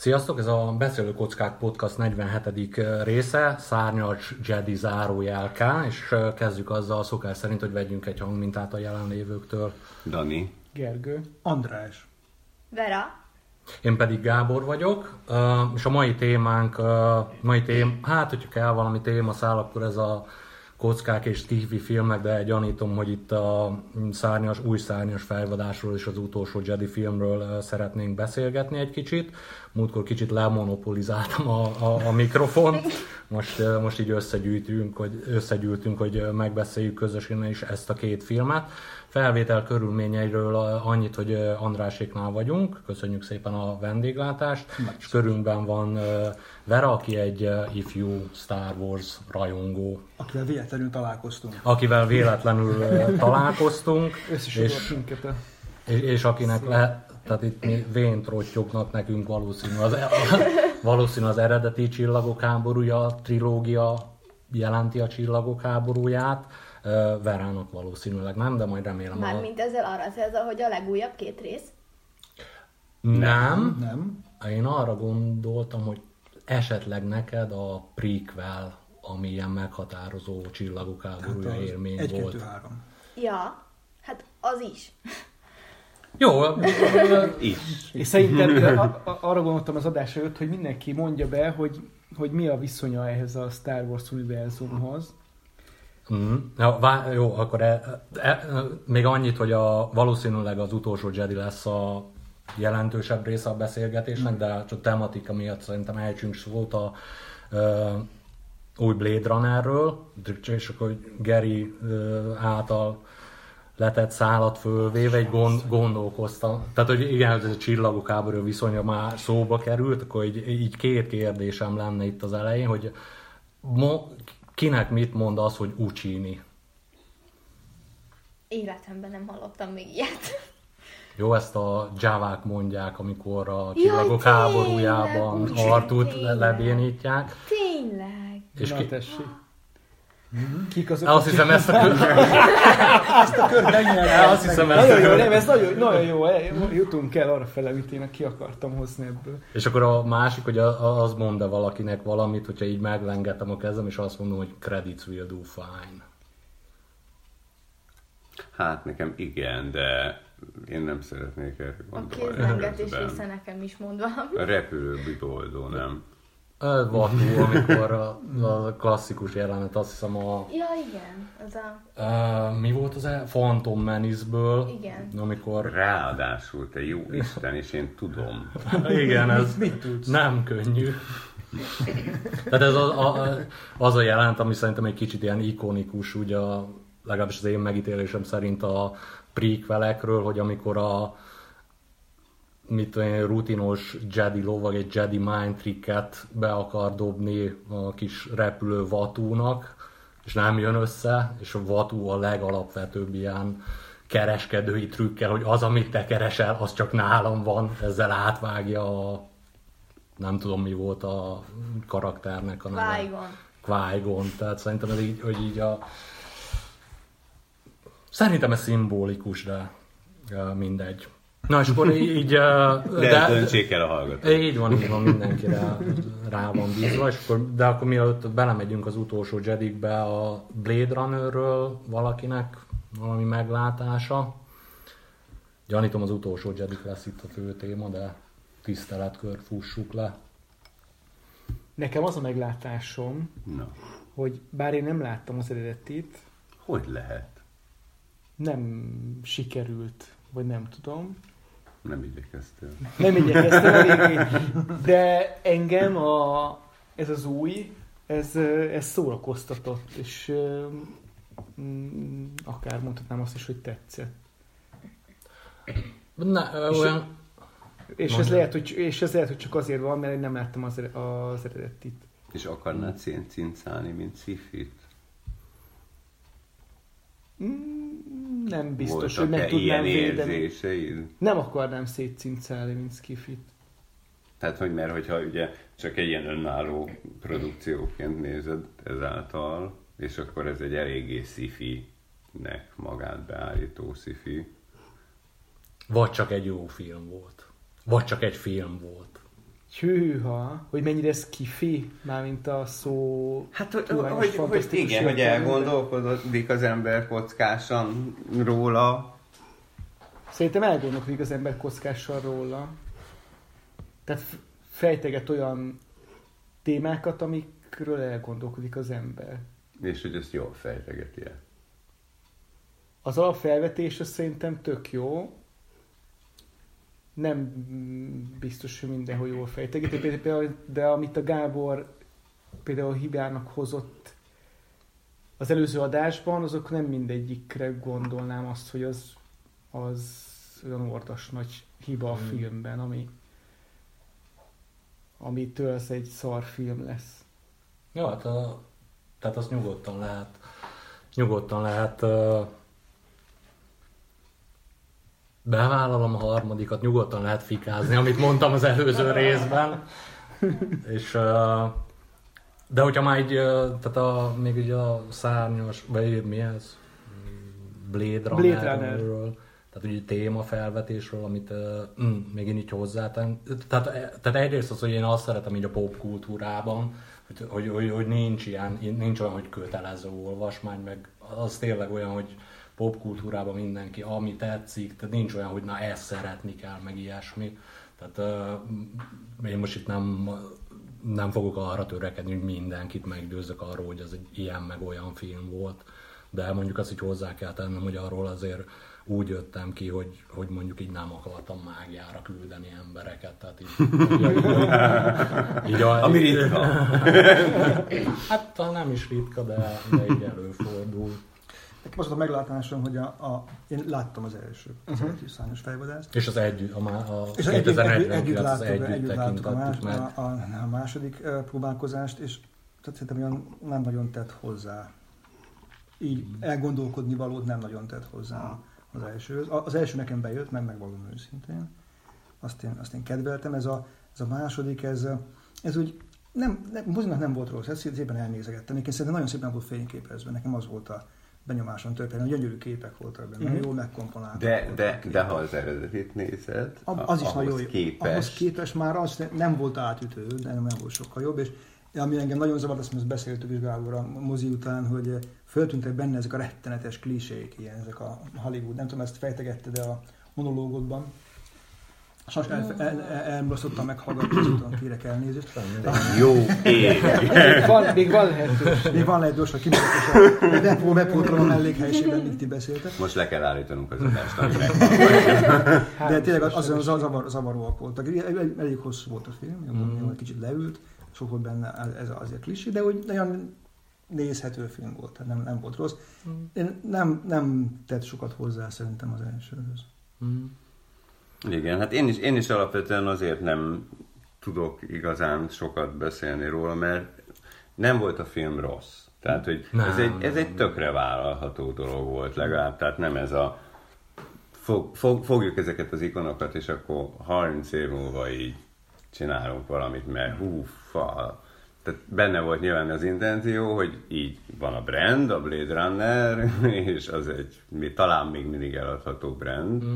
Sziasztok, ez a Beszélő Kockák Podcast 47. része, Szárnyas Jedi zárójelká, és kezdjük azzal szokás szerint, hogy vegyünk egy hangmintát a jelenlévőktől. Dani. Gergő. András. Vera. Én pedig Gábor vagyok, és a mai témánk, hát hogyha kell valami témaszál, akkor ez a kockák és sci-fi filmek, de gyanítom, hogy itt a új szárnyas fejvadásról és az utolsó Jedi filmről szeretnénk beszélgetni egy kicsit. Múltkor kicsit lemonopolizáltam a mikrofont, most így összegyűltünk, hogy megbeszéljük közösen is ezt a két filmet. Felvétel körülményeiről annyit, hogy Andráséknál vagyunk, köszönjük szépen a vendéglátást, és körünkben van Vera, aki egy ifjú Star Wars rajongó. Akivel véletlenül találkoztunk. És akinek tehát itt mi véntrottyognak nekünk valószínű az eredeti Csillagok háborúja trilógia jelenti a Csillagok háborúját. Verának valószínűleg nem, de majd remélem. Mármint ezzel arra célzol, hogy a legújabb két rész? Nem. Én arra gondoltam, hogy esetleg neked a prequel, ami ilyen meghatározó Csillagok háborúja élmény 1, volt. 2, 3. Ja, hát az is. Jó, is. És szerintem arra gondoltam az adás előtt, hogy mindenki mondja be, hogy mi a viszonya ehhez a Star Wars univerzumhoz. Jó, akkor még annyit, hogy valószínűleg az utolsó Jedi lesz a jelentősebb része a beszélgetésnek, de csak tematika miatt szerintem ejtsünk szót a új Blade Runnerről, és akkor Gary által letett szálat fölvéve, egy gondolkoztam. Tehát, hogy igen, ez a Csillagok háború viszonya már szóba került, akkor így két kérdésem lenne itt az elején, hogy kinek mit mond az, hogy Uccini? Életemben nem hallottam még ilyet. Jó, ezt a Javák mondják, amikor a Csillagok háborújában Artut lebénítják. Tényleg? És Na tessék. Kik azok? Azt hiszem, ezt a kört megnyertem. Azt hiszem, ez nagyon jó, jutunk el arra fele, amit én ki akartam hozni ebből. És akkor a másik, hogy az mond-e valakinek valamit, hogyha így meglengetem a kezem, és azt mondom, hogy credits will do fine. Hát nekem igen, de én nem szeretnék erre gondolni. A kézlengetés része nekem is mond valami. A repülő biboldó, nem? Vatú, amikor a klasszikus jelenet, azt hiszem Ja, igen, az a... mi volt az Phantom Menace-ből? Igen. Amikor... Ráadásul, te jó Isten, és én tudom. Igen, ez nem könnyű. Tehát ez az a jelenet, ami szerintem egy kicsit ilyen ikonikus, ugye legalábbis az én megítélésem szerint a prequelekről, hogy amikor rutinos Jedi lovag egy Jedi mind tricket be akar dobni a kis repülő Vatúnak, és nem jön össze, és a Vatú a legalapvetőbb ilyen kereskedői trükkel, hogy az, amit te keresel, az csak nálam van, ezzel átvágja nem tudom mi volt a karakternek a neve. Qui-Gon. Tehát szerintem ez így, hogy így szerintem ez szimbolikus, de mindegy. Na és akkor így... de döntsék el a hallgatók. Így van, mindenki rá van bízva, és de akkor mielőtt belemegyünk az utolsó Jedikbe, a Blade Runnerről valakinek valami meglátása. Gyanítom, az utolsó Jedik lesz itt a fő téma, de tiszteletkör fussuk le. Nekem az a meglátásom, hogy bár én nem láttam az eredetit, hogy lehet? Nem sikerült, vagy nem tudom. Nem igyekeztél. Nem igyekeztem a végén. De engem ez az új, ez szórakoztatott, és akár mondhatnám azt is, hogy tetszett. És ez lehet, hogy csak azért van, mert én nem láttam az eredetit. És akarnád cincálni, mint sci-fit? Nem biztos, hogy meg tudnám védeni. Érzéseid? Nem akarnám szétcincálni, mint Skiffit. Tehát, hogy mert hogyha ugye csak egy ilyen önálló produkcióként nézed ezáltal, és akkor ez egy eléggé sci-fi-nek magát beállító sci-fi. Vagy csak egy jó film volt. Vagy csak egy film volt. Hűha, hogy mennyire ez kifi, mármint a szó... Hát, hogy igen, hogy elgondolkodik az ember kockásan róla. Szerintem elgondolkodik az ember kockásan róla. Tehát fejteget olyan témákat, amikről elgondolkodik az ember. És hogy ezt jól fejtegeti-e? Az alapfelvetés az szerintem tök jó. Nem biztos, hogy mindenhol jól fejtegeti, de amit a Gábor például hibának hozott az előző adásban, azok nem mindegyikre gondolnám azt, hogy az olyan ordas nagy hiba a filmben, amitől ez egy szar film lesz. Jó, hát tehát azt nyugodtan lehet bevállalom a harmadikat, nyugodtan lehet fikázni, amit mondtam az előző részben. És, de hogyha már így, tehát még így a szárnyas, vagy mi ez? Blade Runnerről, tehát ugye témafelvetésről, amit még én így hozzátenni. Tehát egyrészt az, hogy én azt szeretem így a popkultúrában, hogy nincs olyan, hogy kötelező olvasmány, meg az tényleg olyan, hogy popkultúrában mindenki, ami tetszik, tehát nincs olyan, hogy na ezt szeretni kell, meg ilyesmi. Tehát én most itt nem fogok arra törekedni, hogy mindenkit meggyőzzök arról, hogy ez egy ilyen meg olyan film volt. De mondjuk azt így hozzá kell tennem, hogy arról azért úgy jöttem ki, hogy mondjuk így nem akartam mágiára küldeni embereket. Tehát így ami ritka. Hát nem is ritka, de így előfordul. Nekem az a meglátásom, hogy én láttam az első szárnyas fejvadászt. És az együtt, a 2049 együtt láttuk a második próbálkozást, és szerintem olyan nem nagyon tett hozzá. Így elgondolkodni valót nem nagyon tett hozzá az elsőhöz. Az első nekem bejött, megvallom őszintén. Azt én kedveltem. Ez a második, ez úgy mozinak nem volt rossz, ezt szépen elnézegettem. Én szerintem nagyon szépen volt fényképezve. Nekem az volt a benyomáson történelmi, gyönyörű képek voltak benne, jól megkomponáltak. De ha az eredetit nézed, az is nagyon jó. Képes. Ahhoz képest már az nem volt átütő, de nem volt sokkal jobb, és ami engem nagyon zavart, azt beszéltük is Gábor a mozi után, hogy föltűntek benne ezek a rettenetes klisék, ilyen, ezek a Hollywood, nem tudom, ezt fejtegetted a monológodban. Sajnos elmulasztottam meghallgatni, azután kérek elnézést. Jó ég! Még van lehetőség. Még van lehetőség, kimutatása. Megpótolom a mellékhelyiségben, míg ti beszéltek. Most le kell állítanunk az adást, ami meghallgatja. De tényleg azon zavaróak voltak. Elég hosszú volt a film, egy kicsit leült, sok volt benne ez azért klisé, de úgy nagyon nézhető film volt, tehát nem volt rossz. Nem tett sokat hozzá szerintem az elsőhöz. Igen, hát én is alapvetően azért nem tudok igazán sokat beszélni róla, mert nem volt a film rossz. Tehát, hogy ez egy tökre vállalható dolog volt legalább, tehát nem ez a fogjuk ezeket az ikonokat, és akkor 30 év múlva így csinálunk valamit, mert tehát benne volt nyilván az intenció, hogy így van a brand, a Blade Runner, és az talán még mindig eladható brand,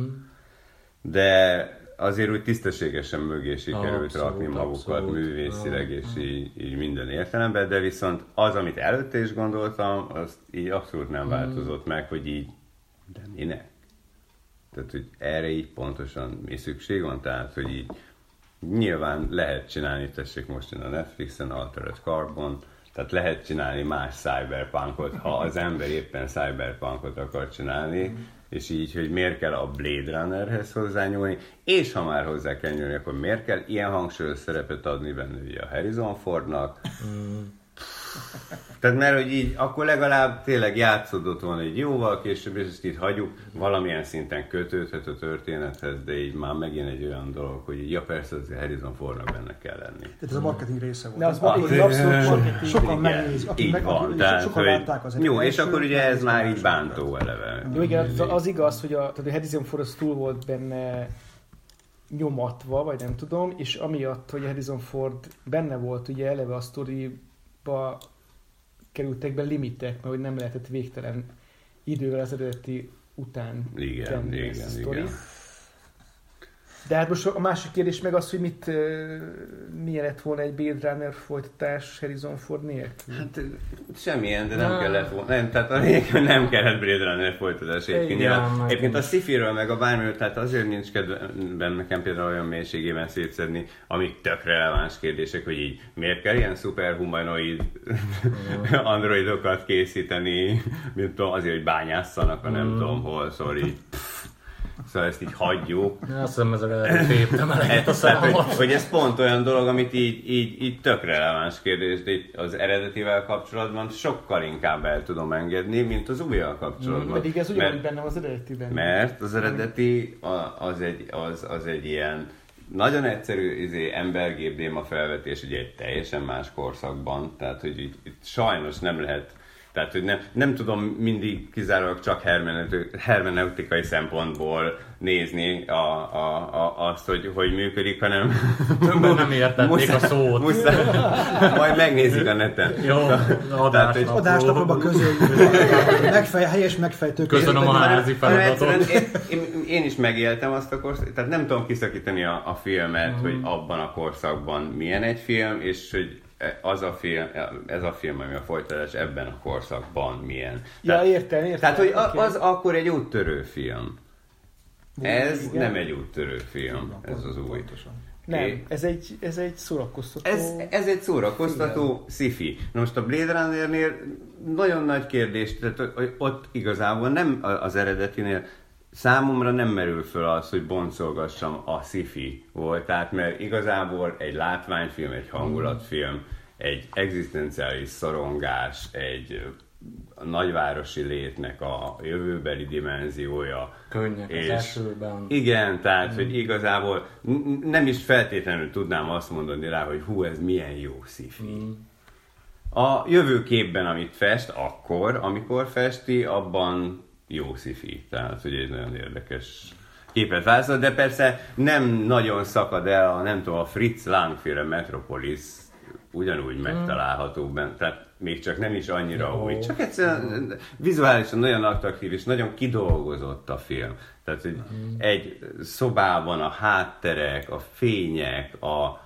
de azért úgy tisztességesen mögé sikerült rakni magukat művészileg, és így minden értelemben, de viszont az, amit előtte is gondoltam, az így abszolút nem változott meg, hogy így, de minek? Tehát, hogy erre így pontosan mi szükség van, tehát, hogy így nyilván lehet csinálni, tessék most jön a Netflixen, Altered Carbon, tehát lehet csinálni más cyberpunkot, ha az ember éppen cyberpunkot akar csinálni, és így, hogy miért kell a Blade Runnerhez hozzányúlni, és ha már hozzá kell nyúlni, akkor miért kell ilyen hangsúlyos szerepet adni benne ugye a Harrison Fordnak. Tehát mert hogy így, akkor legalább tényleg játszódott volna egy jóval később, és ezt itt hagyjuk, valamilyen szinten kötődhet a történethez, de így már megint egy olyan dolog, hogy ja persze azért Harrison Fordnak benne kell lenni. Tehát ez a marketing része volt. De az abszolút sokan megnézik, így van, tehát, sokan látták az jó, és akkor ugye ez már így bántó eleve. Jó, igen, az igaz, hogy a Harrison Ford az túl volt benne nyomatva, vagy nem tudom, és amiatt, hogy Harrison Ford benne volt ugye eleve a sztoriba kerültek be limitek, mert hogy nem lehetett végtelen idővel az eredeti után tenni ezt a sztorit. De hát most a másik kérdés meg az, hogy milyen lett volna egy Blade Runner folytatás Harrison Ford nélkül? Hát semmilyen, de nem kellett volna. Nem, tehát a lényeg, nem kellett Blade Runner folytatás egyébként a sci-firől meg a bármiről, tehát azért nincs kedvem nekem például olyan mélységében szétszedni, amik tök releváns kérdések, hogy így miért kell ilyen szuperhumanoid androidokat készíteni, mint tudom, azért, hogy bányásszanak a nem tudom hol, szóval így szóval ezt így hagyjuk. Azt hiszem, ezzel téptem eleget a számot. Hogy ez pont olyan dolog, amit így tök releváns kérdés, de az eredetivel kapcsolatban sokkal inkább el tudom engedni, mint az újjal kapcsolatban. Pedig ez ugyanúgy bennem az eredetiben. Mert az eredeti az egy ilyen nagyon egyszerű embergépdéma felvetés, ugye egy teljesen más korszakban, tehát hogy itt sajnos nem lehet. Tehát, hogy nem tudom mindig kizárólag csak hermeneutikai szempontból nézni azt, hogy működik, hanem... Többen nem értették a szót. Majd megnézik a neten. Jó, adásnapokban közöljük. Helyes megfejtő. Köszönöm a házi feladatot. Én is megéltem azt a korszakot, tehát nem tudom kiszakítani a filmet, hogy abban a korszakban milyen egy film, és hogy ez a film, ami a folytatás ebben a korszakban milyen. Ja, értem. Tehát, hogy az akkor egy úttörő film. Ez nem egy úttörő film, ez az új. Nem, ez egy szórakoztató... Ez egy szórakoztató sci-fi. Na most a Blade Runnernél nagyon nagy kérdés, tehát ott igazából nem az eredetinél, számomra nem merül föl az, hogy boncolgassam a sci-fi voltát, mert igazából egy látványfilm, egy hangulatfilm, egy egzisztenciális szorongás, egy nagyvárosi létnek a jövőbeli dimenziója. Könnyek az esőben. Igen, tehát, hogy igazából nem is feltétlenül tudnám azt mondani rá, hogy hú, ez milyen jó sci-fi. A jövőképben, amit fest, amikor festi, abban jó sci-fi. Tehát, hogy egy nagyon érdekes képet vázolt, de persze nem nagyon szakad el a Fritz Lang-féle Metropolis ugyanúgy megtalálható benne. Tehát még csak nem is annyira új. Csak egyszerűen vizuálisan nagyon attraktív és nagyon kidolgozott a film. Tehát, hogy egy szobában a hátterek, a fények, a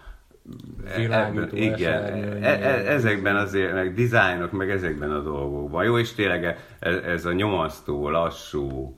ezekben azért, meg dizájnok, meg ezekben a dolgokban. Jó, és tényleg ez a nyomasztó, lassú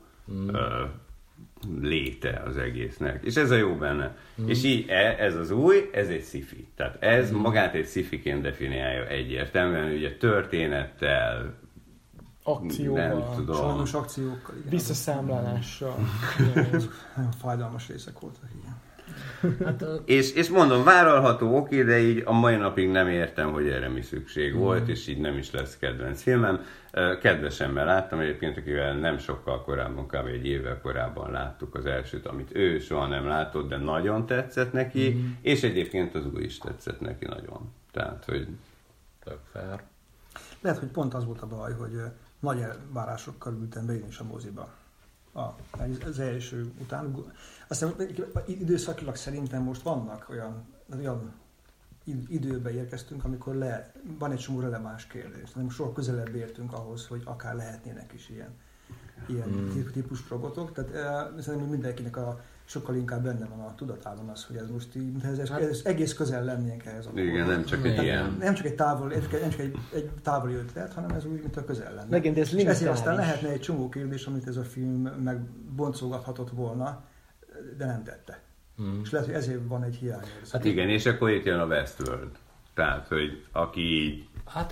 léte az egésznek. És ez a jó benne. És így ez az új, ez egy sci-fi. Tehát ez magát egy sci-fiként definiálja egyértelműen, ugye történettel, akcióval, sajnos akciókkal, igen. Visszaszámlálással. Nagyon fájdalmas részek voltak, igen. Hát, és mondom, vállalható, oké, de így a mai napig nem értem, hogy erre mi szükség volt, és így nem is lesz kedvenc filmem. Kedvesemmel láttam egyébként, akivel nem sokkal korábban, kb. Egy évvel korábban láttuk az elsőt, amit ő soha nem látott, de nagyon tetszett neki, és egyébként az új is tetszett neki nagyon. Tehát, hogy... Tök fair. Lehet, hogy pont az volt a baj, hogy nagy elvárásokkal ültem be én is a moziba. Az első után. Aztán időszakilag szerintem most vannak olyan időbe érkeztünk, amikor van egy csomó releváns kérdés. Nem sokkal közelebb értünk ahhoz, hogy akár lehetnének is ilyen típus robotok. Tehát szerintem mindenkinek sokkal inkább benne van a tudatában az, hogy ez most így, ez egész közel lennénk ehhez. Igen, nem csak egy ilyen. Nem csak egy távoli ötlet, hanem ez úgy, mint a közel lenne. Igen, de ez és ezért aztán lehetne egy csomó kérdés, amit ez a film megboncolgathatott volna, de nem tette. És lehet, hogy ezért van egy hiány. Hát igen, és akkor itt jön a Westworld. Tehát, hogy aki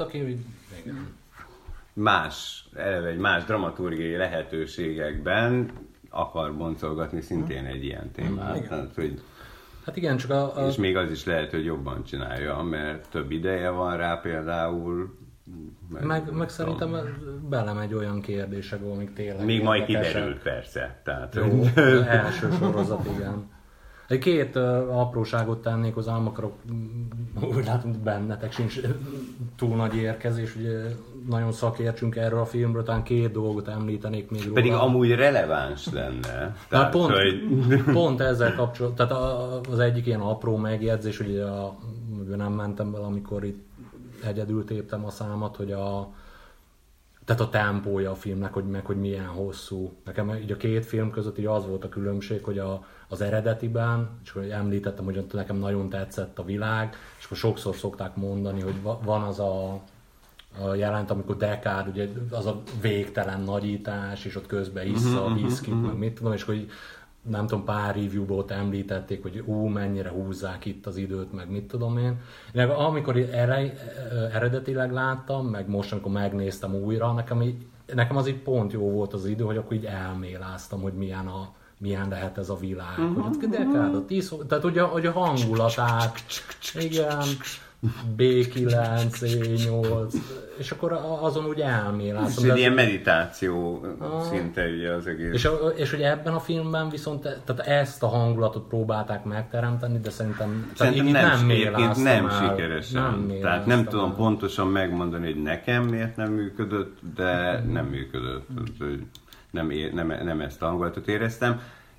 eleve egy más dramaturgiai lehetőségekben akar boncolgatni szintén egy ilyen témát. Tehát, hogy hát igen, csak és még az is lehet, hogy jobban csinálja, mert több ideje van rá például. Meg szerintem belemegy olyan kérdésekbe, amik tényleg még majd kiderül persze. Tehát, jó, első sorozat, igen. Két apróságot tennék hozzá, nem akarok, úgy látom, bennetek sincs túl nagy érkezés, ugye nagyon szakértsünk erről a filmről, talán két dolgot említenék még róla. Pedig amúgy releváns lenne. Tehát, pont ezzel kapcsolatban, tehát az egyik ilyen apró megjegyzés, hogy nem mentem bele, amikor itt egyedül téptem a számat, hogy tehát a tempója a filmnek, hogy milyen hosszú. Nekem így a két film között így az volt a különbség, hogy az eredetiben, és hogy említettem, hogy nekem nagyon tetszett a világ, és akkor sokszor szokták mondani, hogy van az a jelent, amikor Deckard, ugye az a végtelen nagyítás, és ott közben issza a viszkit, meg mit tudom, és hogy nem tudom, pár review-ból említették, hogy mennyire húzzák itt az időt, meg mit tudom én. Amikor eredetileg láttam, meg most, amikor megnéztem újra, nekem az így pont jó volt az idő, hogy akkor így elméláztam, hogy milyen lehet ez a világ. Hogy Deckard, tehát hogy a hangulatát, igen, B9, E8, és akkor azon úgy elméláztam. Ez egy ilyen meditáció szinte ugye az egész. És hogy ebben a filmben viszont tehát ezt a hangulatot próbálták megteremteni, de szerintem nem sikeresen. Tehát nem tudom pontosan megmondani, hogy nekem miért nem működött, de nem működött. Nem ezt a hangulatot éreztem.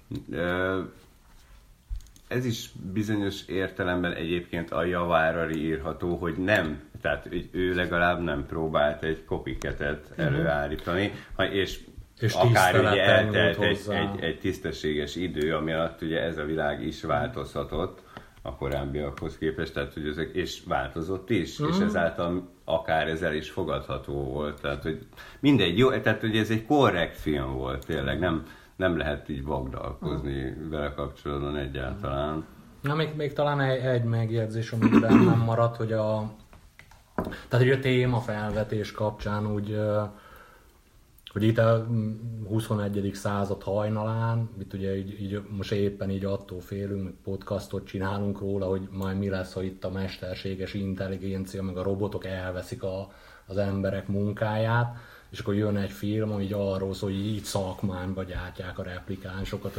Ez is bizonyos értelemben egyébként a javára írható, hogy nem, tehát ő legalább nem próbált egy copycatet előállítani, és akár ugye eltelt egy tisztességes idő, ami alatt ugye ez a világ is változhatott a korábbiakhoz képest, tehát, hogy és változott is, és ezáltal akár ezzel is fogadható volt. Tehát, hogy mindegy, jó, tehát hogy ez egy korrekt film volt tényleg, nem lehet így vagdalkozni vele kapcsolatban egyáltalán. Na, még talán egy megjegyzés, amit bennem maradt, hogy tehát a témafelvetés kapcsán úgy, hogy itt a 21. század hajnalán, itt ugye így most éppen így attól félünk, podcastot csinálunk róla, hogy majd mi lesz, ha itt a mesterséges intelligencia, meg a robotok elveszik az emberek munkáját, és akkor jön egy film, ami így arról szól, hogy így szakmányba gyártják a replikánsokat,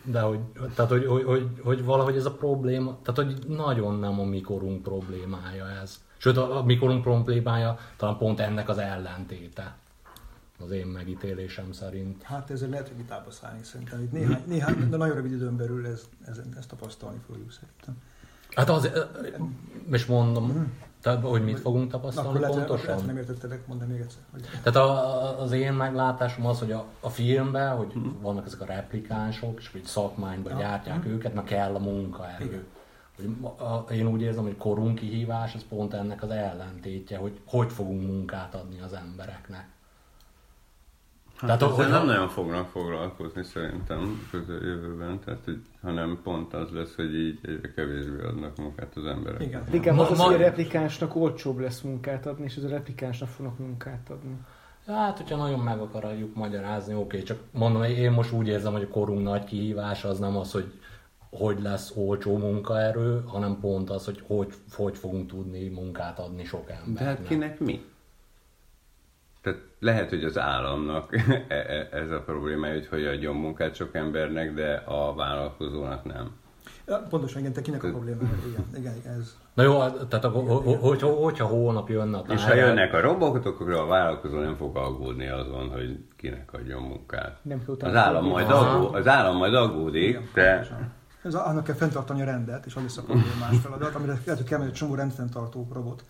hogy valahogy ez a probléma, tehát hogy nagyon nem a mi korunk problémája ez. Sőt, a mi korunk problémája talán pont ennek az ellentéte, az én megítélésem szerint. Hát ezzel lehet, hogy vitába szállni szerintem. Itt néhány, de nagyon rövid időn belül ezt tapasztalni fogjuk szerintem. Hát és mondom, tehát, hogy mit fogunk tapasztalni pontosan? Lehet, nem értettelek, mondani még egyszer. Tehát az én meglátásom az, hogy a filmben, hogy vannak ezek a replikánsok, és hogy szakmányban gyártják őket, meg kell a munkaerő. Én úgy érzem, hogy korunk kihívás, ez pont ennek az ellentétje, hogy fogunk munkát adni az embereknek. Hát tehát, nem nagyon fognak foglalkozni szerintem közeljövőben, tehát, hanem pont az lesz, hogy így egyre kevésbé adnak munkát az emberek. Igen, inkább az, hogy a replikánsnak olcsóbb lesz munkát adni, és az a replikánsnak fognak munkát adni. Hát, hogyha nagyon meg akarjuk magyarázni, oké, csak mondom, én most úgy érzem, hogy a korunk nagy kihívása az nem az, hogy lesz olcsó munkaerő, hanem pont az, hogy fogunk tudni munkát adni sok embernek. De hát kinek mi? Tehát lehet, hogy az államnak ez a probléma, hogy adjon munkát sok embernek, de a vállalkozónak nem. Ja, pontosan, igen, te kinek a problémája? Igen, ez. Na jó, tehát hogyha holnap jönne a táján... És ha jönnek a robotok, akkor a vállalkozó nem fog aggódni azon, hogy kinek adjon munkát. Az állam majd aggódik, igen, de... Annak kell fenntartani a rendet, és az is a problémás feladat, amire lehet, hogy kell egy csomó rendfenntartó robot.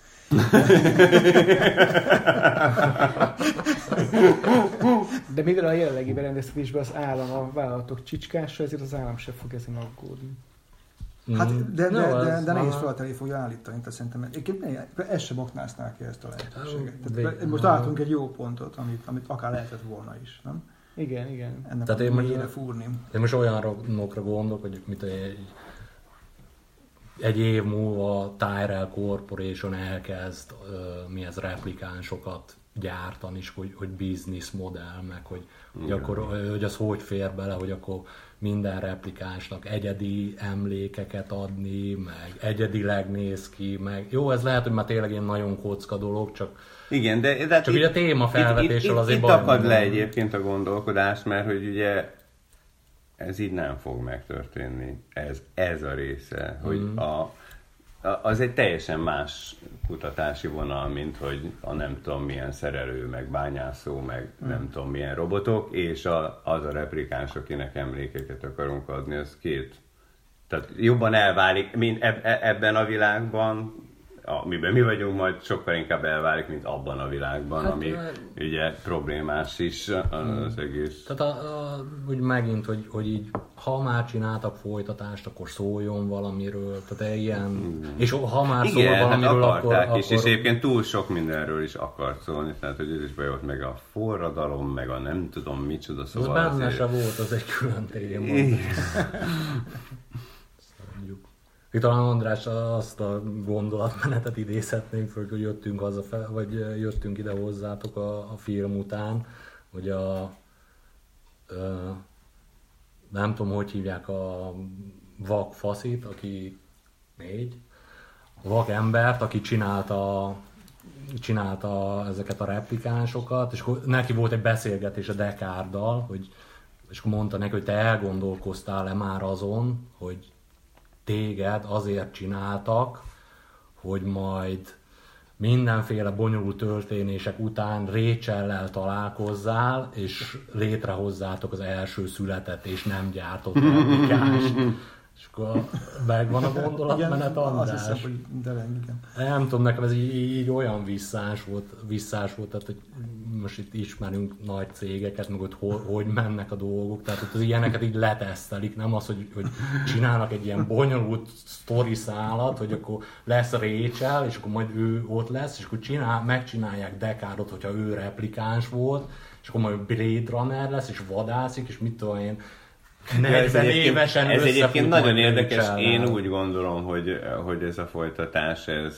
De mivel a jelenlegi berendeztetésben az állam a vállalatok csicskása, ezért az állam sem fog ezen aggódni. Hát, de nehéz feladat elé fogja állítani, tehát szerintem ezt sem aknáznál ki ezt a lehetőséget. Most találtunk egy jó pontot, amit akár lehetett volna is, nem? Igen. Ennek tehát én fúrni. Én most olyanokra gondolok, hogy mit egy év múlva Tyrell Corporation elkezd replikánsokat gyártani, és hogy business modell, meg hogy az hogy fér bele, hogy akkor minden replikánsnak egyedi emlékeket adni, meg egyedileg néz ki, meg jó, ez lehet, hogy már tényleg ilyen nagyon kocka dolog, csak igen, de csak ugye a téma felvetéssel azért itt akad le egyébként a gondolkodás, mert hogy ugye ez így nem fog megtörténni. Ez a része, hogy az egy teljesen más kutatási vonal, mint hogy a nem tudom milyen szerelő, meg bányászó, meg nem tudom milyen robotok, és az a replikáns, akinek emlékeket akarunk adni, az két. Tehát jobban elválik, mint ebben a világban amiben mi vagyunk, majd sokkal inkább elválik, mint abban a világban, ami ugye problémás is az egész. Tehát úgy megint, hogy így, ha már csináltak folytatást, akkor szóljon valamiről, tehát ilyen, és ha már szól valamiről, akkor... És egyébként túl sok mindenről is akart szólni, tehát hogy ez is bejolt meg a forradalom, meg a nem tudom micsoda, szóval az benne se volt, az egy külön téma. Itt talán András azt a gondolatmenetet idézhetnénk föl, hogy jöttünk vagy jöttünk ide hozzátok a film után, hogy nem tudom, hogy hívják a vak faszit, aki 4, a vak embert, aki csinálta ezeket a replikánsokat, és akkor neki volt egy beszélgetés a Deckárddal, hogy, és akkor mondta neki, hogy te elgondolkoztál-e már azon, hogy téged azért csináltak, hogy majd mindenféle bonyolult történések után Rachel-lel találkozzál, és létrehozzátok az első születet, és nem gyártott replikást. És akkor megvan a gondolatmenet, András? Azt hiszem, hogy igen. Nem tudom, nekem ez így olyan visszás volt, tehát hogy most itt ismerünk nagy cégeket, meg hogy mennek a dolgok, tehát hogy az ilyeneket így letesztelik, nem az, hogy csinálnak egy ilyen bonyolult sztori szálat, hogy akkor lesz Rachel, és akkor majd ő ott lesz, és akkor megcsinálják Deckardot, hogyha ő replikáns volt, és akkor majd Blade Runner lesz, és vadászik, és mit tudom én, 40 évesen ez egyébként nagyon érdekes. Én úgy gondolom, hogy ez a folytatás, ez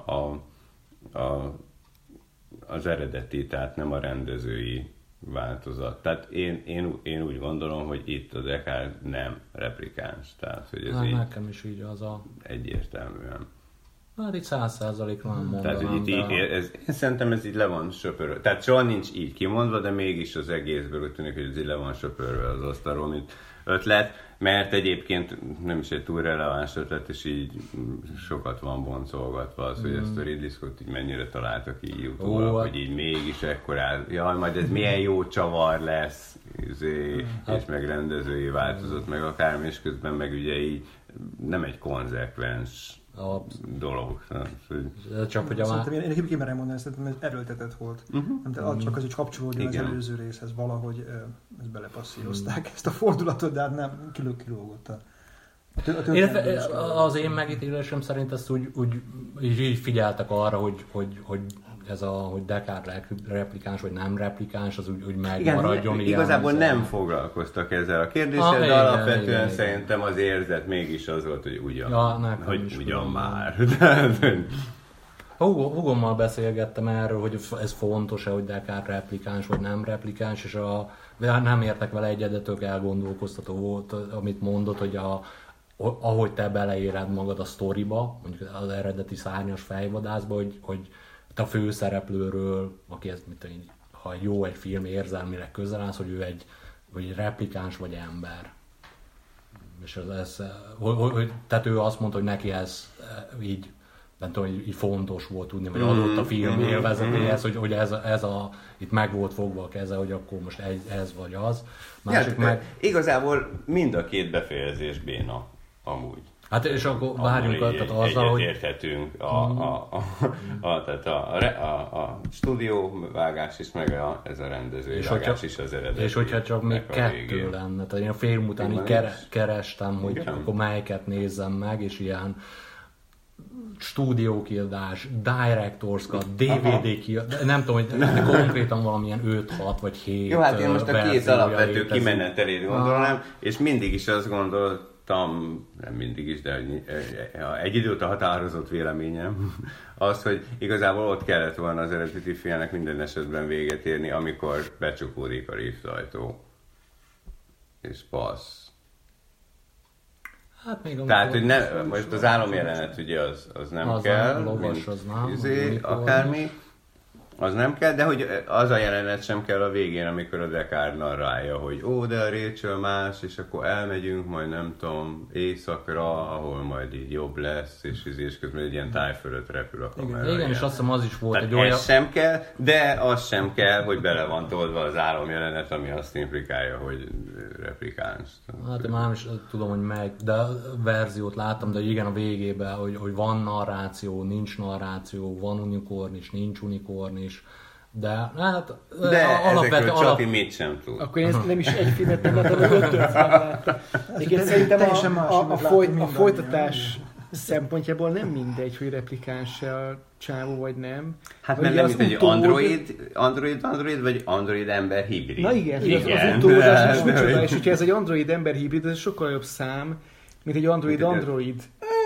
az eredeti, tehát nem a rendezői változat. Tehát én úgy gondolom, hogy itt az Deckard nem replikáns. Tehát, hogy ez így nekem is így az egyértelműen. Hát itt 100%-ra nem mondanám. Tehát, hogy itt én szerintem ez így le van söpörve. Tehát soha nincs így kimondva, de mégis az egészből úgy tűnik, hogy ez így le van söpörve az asztalról, mint ötlet, mert egyébként nem is egy túl releváns ötlet, és így sokat van boncolgatva az, hogy ezt a Ridley Scott így mennyire találtak így YouTube-ra, hogy így mégis ekkorán, jaj, majd ez milyen jó csavar lesz, és meg rendezői változott, meg akármi, és közben meg ugye így nem egy konzekvens dolog. Csak, hogy szerintem én kimerem mondani, szerintem ez erőltetett volt. Nem, csak az, hogy kapcsolódjon az előző részhez valahogy ezt belepasszírozták ezt a fordulatot, de hát nem kilógott az én megítélésem szerint ezt úgy így figyeltek arra, hogy ez hogy Deckard replikáns vagy nem replikáns, az úgy megmaradjon. Igen, igazából nem foglalkoztak ezzel a kérdéssel, de alapvetően szerintem az érzet mégis az volt, hogy ugyan már. Hugommal beszélgettem erről, hogy ez fontos-e, hogy Deckard replikáns vagy nem replikáns, és nem értek vele egyet, de tök elgondolkoztató volt, amit mondott, hogy ahogy te beleéred magad a sztoriba, mondjuk az eredeti szárnyas fejvadászba, hogy a főszereplőről, aki ez, ha jó egy film érzelmileg közel állsz, hogy ő egy replikáns vagy ember. És tehát ő azt mondta, hogy neki ez így, nem tudom, így fontos volt tudni, vagy adott a film élvezetéhez, hogy itt meg volt fogva a keze, hogy akkor most ez vagy az. Másik igazából mind a két befejezés béna, amúgy. Hát és akkor várjunk azzal, hogy... Érthetünk tehát a stúdióvágás is, meg ez a rendezői vágás is az eredeti. És hogyha csak még 2 lenne, tehát én a film után így kerestem, hogy akkor melyiket nézzem meg, és ilyen stúdiókiadás, director's cut, DVD kiadás, nem tudom, hogy konkrétan valamilyen 5-6 vagy 7 Jó, hát én most a két alapvető kimenetelét gondolom, és mindig is azt gondoltam, nem mindig is, de egy idő óta határozott véleményem, az, hogy igazából ott kellett volna az eredeti filmnek minden esetben véget érni, amikor becsukódik a liftajtó. És passz. Hát még tehát, hogy most az álomjelenet ugye az nem kell, lovas, az nem, akármi. Az nem kell, de hogy az a jelenet sem kell a végén, amikor a Deckard narrálja, hogy de a Rachel más, és akkor elmegyünk majd nem tudom, éjszakra, ahol majd így jobb lesz, és közben egy ilyen táj fölött repül a kamera. Igen, és azt hiszem az is volt tehát egy olyan... ez sem kell, de az sem kell, hogy bele van tolva az álomjelenet, ami azt implikálja, hogy replikáns. Hát én már nem is tudom, hogy melyik, de verziót láttam, de igen, a végében, hogy van narráció, nincs narráció, van unikornis, nincs unikornis, de hát alapvetően Csapi mit sem tud. Akkor én nem is egy filmet nem láttam, hanem 5 láttam. Egyébként szerintem a folytatás szempontjából nem mindegy, hogy replikáns-e a csávó vagy nem. Hát mert nem mindegy, android vagy android ember hibrid. Na igen. Az utódás is micsoda, és hogyha ez egy android ember hibrid, ez sokkal jobb szám, mint egy android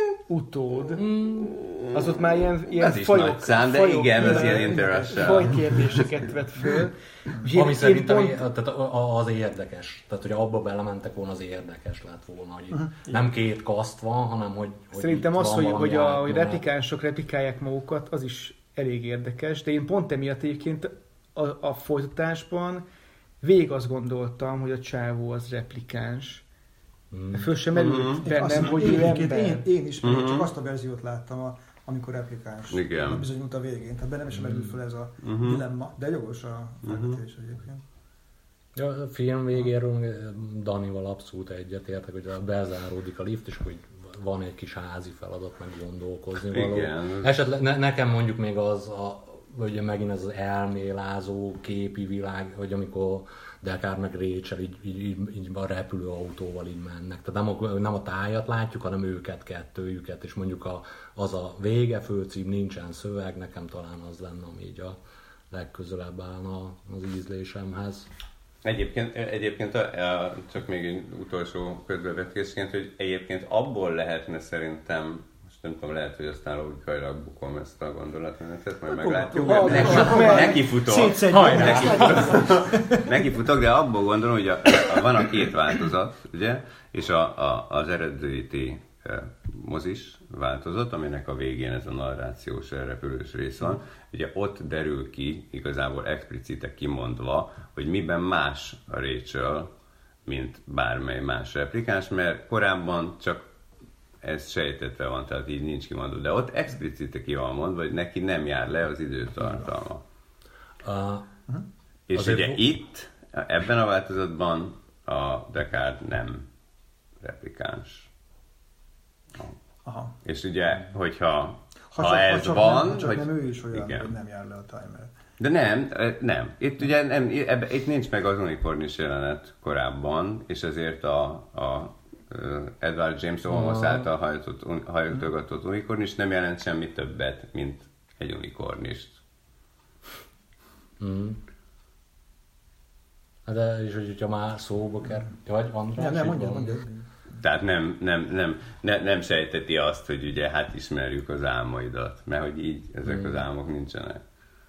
utód. Az ott már ilyen fajok, szám, de igen, az ilyen interracial. Fajkérdéseket vet föl. Ami szerintem az érdekes. Tehát, hogy abba belementek volna, az érdekes lett volna, hogy nem két kaszt van, hanem hogy szerintem az, hogy a replikánsok replikálják magukat, az is elég érdekes, de én pont emiatt egyébként a folytatásban végig azt gondoltam, hogy a csávó az replikáns. Föl sem merült bennem, hogy ő ember. Én is csak azt a verziót láttam, amikor replikáns. Igen. Bizonyult a végén. Tehát bennem sem merült fel ez a dilemma. De jogos a felvetés egyébként. Ja, a film végéről Danival abszolút egyetértek, hogy bezáródik a lift, és hogy van egy kis házi feladat, meg gondolkozni való. Esetleg nekem mondjuk még az, ugye megint ez az elmélázó képi világ, hogy amikor Deckard meg Rachel így a repülőautóval így mennek. Tehát nem a tájat látjuk, hanem őket, kettőjüket, és mondjuk az a vége, főcím, nincsen szöveg, nekem talán az lenne, ami így a legközelebb állna az ízlésemhez. Egyébként csak még egy utolsó közbevetésként, hogy egyébként abból lehetne szerintem, most nem tudom, lehet, hogy aztán logikailag bukom ezt a gondolatmenetet, majd meglátjuk. Nekifutok, de abból gondolom, hogy van a két változat, ugye, és az eredeti mozis változat, aminek a végén ez a narrációs repülős rész van. Ugye ott derül ki, igazából explicite kimondva, hogy miben más a Rachel, mint bármely más replikáns, mert korábban csak ez sejtetve van, tehát így nincs kimondva. De ott explicite ki van mondva, hogy neki nem jár le az időtartalma. És ugye itt, ebben a változatban a Deckard nem replikáns. Aha. És ugye, hogyha ez van... Csak nem ő is olyan, igen, hogy nem jár le a timer. De nem. Itt ugye itt nincs meg az unikornis jelenet korábban, és ezért a Edward James Olmos által hajtogatott unikornis nem jelent semmi többet, mint egy unikornist. De és hogyha már szóba kell... Vagy András? Nem, mondja. Tehát nem sejteti azt, hogy ugye hát ismerjük az álmaidat, mert hogy így ezek az álmok nincsenek.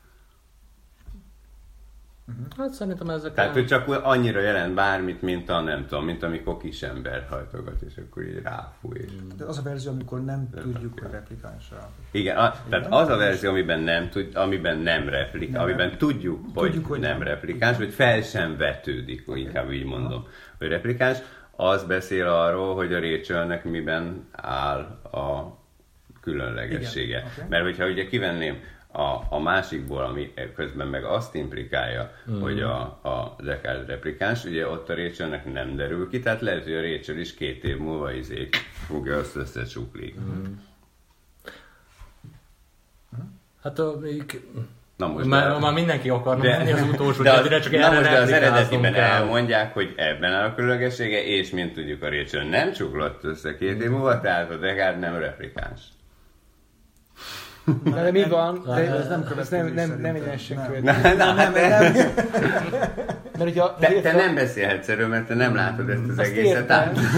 Hát szerintem ezek... Tehát, hogy csak annyira jelent bármit, mint amikor kis ember hajtogat, és akkor így ráfúj. De az a verzió, amikor nem tudjuk, hogy replikánsra. Igen, tehát az a verzió, amiben tudjuk, hogy nem replikáns, vagy fel sem vetődik, inkább így mondom, hogy replikáns, az beszél arról, hogy a Rachelnek miben áll a különlegessége. Okay. Mert hogyha ugye kivenném a másikból, ami közben meg azt implikálja, hogy a Deckard replikáns, ugye ott a Rachelnek nem derül ki, tehát lehet, hogy a Rachel is 2 év múlva fogja azt összecsuklik. Hát na most már mindenki akarna menni az utolsó kedvére, csak erre most az eredetiben elmondják, hogy ebben áll a különlegessége, és mint tudjuk, a Rachel nem csuklott össze 2 év múlva, tehát a Deckard nem replikáns. De mi van? Nem egyenesen következik. Te nem beszélhetsz erről, mert te nem látod ezt az egészet.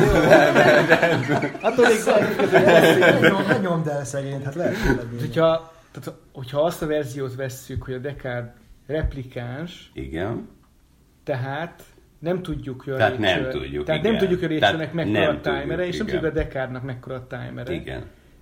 Attól még ne nyomd el szegényt, hát lehet. Hogyha azt a verziót vesszük, hogy a Deckard replikáns, igen, tehát nem tudjuk, hogy a Rachel... Tehát nem tudjuk, hogy a Rachelnek mekkora a timere, és nem tudjuk a Deckardnak mekkora a timere. Igen.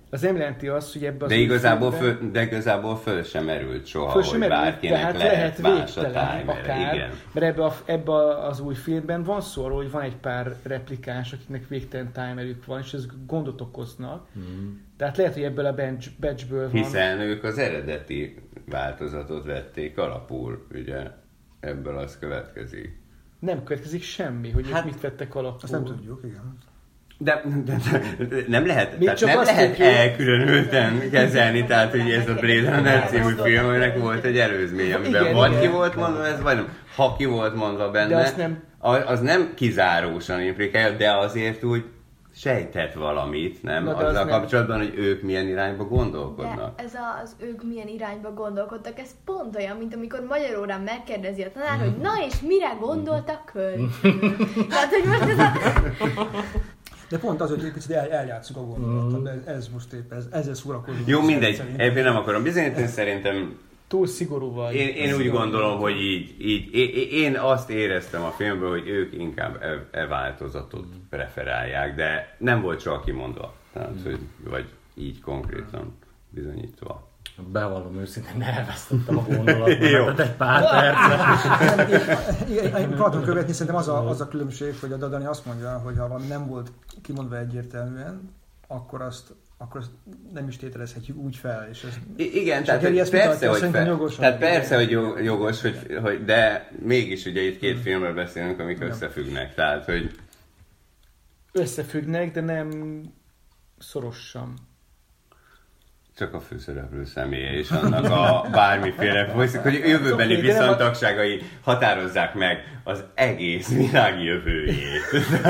Az nem jelenti azt, hogy ebben az de igazából föl sem merült soha, hogy bárkinek hát lehet más a végtelen, timer. akár, Igen. mert ebbe az új filmben van szó arról, hogy van egy pár replikáns, akiknek végtelen timerük van, és ez gondot okoznak. Tehát lehet, hogy ebből a batchből van. Hiszen ők az eredeti változatot vették alapul, ugye ebből az következik. Nem következik semmi, hogy ők mit vettek alapul. Azt nem tudjuk, igen. De nem lehet, csak nem azt lehet tudjuk, elkülönülten kezelni, tehát hogy ez a Blade Runner című film, aminek volt egy előzmény, amiben igen, vagy igen. ki volt mondva ez, vagy nem. Ha ki volt mondva benne, az nem kizárósan implikálja, de azért úgy sejtett valamit, nem? Azzal kapcsolatban, hogy ők milyen irányba gondolkodnak. De ez az ők milyen irányba gondolkodtak, ez pont olyan, mint amikor magyar órán megkérdezi a tanár, hogy na és mire gondoltak költő? Tehát, hogy most ez a... De pont az, hogy egy picit eljátszuk a gondolatot, ez most épp, ezzel szórakozunk. Jó, mindegy, ebben nem akarom bizonyítani, szerintem túl szigorú vagy. Én úgy gondolom, hogy így én azt éreztem a filmből, hogy ők inkább változatot preferálják, de nem volt soha kimondva, tehát, hogy, vagy így konkrétan bizonyítva. Bevallom őszintén, elvesztettem a gondolatban, egy pár percet. Én akartam követni, szerintem az a különbség, hogy a Dani azt mondja, hogy ha valami nem volt kimondva egyértelműen, akkor azt nem is tételezhetjük úgy fel. És igen, tehát persze, hogy jogos, hogy de mégis ugye itt két filmről beszélünk, amik összefüggnek. Tehát, hogy... Összefüggnek, de nem szorosan. Csak a főszereplő személye és annak a bármiféle, hogy jövőbeni viszontagságai határozzák meg az egész világ jövőjét.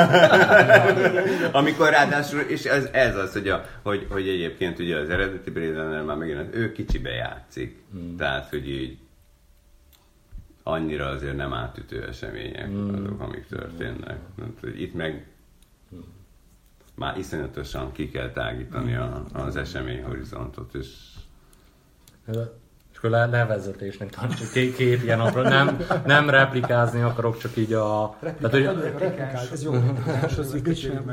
Amikor ráadásul, és ez az, hogy egyébként ugye az eredeti Blade Runner már megint, ő kicsibe játszik. Tehát, hogy így annyira azért nem átütő események azok, amik történnek. Itt meg már iszonyatosan ki kell tágítani az eseményhorizontot, és akkor levezetésnek tartsuk két ilyen apró, nem replikázni akarok, csak így replikál, ez jó, az meg.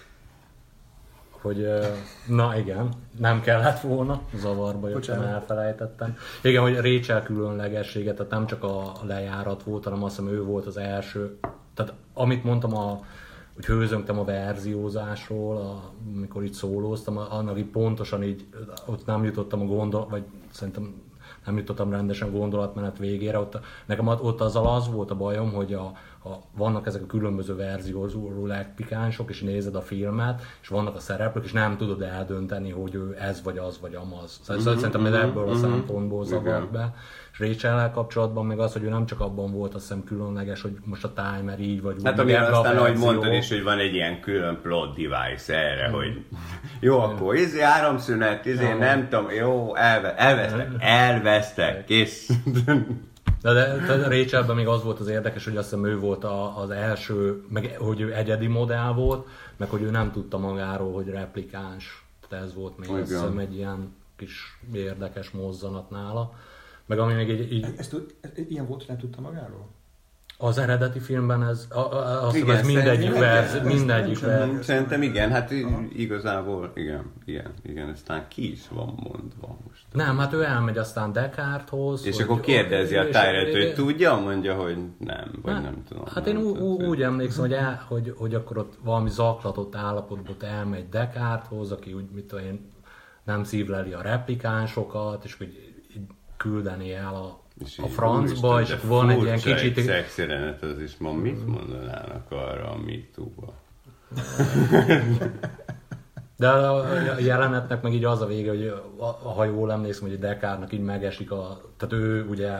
Hogy, na igen, nem kellett volna, zavarba jöttem, elfelejtettem. Igen, hogy Rachel különlegessége, tehát nem csak a lejárat volt, hanem azt hiszem ő volt az első, tehát amit mondtam hogy hőzöngtem a verziózásról, amikor itt szólóztam, annak így pontosan így, ott nem jutottam a gondolat, vagy szerintem nem jutottam rendesen gondolatmenet végére. Nekem ott azzal az volt a bajom, hogy vannak ezek a különböző verziózó pikánsok, és nézed a filmet, és vannak a szereplők, és nem tudod eldönteni, hogy ő ez vagy az, vagy amaz. Szerintem ez ebből a szempontból zavart be. És Rachel-el kapcsolatban meg az, hogy ő nem csak abban volt, azt hiszem különleges, hogy most a timer így vagy úgy. Hát amivel aztán, ahogy mondtad is, hogy van egy ilyen külön plot device erre, hogy jó, akkor áramszünet, nem tudom, jó, elvesztek, kész. De Rachelben még az volt az érdekes, hogy azt hiszem ő volt az első, meg hogy ő egyedi modell volt, meg hogy ő nem tudta magáról, hogy replikáns. Tehát ez volt még azt hiszem egy ilyen kis érdekes mozzanat nála. Meg ami még így... Ilyen volt, hogy nem tudta magáról? Az eredeti filmben ez mindegyik verzió. Szerintem igen, hát igazából igen, aztán ki is van mondva most. Nem, hát ő elmegy aztán Descarteshoz. És akkor kérdezi a Tyrell-t, hogy tudja, mondja, hogy nem, vagy nem tudom. Hát én úgy emlékszem, hogy akkor ott valami zaklatott állapotból elmegy Descarteshoz, aki úgy, mit tudom én, nem szívleli a replikánsokat, és hogy küldeni el a francba, és van egy ilyen kicsit... Szexjelenet az is, ma mit mondanának arra a MeToo-ba? De a jelenetnek meg így az a vége, hogy ha jól emlékszem, hogy Descartesnak így megesik tehát ő ugye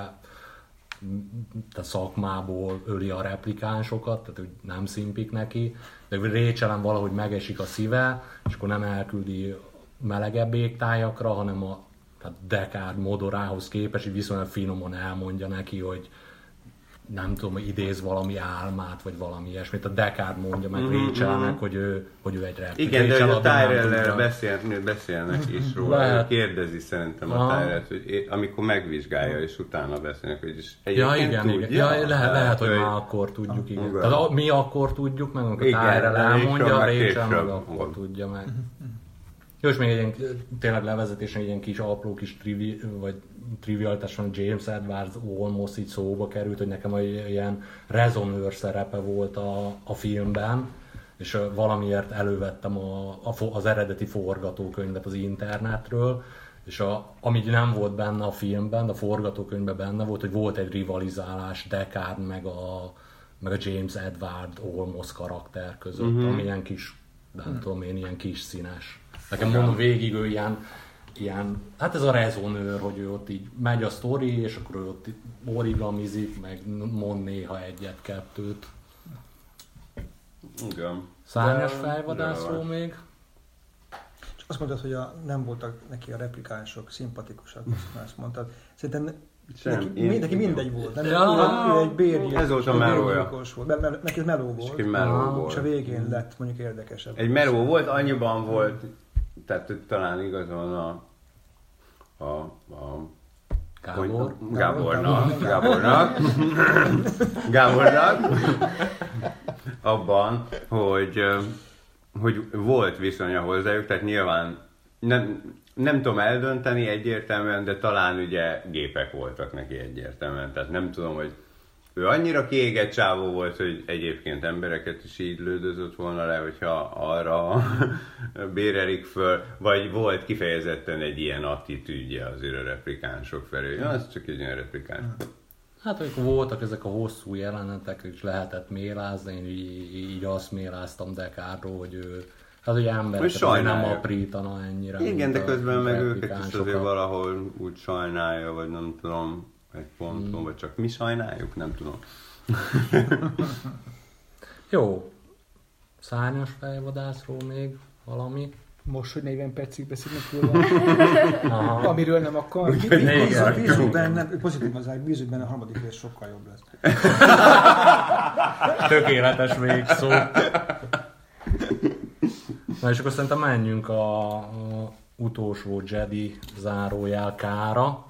szakmából öli a replikánsokat, tehát úgy nem szimpik neki, de Rachel-en valahogy megesik a szíve, és akkor nem elküldi melegebb égtájakra, hanem tehát Descartes modorához képest, hogy viszonylag finoman elmondja neki, hogy nem tudom, hogy idéz valami álmát, vagy valami ilyesmit. A Descartes mondja meg Rachelnek, hogy ő egy replik. Igen, de a Tyrell-lel beszélnek is róla. Kérdezi szerintem a Tyrell-t, hogy amikor megvizsgálja, és utána beszélnek, hogy is egyébként tudja. Ja, lehet, hogy már akkor tudjuk, igen. Tehát mi akkor tudjuk meg, amikor a Tyrell elmondja, a Rachel meg akkor tudja meg. Jó, és még egy ilyen, tényleg levezetésen egy ilyen kis apró kis trivialitáson James Edward Olmos így szóba került, hogy nekem ilyen rezonőr szerepe volt a filmben, és valamiért elővettem az eredeti forgatókönyvet az internetről, és ami nem volt benne a filmben, de a forgatókönyvben benne volt, hogy volt egy rivalizálás Deckard meg a James Edward Olmos karakter között, ami ilyen kis, nem tudom én, ilyen kis színes. Nekem mondom végig ő ilyen, hát ez a rezonőr, hogy ő ott így megy a sztori, és akkor ő ott origamizik, meg mond néha egyet-kettőt. Igen. Szárnyas fejvadászról még. Csak azt mondtad, hogy nem voltak neki a replikánsok szimpatikusak, azt mondtad. Szerintem neki mindegy volt. Nem? Ő egy bérgyilkos. Ez volt a melója. Neki ez meló volt. És a végén lett mondjuk érdekesebb. Egy meló volt, annyiban volt, tehát talán igazán Gábornak abban, hogy volt viszonya hozzájuk, tehát nyilván nem tudom eldönteni egyértelműen, de talán ugye gépek voltak neki egyértelműen, tehát nem tudom, hogy ő annyira kiégett csávó volt, hogy egyébként embereket is így lődözött volna le, hogyha arra bérelik föl, vagy volt kifejezetten egy ilyen attitűdje az replikánsok felé. Ja, az csak egy ilyen replikáns. Hát amikor voltak ezek a hosszú jelenetek, és lehetett mélázni, én így azt méláztam Deckardról, hogy ő hát, hogy embereket nem aprítana ennyire. Igen, de közben meg őket is azért valahol úgy sajnálja, vagy nem tudom, egy ponton, vagy csak mi sajnáljuk, nem tudom. Jó. Szárnyas fejvadászról még valami. Most, hogy 40 percig beszélnek róla, amiről nem akar. Bízunk benne, pozitív az áll, bízunk benne, a harmadik rész sokkal jobb lesz. Tökéletes végszó. Na és akkor szerintem menjünk a utolsó Jedi zárójel K-ra.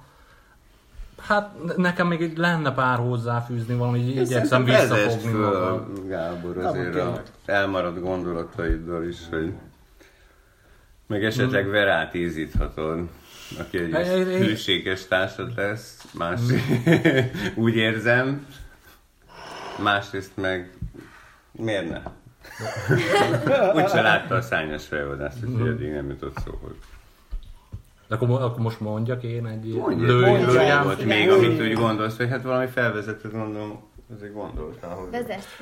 Hát nekem még lenne pár hozzáfűzni valami, így igyekszem visszafogni magam. Gábor, azért a elmaradt gondolataiddal is, hogy meg esetleg Verát ízíthatod, aki egy hűséges társad lesz, úgy érzem, másrészt meg miért ne? Úgyse látta a Szárnyas fejvadászt, úgyhogy eddig nem jutott szóhoz. Akkor most mondjak én egy lőjám még, amit úgy gondolsz, hogy hát valami felvezetőt gondolom, azért gondoltál hozzá. Vezess föl,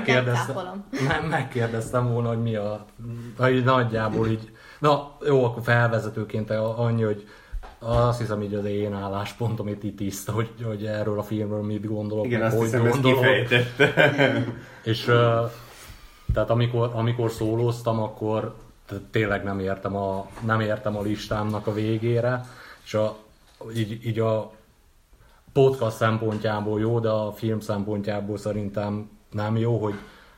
hát megkérdeztem volna, hogy mi hogy nagyjából így, na jó, akkor felvezetőként annyi, hogy azt hiszem így az én álláspontom itt tiszta, hogy erről a filmről mit gondolok. Igen, azt hiszem, ezt kifejtette. És tehát amikor szólóztam, akkor tényleg nem értem a listámnak a végére, és így a podcast szempontjából jó, de a film szempontjából szerintem nem jó,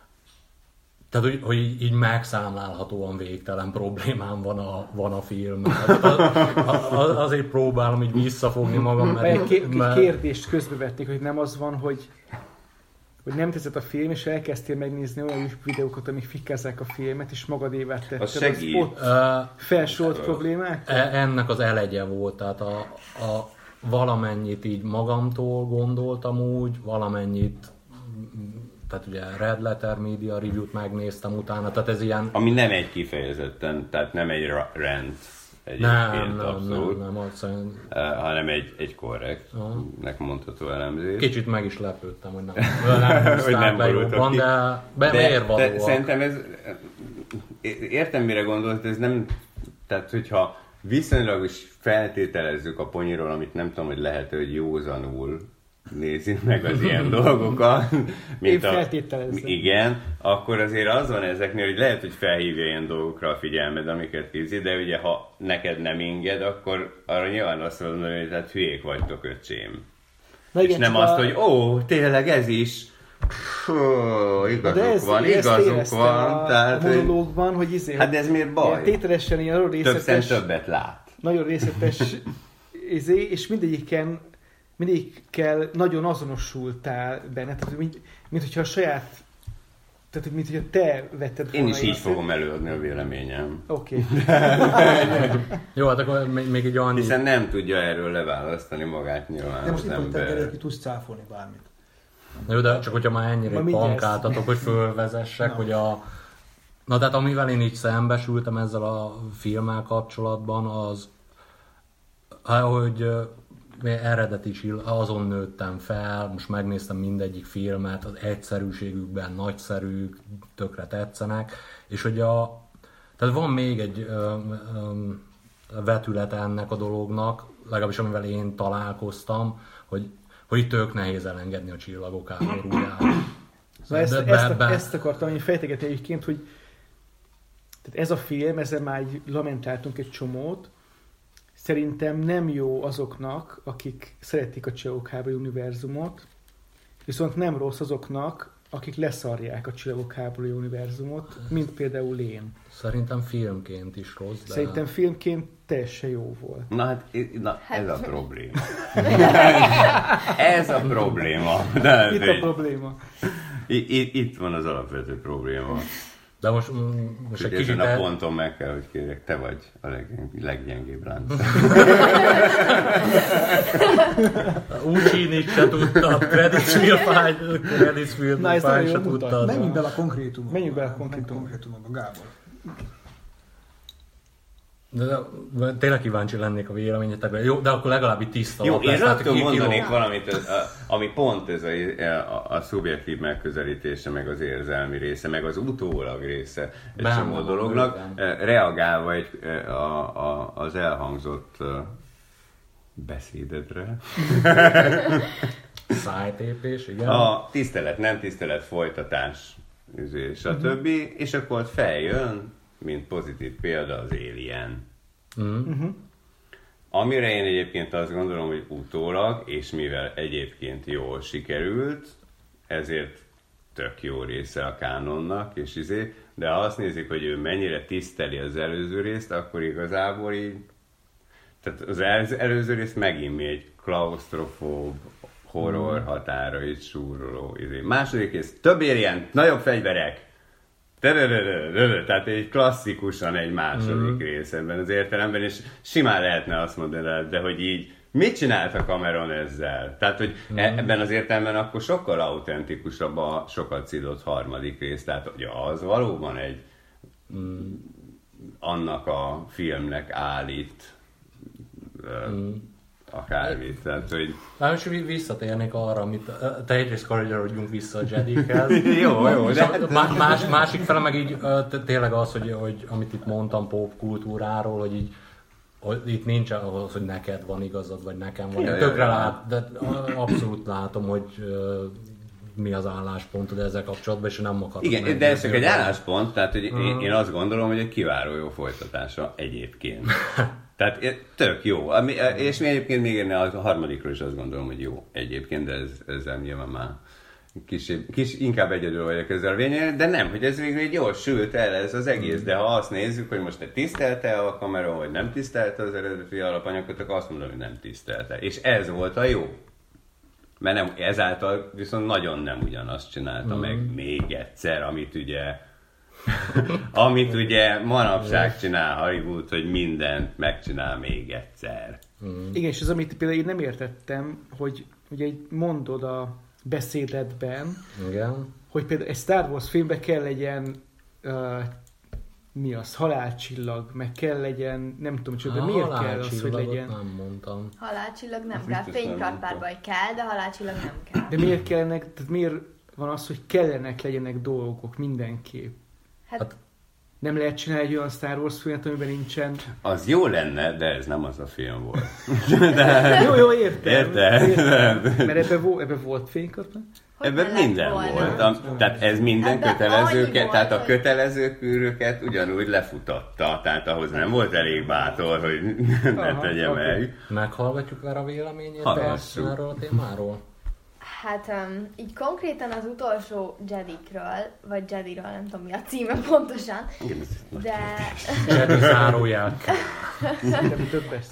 hogy így megszámlálhatóan végtelen problémám van a filmmel. Azért próbálom így visszafogni magam, mert kérdést közbevették, hogy nem az van, hogy nem tetszett a film, és elkezdtél megnézni olyan videókat, amik fikkázzák a filmet, és magadévá tetted az ott felsorolt problémák? Ennek az elegye volt, tehát a valamennyit így magamtól gondoltam úgy, valamennyit, tehát ugye Red Letter Media review-t megnéztem utána, tehát ez ilyen... Ami nem egy kifejezetten, tehát nem egy rant egyébként abszolút, hanem egy korrektnek mondható elemzés. Kicsit meg is lepődtem, hogy nem húzták le jobban, de miért valóak? De szerintem ez, értem mire gondolt, ez nem, tehát hogyha viszonylag is feltételezzük a ponyiról, amit nem tudom, hogy lehet, hogy józanul nézzük meg az ilyen dolgokat. Én feltételezem. Igen, akkor azért az van ezeknél, hogy lehet, hogy felhívja ilyen dolgokra a figyelmed, amiket kézi, de ugye ha neked nem inged, akkor arra nyilván azt mondom, hogy hát hülyék vagytok, öcsém. És nem azt, hogy tényleg ez is. Igazuk van. Tehát, a monológban, hogy hát de ez miért baj? Tételesen ilyen részletes. Többet lát. Nagyon részletes, és mindegyikkel nagyon azonosultál benne, tehát mint hogyha a saját Tehát, mint hogyha te vetted Én is így fogom előadni a véleményem. Oké. Jó, hát akkor még egy annyi... Hiszen nem tudja erről leválasztani magát nyilván De most az itt mondtál, ember. Gergely, ki tudsz cáfolni bármit. Jó, de csak hogyha már ennyire bankáltatok, hogy fölvezessek, hogy a... Na tehát amivel én így szembesültem ezzel a filmmel kapcsolatban, az, hogy eredeti azon nőttem fel, most megnéztem mindegyik filmet, az egyszerűségükben nagyszerűk, tökre tetszenek, és hogy tehát van még egy vetület ennek a dolognak, legalábbis amivel én találkoztam, hogy tök nehéz elengedni a Csillagok háborúját. Ezt akartam én fejtegetni egyébként, hogy tehát ez a film, ezzel már lamentáltunk egy csomót, szerintem nem jó azoknak, akik szeretik a Csillagok háború univerzumot, viszont nem rossz azoknak, akik leszarják a Csillagok háború univerzumot, mint például én. Szerintem filmként is rossz, de... Szerintem filmként teljesen jó volt. Na hát, ez a probléma. Ez a probléma. De itt a probléma. Itt van az alapvető probléma. De most egy kicsit... Ezen a ponton meg kell, hogy kérjek, te vagy a leggyengébb lánc. Úgy se tudtad, Creditsfield se tudtad. Menjünk bele a konkrétumokba. Menjünk bele a konkrétumokba, Gábor. De tényleg kíváncsi lennék a véleményetekre. Jó, de akkor legalább itt tiszta. Jó, én rögtön mondanék valamit, ami pont ez a szubjektív megközelítése, meg az érzelmi része, meg az utólag része egy csomó dolognak, reagálva az elhangzott beszédedre. Szájtépés, igen. A tisztelet, nem tisztelet, folytatás, stb. És akkor ott feljön, mint pozitív példa, az Alien. Amire én egyébként azt gondolom, hogy utólag, és mivel egyébként jól sikerült, ezért tök jó része a kánonnak, és de ha azt nézik, hogy ő mennyire tiszteli az előző részt, akkor igazából így, tehát az előző rész megint egy klausztrofób, horror határa is súroló. Második rész, több Alien, nagyobb fegyverek, tehát egy klasszikusan egy második rész ebben az értelemben, és simán lehetne azt mondani, de hogy így mit csinált a Cameron ezzel? Tehát, hogy ebben az értelemben akkor sokkal autentikusabb a sokat szidott harmadik rész, tehát hogy az valóban egy annak a filmnek állít akármit, tehát, hogy... Most visszatérnék arra, amit te egyrészt kanyarodjunk vissza a Jedikhez. Jó, de... Másik fele meg így tényleg az, hogy amit itt mondtam popkultúráról, hogy így itt nincs az, hogy neked van igazad, vagy nekem van. Tökre de abszolút látom, hogy mi az álláspontod ezzel kapcsolatban, és nem akarok. Igen, de ez csak egy álláspont, tehát hogy én azt gondolom, hogy egy kiváló jó folytatása egyébként. Tehát tök jó. És mi egyébként még én a harmadikról is azt gondolom, hogy jó egyébként, de ezzel nyilván már inkább egyedül vagyok ezzel a vényen, de nem, hogy ez végül így jól sült el ez az egész, de ha azt nézzük, hogy most te tisztelte a Cameron, vagy nem tisztelte az eredeti alapanyagot, akkor azt mondom, hogy nem tisztelte. És ez volt a jó. Mert nem, ezáltal viszont nagyon nem ugyanazt csinálta meg még egyszer, amit ugye manapság csinál Hollywood, hogy mindent megcsinál még egyszer. Igen, és az, amit például én nem értettem, hogy ugye mondod a beszédedben, igen, hogy például egy Star Wars filmben kell legyen mi az, halálcsillag, meg kell legyen, nem tudom, de miért kell az, hogy legyen? Nem mondtam. Halálcsillag nem kell, fénykartbárbaj kell, de halálcsillag nem kell. De miért kellenek, tehát miért van az, hogy kellenek legyenek dolgok mindenképp? Hát nem lehet csinálni egy olyan Star Wars filmet, amiben nincsen... Az jó lenne, de ez nem az a film volt. Jó, értem. Érted? Mert ebben volt fénykartban? Ebben minden volt. Tehát ez minden ebben kötelező, volt, tehát a kötelező kűröket ugyanúgy lefutatta. Tehát ahhoz nem volt elég bátor, hogy ne tegye meg. Meghallgatjuk Vera véleményét erről a témáról? Hát így konkrétan az utolsó Jedikről, vagy Jediről, nem tudom mi a címe pontosan, de... Jedi zárójel.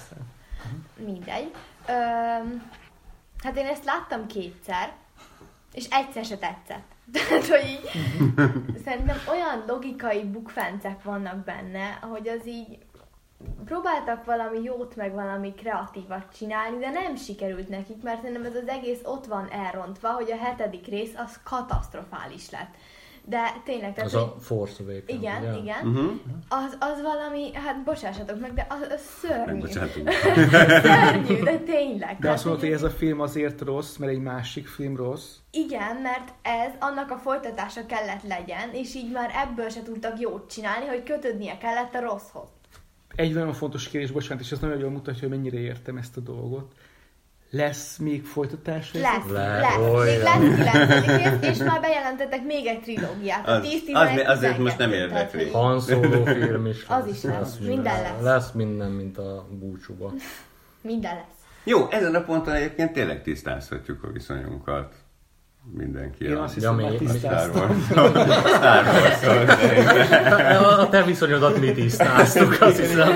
Mindegy. Hát én ezt láttam kétszer, És egyszer se tetszett. Tehát, hogy így, szerintem olyan logikai bukfencek vannak benne, hogy az így próbáltak valami jót, meg valami kreatívat csinálni, de nem sikerült nekik, mert szerintem ez az egész ott van elrontva, hogy a 7. rész az katasztrofális lett. De tényleg... Tehát, az a Force Awakens. Igen, ugye? Igen. Uh-huh. Az valami, hát bocsássatok meg, de az szörnyű. Bocsánat. Szörnyű, de tényleg. De azt mondod, hogy ez a film azért rossz, mert egy másik film rossz. Igen, mert ez annak a folytatása kellett legyen, és így már ebből se tudtak jót csinálni, hogy kötődnie kellett a rosszhoz. Egy nagyon fontos kérdés, bocsánat, és ez nagyon jól mutatja, hogy mennyire értem ezt a dolgot. Lesz még folytatás? Lesz. Még lesz 9. rész, és már bejelentettek még egy trilógiát. A 10-11-12. Azért most nem érdekli. Han Solo film is lesz. Az is lesz. Minden lesz. Lesz minden, mint a búcsúba. Minden lesz. Jó, ezen a ponton egyébként tényleg tisztázhatjuk a viszonyunkat. Mindenki Én azt hiszem, már tisztáztam. Star Wars-tól. A te viszonyodat mi tisztáztuk, azt hiszem.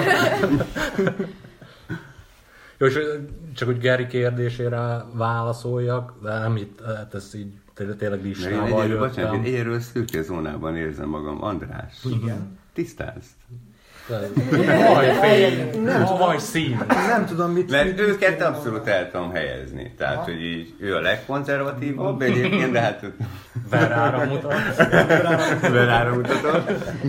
Jó, és csak úgy Geri kérdésére válaszoljak, de nem itt, hát ez így tényleg listával jöttem. Egyről szürke zónában érzem magam. András. Igen. Tisztázd. Vaj szín. Nem tudom, mit... Mert őket abszolút el tudom helyezni. Tehát, hogy így ő a legkonzervatívabb egyébként, de hát... Verára mutat. Verára mutatott.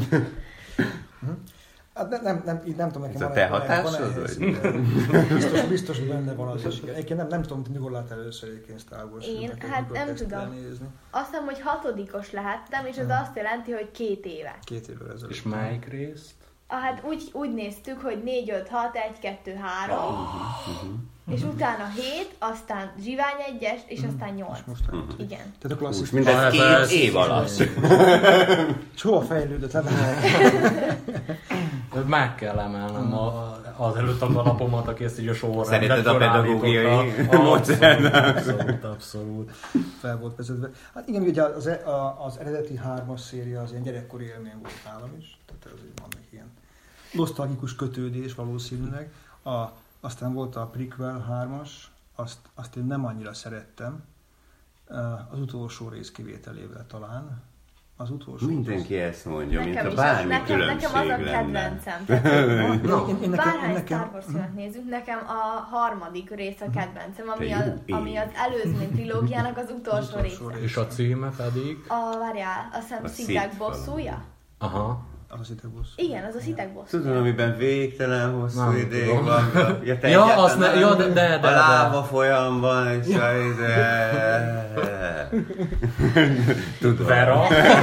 Hát így nem tudom, nekem ez a te hatásod? Biztos, hogy benne van az is. Egyébként nem tudom, mikor lát először egyébként Star Wars. Én, hát nem tudom. Azt hiszem, hogy 6-os lehettem, és az azt jelenti, hogy 2 éve. 2 évvel ezelőtt. És melyik részt? Hát úgy néztük, hogy 4, 5, 6, 1, 2, 3. És utána 7, aztán Zsivány 1-es, és aztán 8. Igen. Tehát a klasszikus. Mindez 2 év alatt. És hova fejlődött? Meg kell emelnem az előtt a lapomat, aki ezt így a sorrendet szerinted a pedagógiai módszert? Abszolút. Fel volt vezetve. Hát igen, ugye az eredeti 3-as széria az ilyen gyerekkori élmény volt nálam is. Tehát ez van egy ilyen nosztalgikus kötődés valószínűleg. Aztán volt a prequel 3-as, azt én nem annyira szerettem. Az utolsó rész kivételével talán. Az utolsó mindenki rész. Ezt mondja, nekem mint a is bármi különbség nekem az a kedvencem. Bárhány Star Wars filmet nézzük, nekem a 3. rész a kedvencem, ami az előzmény trilógiának az utolsó része. És a címe pedig? Várjál, azt hiszem Szitek bosszúja? Aha. Az a Szitek bosszú. Igen, az a Szitek bosszúja. Tudod, amiben végtelen hosszú ideig van. De. A láva folyamban, és tudod. Vera.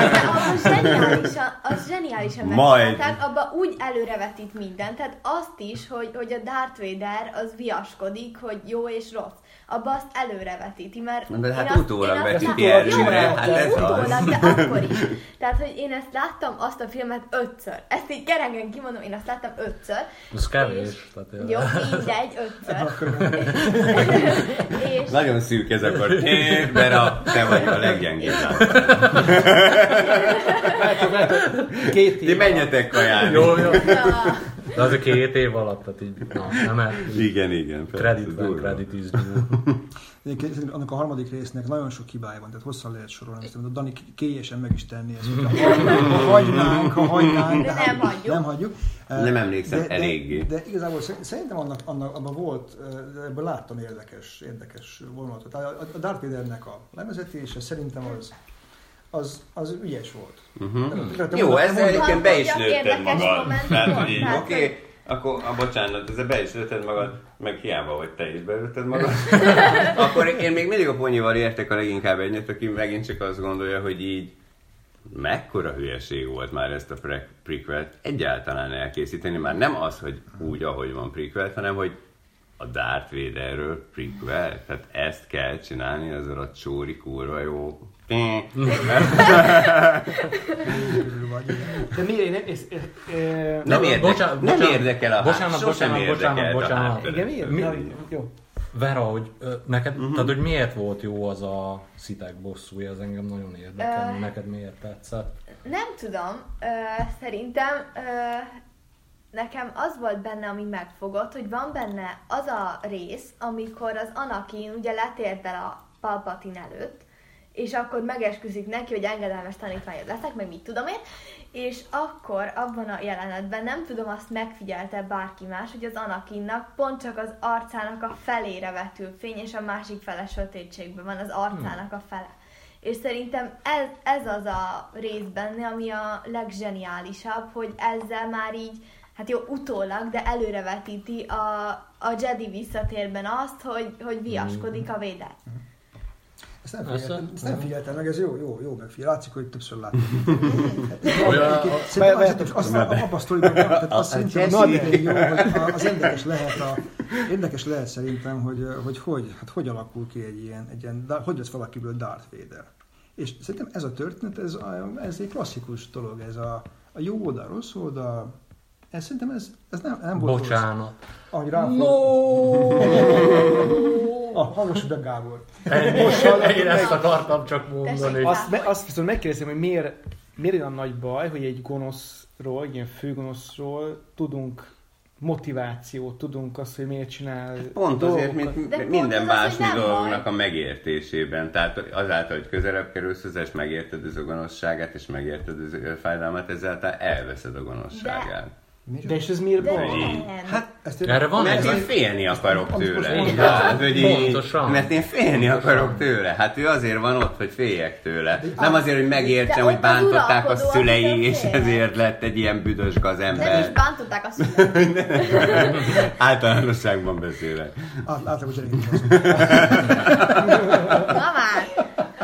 Az zseniálisan megcsinálták, abban úgy előrevetít mindent, tehát azt is, hogy a Darth Vader az viaskodik, hogy jó és rossz. Abba azt előrevetíti, mert... De hát utólag vetíti előre, hát ez utólag, de akkor is. Tehát, hogy én ezt láttam, azt a filmet 5-ször. Ezt így kerengem kimondom, én azt láttam 5-ször. Ez kevés. Jó, mindegy, 5-ször. És... Nagyon szűk ez akkor. Vera, te vagy a leggyengébb. Ti menjetek kajálni. Jó. De az a 2 év alatt, tehát így, nem igen. Credit is due. Annak a 3. résznek nagyon sok hibája van, tehát hosszan lehet sorolni, a Dani kélyesen meg is tenni ezt, ha hagynánk, de nem hagyjuk. Nem emlékszem eléggé. De igazából szerintem abban volt, ebből láttam érdekes vonulatot. A Darth Vadernek a levezetése szerintem az ügyes volt. Jó, ezzel egyébként be is lőtted magad. Tehát, hogy így, oké, akkor, bocsánat, ezzel be is lőtted magad, meg hiába, hogy te is belőtted magad. Akkor én még mindig a Ponyival értek a leginkább egyet, aki megint csak azt gondolja, hogy így mekkora hülyeség volt már ezt a prequelt egyáltalán elkészíteni. Már nem az, hogy úgy, ahogy van prequelt, hanem hogy a Darth Vaderről prequel. Tehát ezt kell csinálni, az a csóri kurva jó. De miért? Nem érdekel a Bocsánat. Igen, miért? Jó. Vera, hogy neked, tehát, hogy miért volt jó az a Szitek bosszúja, ez engem nagyon érdekel, neked miért tetszett? Nem tudom, szerintem nekem az volt benne, ami megfogott, hogy van benne az a rész, amikor az Anakin ugye letérdel a Palpatine előtt, és akkor megesküszik neki, hogy engedelmes tanítványod leszek, meg mit tudom én, és akkor abban a jelenetben, nem tudom, azt megfigyelte bárki más, hogy az Anakinnak pont csak az arcának a felére vetül fény, és a másik fele sötétségben van, az arcának a fele. És szerintem ez az a rész benne, ami a legzseniálisabb, hogy ezzel már így, hát jó, utólag, de előrevetíti a Jedi visszatérben azt, hogy viaskodik a Vader. Ezt nem figyeltem meg, ez jó megfigyel. Látszik, hogy többször láttam. Abba a sztoriban, tehát azt szerintem nagyon jó, hogy az érdekes lehet szerintem, hogy alakul ki egy ilyen hogy lesz valakiből Darth Vader. És szerintem ez a történet, ez egy klasszikus dolog, ez a jó oldal, rossz oldal. Ez szerintem ez nem volt bocsánat. Rossz. Hallgass be, Gábor. Én ezt akartam csak mondani. Azt viszont megkérdezem, hogy miért olyan nagy baj, hogy egy gonoszról, egy ilyen főgonoszról tudunk motivációt, tudunk azt, hogy miért csinál pont azért, mint minden másmi dolognak baj. a megértésében. Tehát azáltal, hogy közelebb kerülsz hozzá, és megérted az a gonoszságát, és megérted az a fájdalmat, ezáltal elveszed a gonoszságát. De és ez miért baj? Hát, erre van mert én félni akarok tőle. Mert én félni akarok tőle. Hát ő azért van ott, hogy féljek tőle. Nem azért, hogy megértsem, hogy bántották a szülei, és ezért lett egy ilyen büdös gazember. Nem is bántották a szülei. Általánosságban beszélek. Általában Na már!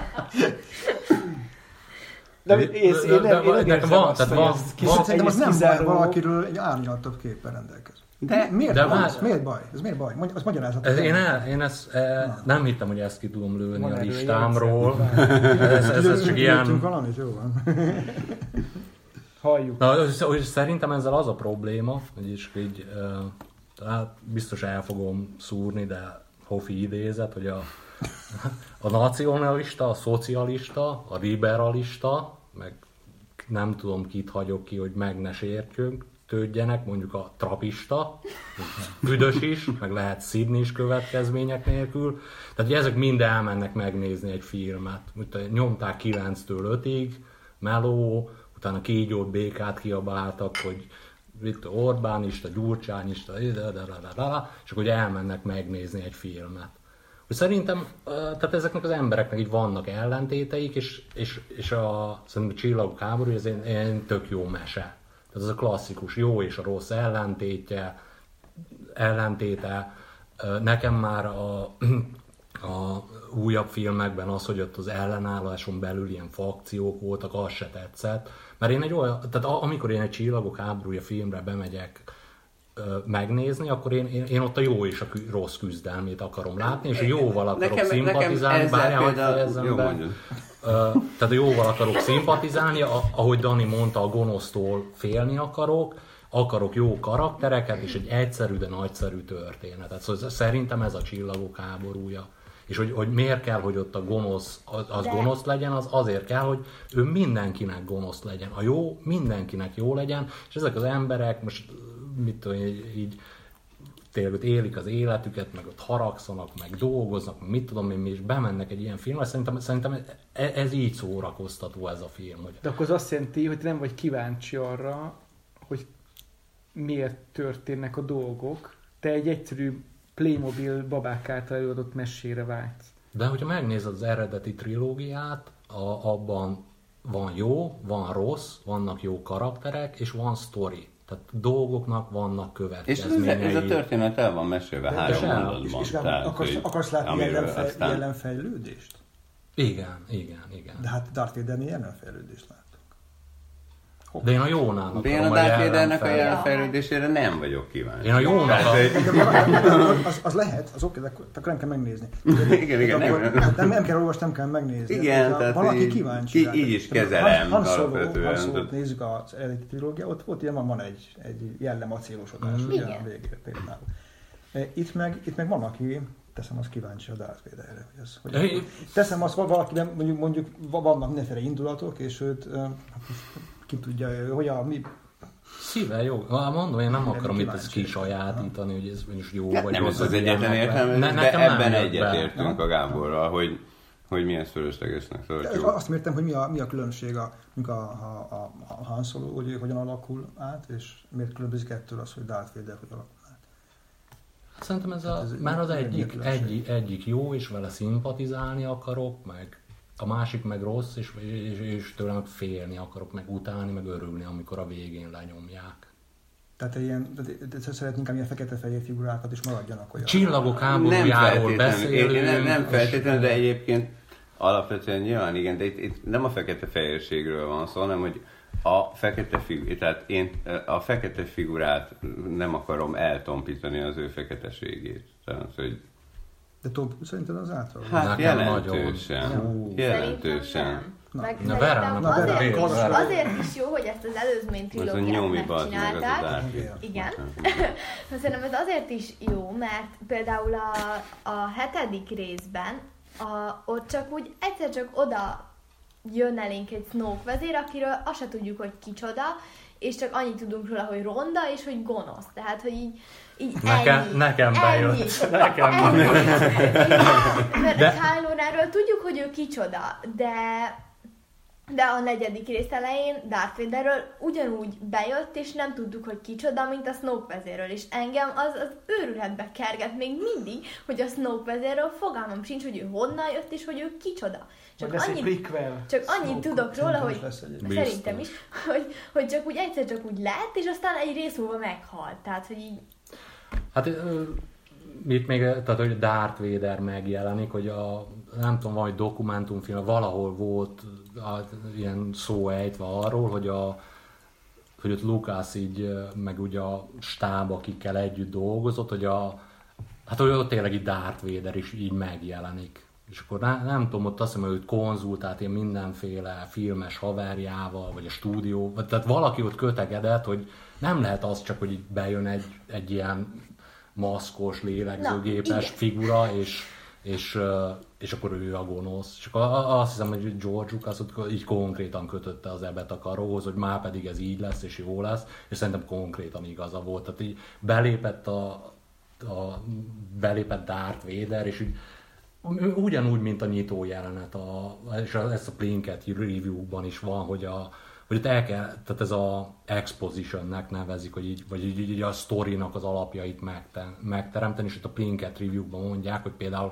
Szerintem az nem baj, valakiről egy árnyaltabb képpel rendelkezik. De miért baj? Ez miért baj? Azt magyarázatot. Én ezt nem hittem, hogy ezt ki tudom lőni a listámról. Ez csak ilyen... valamit, jó van. Halljuk. Szerintem ezzel az a probléma, hogy is így, biztos el fogom szúrni, de Hofi idézet, hogy a nacionalista, a szocialista, a liberalista, meg nem tudom kit hagyok ki, hogy meg ne sértődjenek, mondjuk a trapista, büdös is, meg lehet szidni is következmények nélkül. Tehát hogy ezek mind elmennek megnézni egy filmet. Nyomták 9-től 5-ig, meló, utána kígyót, békát kiabáltak, hogy itt Orbánista, Gyurcsányista, és akkor hogy elmennek megnézni egy filmet. Szerintem tehát ezeknek az embereknek így vannak ellentéteik, és szerintem a Csillagok háború, ez egy tök jó mese. Tehát ez a klasszikus jó és a rossz ellentéte. Nekem már a újabb filmekben az, hogy ott az ellenálláson belül ilyen fakciók voltak, az se tetszett. Mert tehát amikor én egy Csillagok háborúja filmre bemegyek megnézni, akkor én ott a jó és a rossz küzdelmét akarom látni, és a jóval akarok szimpatizálni, tehát a jóval akarok szimpatizálni, ahogy Dani mondta, a gonosztól félni akarok jó karaktereket, és egy egyszerű, de nagyszerű történetet. Szóval szerintem ez a Csillagok háborúja. És hogy miért kell, hogy ott a gonosz az gonosz legyen, az azért kell, hogy ő mindenkinek gonosz legyen. A jó mindenkinek jó legyen, és ezek az emberek most mit tudom, így tényleg élik az életüket, meg ott haragszanak, meg dolgoznak, meg mit tudom én, és bemennek egy ilyen filmre. Szerintem ez így szórakoztató ez a film. Hogy... De akkor az azt jelenti, hogy nem vagy kíváncsi arra, hogy miért történnek a dolgok. Te egy egyszerű Playmobil babák által előadott mesére vágysz. De hogyha megnézed az eredeti trilógiát, abban van jó, van rossz, vannak jó karakterek, és van sztori. Tehát dolgoknak vannak következményei. És ez a történet el van mesélve 3 mondatban. És akarsz látni jelenfejlődést? Igen. De hát Darth Vader-nél jelenfejlődést láttunk. De én a jónának De én a Darth Vadernek a jelenfejlődésére nem vagyok kíváncsi. Én a jónak az lehet, az oké, de akkor nem kell megnézni. Igen. Nem kell olvasni, nem kell megnézni. Igen, tehát valaki kíváncsi. Így is kezelem. Han Solo-t nézzük az eredeti trilógia, ott ilyen van egy jellemacélosodás a végére például. Itt meg van, aki teszem azt kíváncsi a Darth Vaderre. Teszem azt valakiben, mondjuk vannak mindenféle indulatok, és őt ki tudja, hogy mi... Szíve jó. Mondom, én nem akarom itt ezt kisajátítani, hogy ez is jó vagy nem ez az egyetlen értelme, de ebben egyetértünk a Gáborral, hogy hogy mi ezt fölöslegesnek tartjuk. Azt értem, hogy mi a különbség a Han Solo, hogy hogyan alakul át, és miért különbözik ettől az, hogy Darth Vader hogy alakul át. Szerintem már az egyik jó, és vele szimpatizálni akarok, meg a másik meg rossz, és tőle meg félni akarok, meg utálni, meg örülni, amikor a végén lenyomják. Tehát szeretnénk ilyen fekete-fehér figurákat is maradjanak olyan. Csillagok háborújáról beszélünk. Nem feltétlenül, de egyébként alapvetően nyilván igen, de itt nem a fekete-fehérségről van szó, hanem hogy tehát én a fekete figurát nem akarom eltompítani az ő feketeségét. Tehát, hogy de szerinted az által? Hát jelentősen. Meg szerintem azért is jó, hogy ezt az előzmény trilógiát megcsinálták. Igen. Szerintem ez azért is jó, mert például a 7. részben ott csak úgy egyszer csak oda jön elénk egy Snoke vezér, akiről azt se tudjuk, hogy kicsoda, és csak annyit tudunk róla, hogy ronda, és hogy gonosz. Tehát, hogy így nekem bejött. Mert Kylo Renről tudjuk, hogy ő kicsoda, de a 4. rész elején Darth Vaderről ugyanúgy bejött, és nem tudtuk, hogy kicsoda, mint a Snoke vezérről. És engem az őrületbe kerget még mindig, hogy a Snoke vezérről fogalmam sincs, hogy ő honnan jött, és hogy ő kicsoda. Csak annyit tudok róla, hogy szerintem is, hogy csak úgy egyszer csak úgy lett, és aztán egy rész múlva meghalt. Tehát, hogy így... Hát itt még, tehát hogy Darth Vader megjelenik, hogy nem tudom, valami dokumentumfilm, valahol volt ilyen szó ejtve arról, hogy ott Lucas így, meg ugye a stáb, akikkel együtt dolgozott, hogy hogy ott tényleg így Darth Vader is így megjelenik. És akkor nem tudom, ott azt hiszem, hogy őt konzultált ilyen mindenféle filmes haverjával, vagy a stúdió, tehát valaki ott kötegedett, hogy nem lehet az csak, hogy így bejön egy ilyen maszkos, lélegzőgépes figura, és akkor ő a gonosz. És akkor azt hiszem, hogy George Lucas így konkrétan kötötte az ebet a karóhoz, hogy már pedig ez így lesz, és jó lesz, és szerintem konkrétan igaza volt. Tehát így belépett Darth Vader, és így ugyanúgy, mint a nyitó jelenet, és ezt a Plinkett review-ban is van, hogy itt tehát ez a expositionnek nevezik, vagy így a sztorinak az alapjait megteremteni, és itt a Plinkett review-ban mondják, hogy például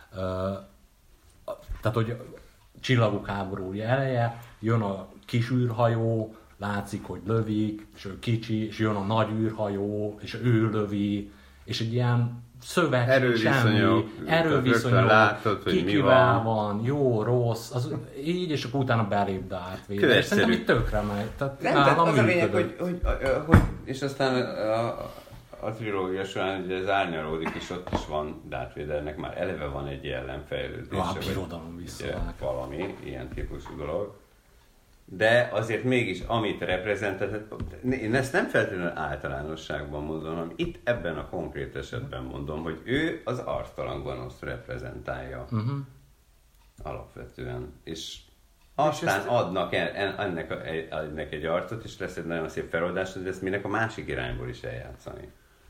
tehát, hogy Csillagok háborúja eleje, jön a kis űrhajó, látszik, hogy lövik, és ő kicsi, és jön a nagy űrhajó, és ő lövi, és egy ilyen szöveg, semmi, erőviszonyok, látod, hogy kikivel van, jó, rossz, így, és akkor utána belép Darth Vader. És szerintem itt tökre megy. Tehát az a lényeg, hogy és aztán a trilógia során ugye ez árnyalódik, és ott is van Darth Vadernek, már eleve van egy ellenfejlődése, vagy valami ilyen típusú dolog. De azért mégis, amit reprezentáltat, én ezt nem feltétlenül általánosságban mondom, hanem itt ebben a konkrét esetben mondom, hogy ő az arctalan gonoszt reprezentálja alapvetően. És aztán adnak ennek egy arcot, és lesz egy nagyon szép feloldás, de ezt minek a másik irányból is eljátszani.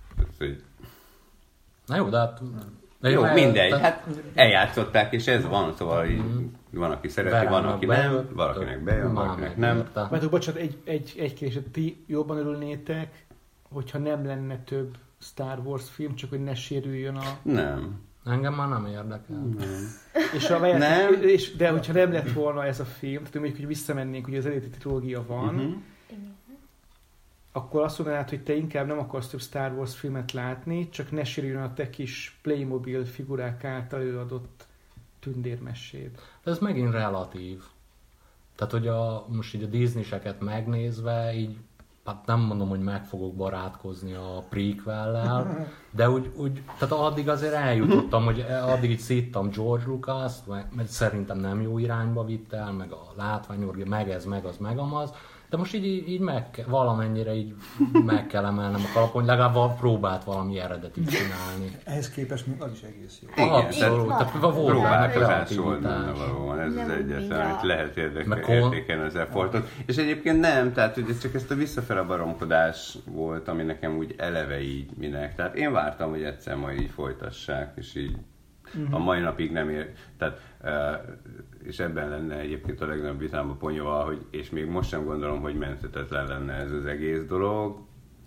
Na jó, de hát... Jó, mindegy, hát eljátszották, és ez van, szóval így van, aki szereti, van, aki nem, valakinek bejön, valakinek nem. Mert bocsánat, egy kérdés, ti jobban örülnétek, hogyha nem lenne több Star Wars film, csak hogy ne sérüljön a... Nem. Engem már nem érdekel. Nem. De hogyha nem lett volna ez a film, tehát mondjuk, hogy visszamennénk, hogy az eredeti trilógia van, akkor azt mondanád, hogy te inkább nem akarsz több Star Wars filmet látni, csak ne sérüljön a te kis Playmobil figurák által előadott tündérmeséd. De ez megint relatív. Tehát, hogy most így a Disney-seket megnézve, így hát nem mondom, hogy meg fogok barátkozni a prequellel, de úgy tehát addig azért eljutottam, hogy addig így szittam George Lucas-t, mert szerintem nem jó irányba vitt el, meg a látványorgia, meg ez, meg az, meg amaz. De most így valamennyire így meg kell emelnem a kalapon, hogy legalább próbált valami eredetit csinálni. Ehhez képest még az is egész jó. Abszolút, tehát volt benne kreativitás. Ez az egyetlen, amit lehet értékelni az effortot. És egyébként nem, tehát hogy ez csak ezt a visszafele baromkodás volt, ami nekem úgy eleve így minek. Tehát én vártam, hogy egyszer majd így folytassák, és így a mai napig nem ér. Tehát, és ebben lenne egyébként a legnagyobb vitám a Ponyoval, hogy, és még most sem gondolom, hogy menthetetlen lenne ez az egész dolog,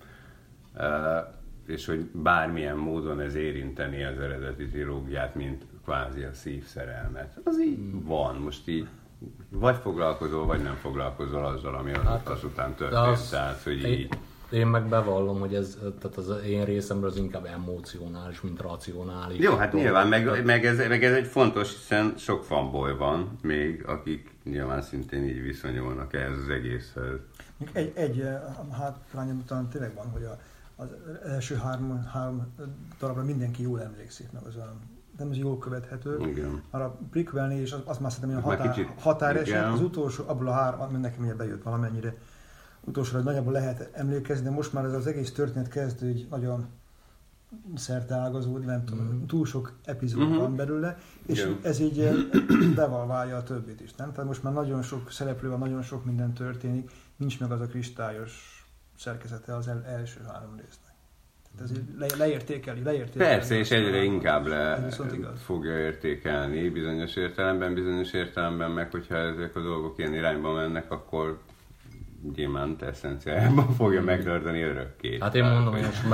és hogy bármilyen módon ez érinteni az eredeti trilógiát, mint kvázi a szívszerelmet. Az így van, most így vagy foglalkozol, vagy nem foglalkozol azzal, ami azután történt. Tehát, hogy így... Én meg bevallom, hogy tehát az én részemről az inkább emocionális, mint racionális. Jó, hát nyilván, meg ez egy fontos, hiszen sok fanboy van még, akik nyilván szintén így viszonyulnak ehhez az egészhez. Egy hátrányom talán tényleg van, hogy az első három darabra mindenki jól emlékszik, meg az olyan nem az jól követhető. Igen. Arra prequelni, és azt már szerintem olyan határeset, az utolsó, abból a három, nekem ugye bejött valamennyire, utolsóra nagyjából lehet emlékezni, de most már ez az egész történet kezd így nagyon szerteágazódni, nem tudom, túl sok epizód van belőle, és ez így devalválja a többit is, nem? Tehát most már nagyon sok szereplő van, nagyon sok minden történik, nincs meg az a kristályos szerkezete az első három résznek. Tehát ez leértékeli. Persze, és egyre inkább fogja értékelni bizonyos értelemben meg, hogyha ezek a dolgok ilyen irányba mennek, akkor gyémánt eszenciájában fogja megnördeni örökké. Hát én mondom, hogy most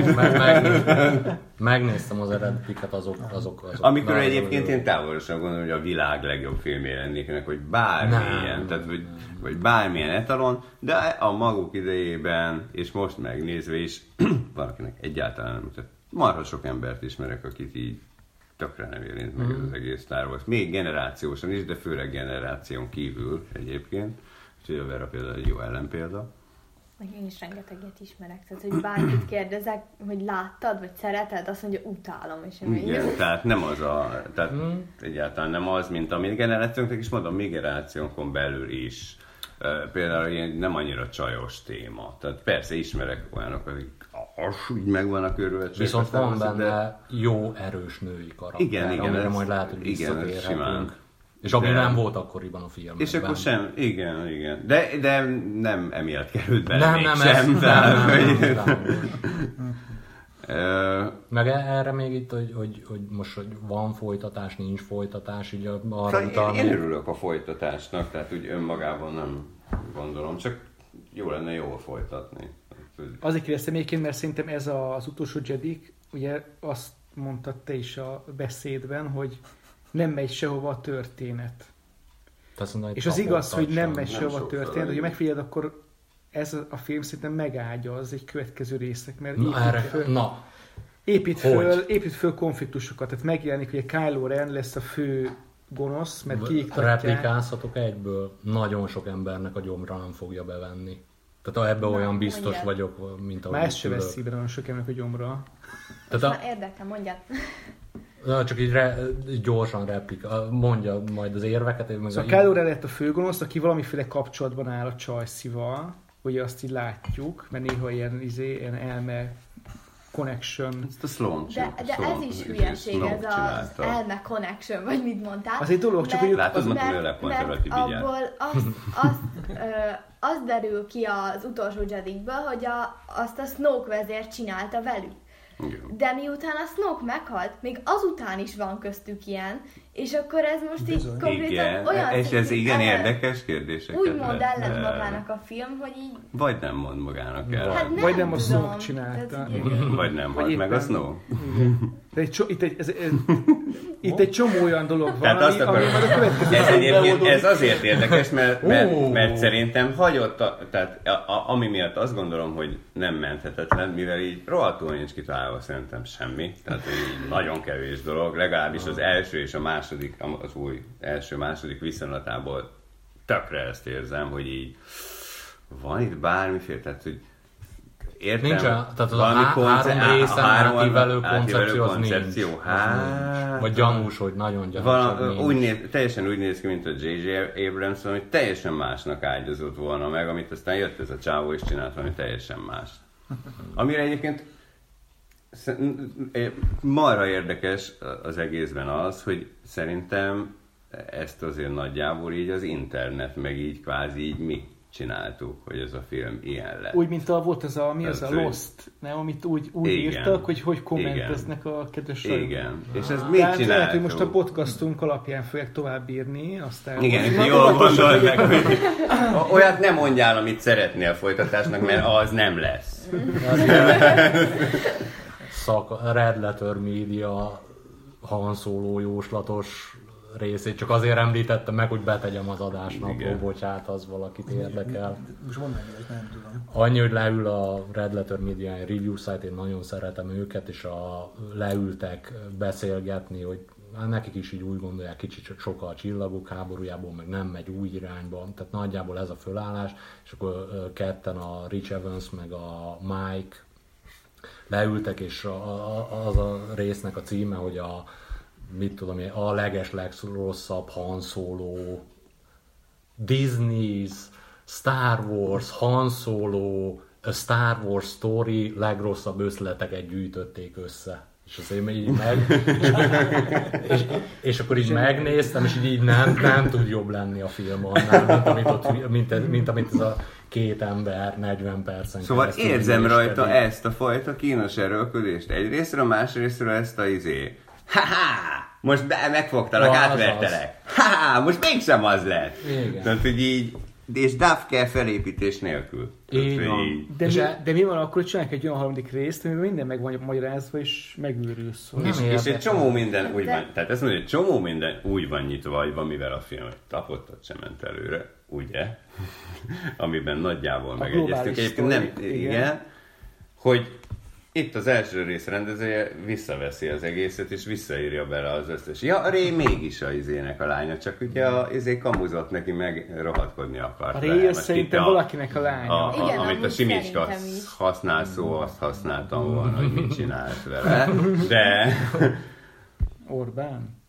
megnéztem az eredetiket, azok amikor egyébként én távolosan gondolom, hogy a világ legjobb filmje lennék, hogy bármilyen, tehát, vagy bármilyen etalon, de a maguk idejében, és most megnézve is, valakinek egyáltalán nem. Tehát marha sok embert ismerek, akit így tökre nem érint meg ez az egész Star Wars. Még generációsan is, de főleg generáción kívül egyébként. Úgyhogy a Vera például egy jó ellenpélda. Meg én is rengeteget ismerek, tehát hogy bárkit kérdezek, hogy láttad, vagy szereted, azt mondja, utálom, és én igen, tehát nem az tehát egyáltalán nem az, mint a mi generációnknak is mondom, mi generációnkon belül is. Például ilyen nem annyira csajos téma. Tehát persze ismerek olyanok, akik úgy meg vannak örülve. Viszont van benne jó, erős női karakter, igen, amire majd lehet, hogy visszatérhetünk. És ami nem volt akkoriban a filmben. És akkor sem, igen. De nem emiatt került bele meg erre még itt, hogy most hogy van folytatás, nincs folytatás, így arra utalni. Én örülök a folytatásnak, tehát úgy önmagában nem gondolom, csak jó lenne jól folytatni. Azért kérdeztem egyébként, mert szerintem ez az utolsó Jedik, ugye azt mondtad te is a beszédben, hogy nem megy sehova a történet. És az igaz, hogy nem megy sehova a történet, hogyha megfigyeld, akkor ez a film szerintem megágyaz egy következő részek, mert épít föl konfliktusokat, tehát megjelenik, hogy a Kylo Ren lesz a fő gonosz, mert kiiktatják. Replikázhatok egyből, nagyon sok embernek a gyomra nem fogja bevenni. Tehát ebben olyan biztos vagyok, mint ahogy már ezt se veszi be nagyon sok embernek a gyomra. Érdekel, mondjad. Csak így gyorsan replika. Mondja majd az érveket. Szóval Kylo Ren lett a főgonosz, aki valamiféle kapcsolatban áll a Csajszival, ugye azt így látjuk, mert néha ilyen elme connection. Ezt a Sloan de ez is hülyeség, ez az elme connection, vagy mit mondtál. Az egy dolog, csak hogy... Látod, mert abból az derül ki az utolsó Jedikből, hogy azt a Snoke vezér csinálta velük. De miután a Snoke meghalt, még azután is van köztük ilyen, és akkor ez most így konkrétan olyan... És ez igen érdekes kérdéseket úgy mond ellen magának a film, hogy így... Vagy nem mond magának el. Hát nem vagy nem a Snoke csinálta. Vagy nem halt meg a Snoke. Itt egy csomó olyan dolog van, ami a következő... Ez azért érdekes, mert szerintem hagyott, tehát ami miatt azt gondolom, hogy nem menthetetlen, mivel így rohadtul nincs kitalálva szerintem semmi, tehát így nagyon kevés dolog, legalábbis az első és a második, az új első-második viszonylatából tökre ezt érzem, hogy így van itt bármiféle, tehát hogy értem, nincs, tehát az három részen átívelő koncepció az nincs. Vagy gyanús, hogy nagyon gyanús. Teljesen úgy néz ki, mint a J.J. Abrams, hogy teljesen másnak ágyazott volna meg, amit aztán jött ez a csávó és csinált valami teljesen más. Amire egyébként marha érdekes az egészben az, hogy szerintem ezt azért nagyjából így az internet, meg így kvázi így mi csináltuk, hogy ez a film ilyen lett. Úgy, mint volt az a Lost, nem? Amit úgy írtak, hogy kommenteznek a kedves rajongók. Igen, és ez mit csináltuk? Lehet, hogy most a podcastunk alapján fogják tovább írni, aztán... Igen, és jól gondolod meg, hogy olyat nem mondjál, amit szeretnél folytatásnak, mert az nem lesz. Red Letter Media Han Solo jóslatos részét, csak azért említettem meg, hogy betegyem az adásnak, bocsát, az valakit érdekel. Most mondd meg, hogy nem tudom. Annyi, hogy leül a Red Letter Media review site, én nagyon szeretem őket, és leültek beszélgetni, hogy nekik is így úgy gondolják, kicsit csak sokkal a Csillagok háborújából, meg nem megy új irányba, tehát nagyjából ez a fölállás, és akkor ketten a Rich Evans meg a Mike leültek, és az a résznek a címe, hogy a legrosszabb Han Solo, Disney's Star Wars, Han Solo, a Star Wars Story legrosszabb összleteket gyűjtötték össze. És azért így és akkor így megnéztem, és így nem tud jobb lenni a film annál, mint amit ez a két ember 40 percen Szóval érzem rajta ezt a fajta kínos erőlködést egyrésztről, másrésztről ezt a ha-ha! Most megfogtalak, átvertelek. Ha-ha! Most mégsem az lett. Igen. Tehát, hogy így, és DAF kell felépítés nélkül. De mi van akkor, hogy csinálják egy olyan harmadik részt, amiben minden meg van magyarázva, és megőrülsz. És egy csomó minden úgy van, tehát ezt mondja, egy csomó minden úgy van nyitva, mivel a film tapottat sem ment előre, ugye? Amiben nagyjából megegyeztünk. Egyébként nem, igen, hogy itt az első rész rendezője visszaveszi az egészet, és visszaírja bele az összes. Ja, Rey mégis a izének a lánya, csak ugye a kamuzott neki, meg rohadkodni akart. A Rey szerintem valakinek a lánya. Igen, amit a Simicska használ szó, azt használtam volna, hogy mit csinált vele. De... Orbán?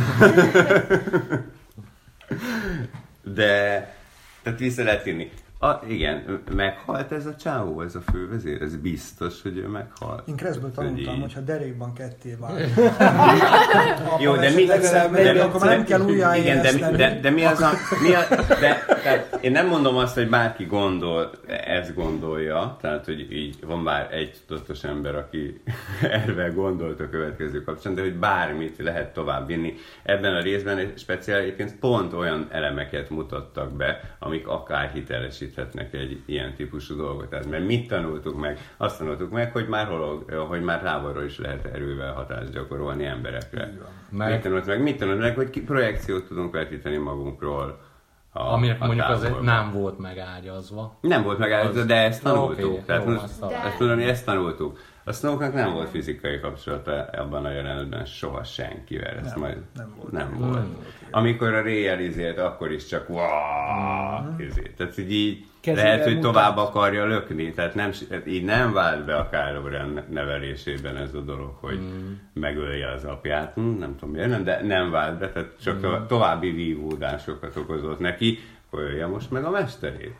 De... Tehát vissza lehet írni. Igen, meghalt ez a csávó, ez a fővezér? Ez biztos, hogy ő meghalt. Én keresztből tanultam, hogyha derékban ketté vált. Jó, de mi... Akkor már nem kell újjáéleszteni. De mi az a... Tehát én nem mondom azt, hogy bárki ezt gondolja, tehát, hogy így van bár egy tudatos ember, aki erre gondolt a következő kapcsán, de hogy bármit lehet tovább vinni. Ebben a részben speciál egyébként pont olyan elemeket mutattak be, amik akár hitelesíthetnek egy ilyen típusú dolgot. Tehát, mert mit tanultuk meg? Azt tanultuk meg, hogy már távolról is lehet erővel hatást gyakorolni emberekre. Mit tanultuk meg, hogy projekciót tudunk vetíteni magunkról. Aminek mondjuk azért nem volt megágyazva. Nem volt megágyazva, de ezt tanultuk. Okay, Tehát ezt tanultuk. A Snoke-nak nem volt fizikai kapcsolata abban a jelenetben soha senkivel. Ez nem volt. Amikor a Rey elizélt, akkor is csak tehát így lehet, hogy tovább akarja lökni. Tehát így nem vált be a Kylo Ren nevelésében ez a dolog, hogy megölje az apját. Nem tudom miért, de nem vált be, tehát csak további vívódásokat okozott neki, hogy ölje most meg a mesterét.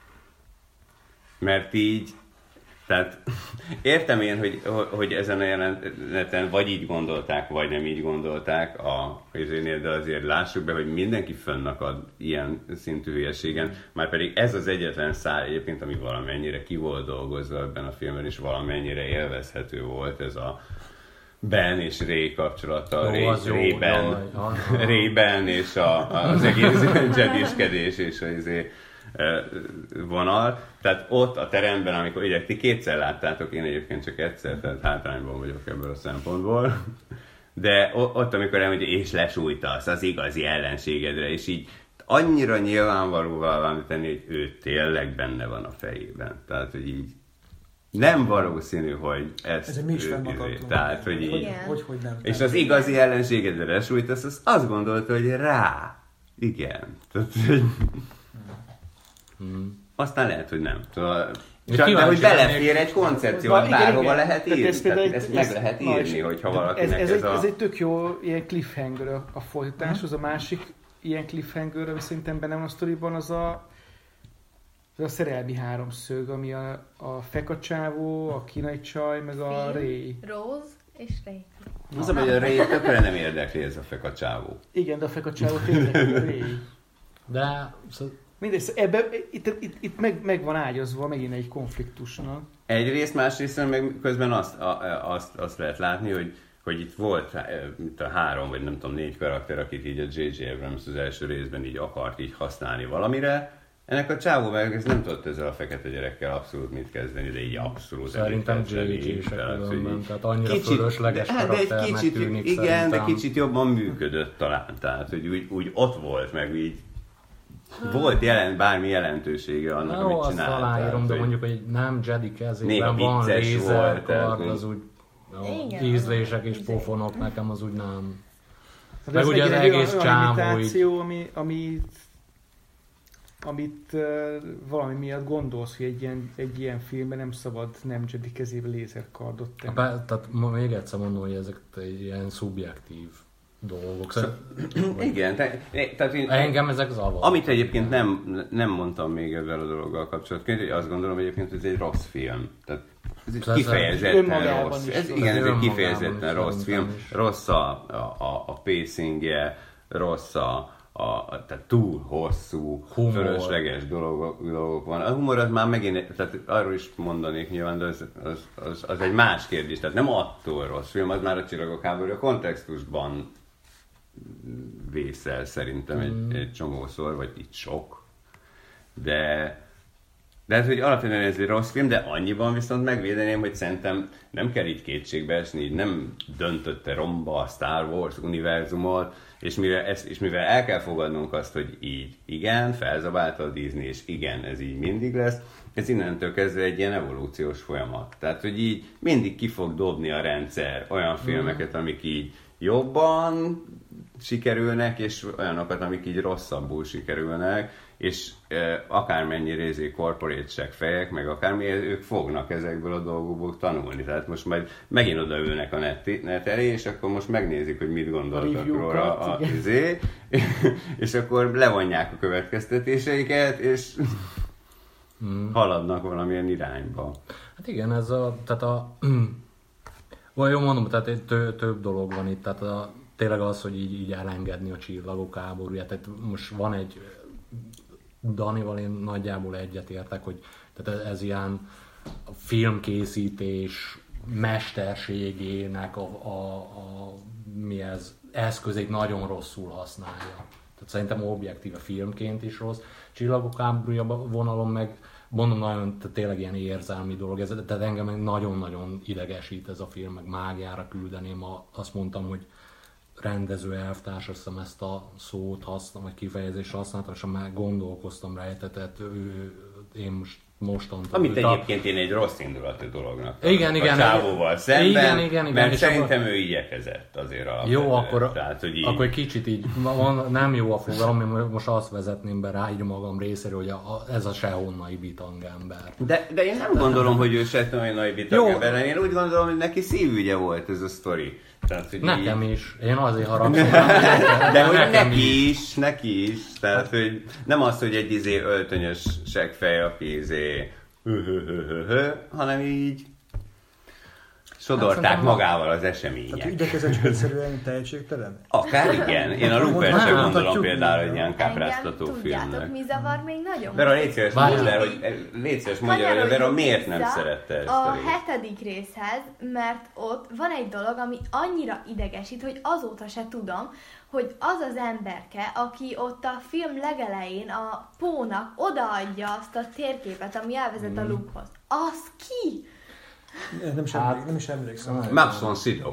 Mert így tehát értem én, hogy ezen a jeleneten vagy így gondolták, vagy nem így gondolták a közénél, de azért lássuk be, hogy mindenki fönnakad ilyen szintű hülyeségen, már pedig ez az egyetlen szál egyébként, ami valamennyire ki volt dolgozva ebben a filmben, és valamennyire élvezhető volt ez a Ben és Rey kapcsolata, Rey-Ben és az egész jediskedés és az vonal. Tehát ott a teremben, amikor ugye ti kétszer láttátok, én egyébként csak egyszer, tehát hátrányban vagyok ebből a szempontból. De ott, amikor elmondja, és lesújtasz az igazi ellenségedre, és így annyira nyilvánvalóvá valamit tenni, hogy ő tényleg benne van a fejében. Tehát, hogy így nem valószínű, hogy ezt mi is fennakadtunk. Tehát, hogy így... Hogy nem. És az igazi ellenségedre lesújtasz, azt gondolta, hogy rá. Igen. Tehát, aztán lehet, hogy nem. De hogy belefér egy koncepciót, bárhova lehet írni. Ezt meg lehet írni, hogyha valakinek ez egy tök jó ilyen cliffhanger a folytatáshoz. A másik ilyen cliffhanger, ami szerintem benne van a sztoriban, az a szerelmi háromszög, ami a fekacsávó, a kínai csaj, meg a Rey. Rose és Rey. Az, hogy a Rey tökre nem érdekli ez a fekacsávó. Igen, de a fekacsávó tényleg a Rey. De Mindegy, itt meg van ágyazva megint egy konfliktusnak. Egyrészt, másrészt meg közben azt lehet látni, hogy itt volt mint a 3 vagy nem tudom 4 karakter, akit így a J.J. Abrams az első részben így akart így használni valamire. Ennek a csávó meg ez nem tudott ezzel a fekete gyerekkel abszolút mit kezdeni, de így abszolút szerintem J.J. se különben, tehát annyira fölösleges karakternek tűnik. Igen, szerintem. de kicsit jobban működött talán, tehát hogy úgy ott volt, meg így volt bármi jelentősége annak, amit csinált. Azt aláírom, de mondjuk, hogy nem Jedi kezében van lézerkard, az úgy ízlések és pofonok, nekem az úgy nem. Meg ugye az egész csávó így. Amit valami miatt gondolsz, hogy egy ilyen filmben nem szabad nem Jedi kezébe lézerkardot tenni. Tehát még egyszer mondom, hogy ezek ilyen szubjektív dolgok. Igen, tehát engem ezek zavar. Amit egyébként nem mondtam még ezzel a dologgal kapcsolatban, hogy azt gondolom egyébként, hogy ez egy rossz film. Tehát ez egy kifejezetten rossz. Ez egy kifejezetten rossz film. Rossz a pacingje, rossz tehát túl hosszú, fölösleges dolgok van. A humor az már megint, tehát arról is mondanék nyilván, de az egy más kérdés. Tehát nem attól rossz film, az már a Csillagok háborúja kontextusban vészel szerintem egy csomószor, vagy itt sok. De hát, hogy alapvetően ez egy rossz film, de annyiban viszont megvédeném, hogy szerintem nem kell így kétségbe esni, így nem döntötte romba a Star Wars univerzumot, és mivel el kell fogadnunk azt, hogy így igen, felzabálta a Disney, és igen, ez így mindig lesz, ez innentől kezdve egy ilyen evolúciós folyamat. Tehát, hogy így mindig ki fog dobni a rendszer olyan filmeket, amik így jobban sikerülnek, és olyanokat, amik így rosszabbul sikerülnek, és akármennyi részé corporate fejek, meg akármi, ők fognak ezekből a dolgokból tanulni. Tehát most majd megint odaülnek a net elé, és akkor most megnézik, hogy mit gondoltak róla és akkor levonják a következtetéseiket, és haladnak valamilyen irányba. Hát igen, ez jól mondom, tehát több dolog van itt, tehát tényleg az, hogy így elengedni a Csillagok háborúját, tehát most van egy Danival én nagyjából egyetértek, hogy tehát ez ilyen a filmkészítés mesterségének mi ez eszközét nagyon rosszul használja. Tehát szerintem objektíve filmként is rossz. Csillagok háborúja vonalon meg mondom nagyon, tényleg ilyen érzelmi dolog, tehát engem meg nagyon-nagyon idegesít ez a film, meg mágiára küldeném, azt mondtam, hogy rendező elvtárs, azt hiszem ezt a szót használom, vagy kifejezést használtam, és már gondolkoztam rá, tehát én mostantól. Amit egyébként én egy rossz indulatú dolognak. Igen. A csávóval szemben, igen, mert szerintem ő igyekezett azért alapvetően. Jó, akkor, tehát, hogy akkor egy kicsit így, nem jó a fogalom, én most azt vezetném be rá így magam részéről, hogy ez a sehonnai bitangember. De én nem gondolom, hogy ő sehonnai bitangember, én úgy gondolom, hogy neki szívügye volt ez a sztori. Tehát, nekem is. Én azért haragszom. De hogy neki is. Tehát, hogy nem az, hogy egy öltönyös seggfej, aki hanem így sodorták magával az események. Tehát igyekezett csak egyszerűen tehetségtelen? Akár igen. Én a Rupert sem gondolom például egy ilyen kápráztató filmnek. Tudjátok, mi zavar még nagyon? Vera, légy szíves, mondja, hogy Vera miért nem szerette ezt a 7. részhez, mert ott van egy dolog, ami annyira idegesít, hogy azóta se tudom, hogy az az emberke, aki ott a film legelején a Pónak odaadja azt a térképet, ami elvezet a Luke-hoz. Az ki? Nem is emlékszem. Max von Sydow.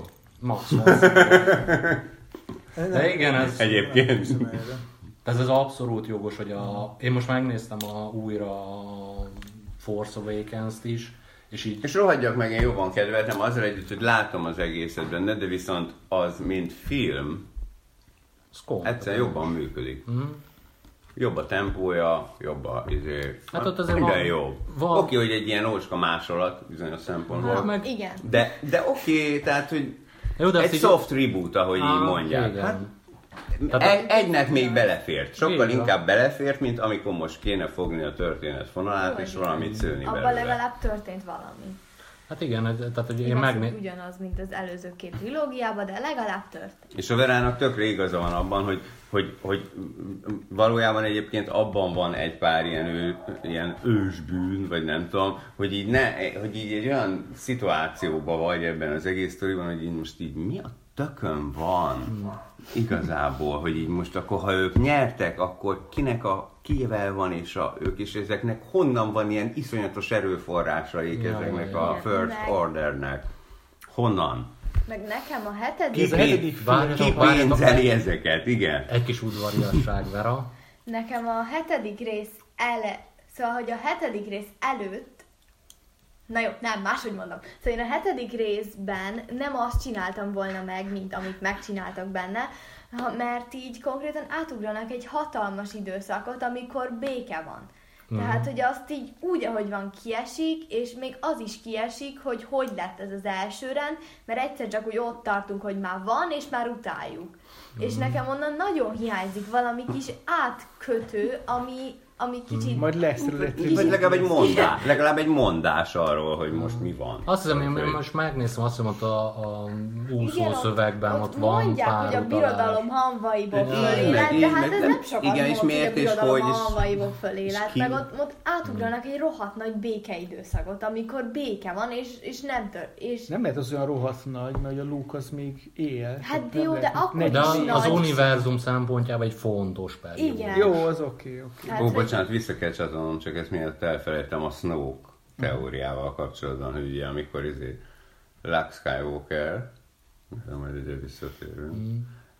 De igen, ez... Egyébként. Ez az abszolút jogos, hogy én most megnéztem újra a Force Awakens-t is, és rohadjak meg, én jobban kedveltem azzal együtt, hogy látom az egészet benne, de viszont az, mint film, egyszerűen jobban működik. Jobb a tempója, jobb a hát ott azért minden jobb. Oké, hogy egy ilyen ócska másolat bizonyos szempontból. Igen. De oké, tehát, hogy jó, egy soft reboot, ahogy így mondják. Hát, egynek még belefért. Sokkal inkább belefért, mint amikor most kéne fogni a történet fonalát, és valamit szőni belőle. Abban legalább történt valami. Hát igen, tehát hogy én ugyanaz, mint az előző 2 trilógiában, de legalább történt. És a Verának tökre igaza van abban, hogy valójában egyébként abban van egy pár ilyen ősbűn, vagy nem tudom, hogy így egy olyan szituációban vagy ebben az egész sztoriban, hogy így most így mi a tökön van igazából, hogy így most akkor, ha ők nyertek, akkor kivel van, és ők is ezeknek honnan van ilyen iszonyatos erőforrásaik ezeknek a First Ordernek? Honnan? Meg nekem a 7. Ki pénzeli ezeket, igen. Egy kis udvariasság, Vera. Nekem a 7. rész szóval, hogy a 7. rész előtt, na jó, nem, máshogy mondom. Szóval én a 7. részben nem azt csináltam volna meg, mint amit megcsináltak benne, mert így konkrétan átugranak egy hatalmas időszakot, amikor béke van. Tehát, hogy azt így úgy, ahogy van, kiesik, és még az is kiesik, hogy lett ez az első rend, mert egyszer csak úgy ott tartunk, hogy már van, és már utáljuk. És nekem onnan nagyon hiányzik valami kis átkötő, ami kicsit... Majd lesz vagy legalább egy mondás arról, hogy most mi van. Azt hiszem, én most megnézem, azt hiszem, ott a úszó szövegben ott van mondják, pár hogy a birodalom hamvaiból fölélet, de hát ez nem sokat mond, hogy a birodalom hamvaiból fölélet, meg ott átugranak egy rohadt nagy békeidőszakot, amikor béke van, és nem és... Nem lehet az olyan rohadt nagy, mert a Luke az még él. Hát jó, de akkor is nagy. Az univerzum szempontjából egy fontos periódus. Igen. Jó, az oké. Hát, bocsánat, vissza kell csatolnom, csak ezt miért elfelejtem a Snoke teóriával kapcsolatban, hogy ugye amikor Luke Skywalker, majd ugye visszatérünk,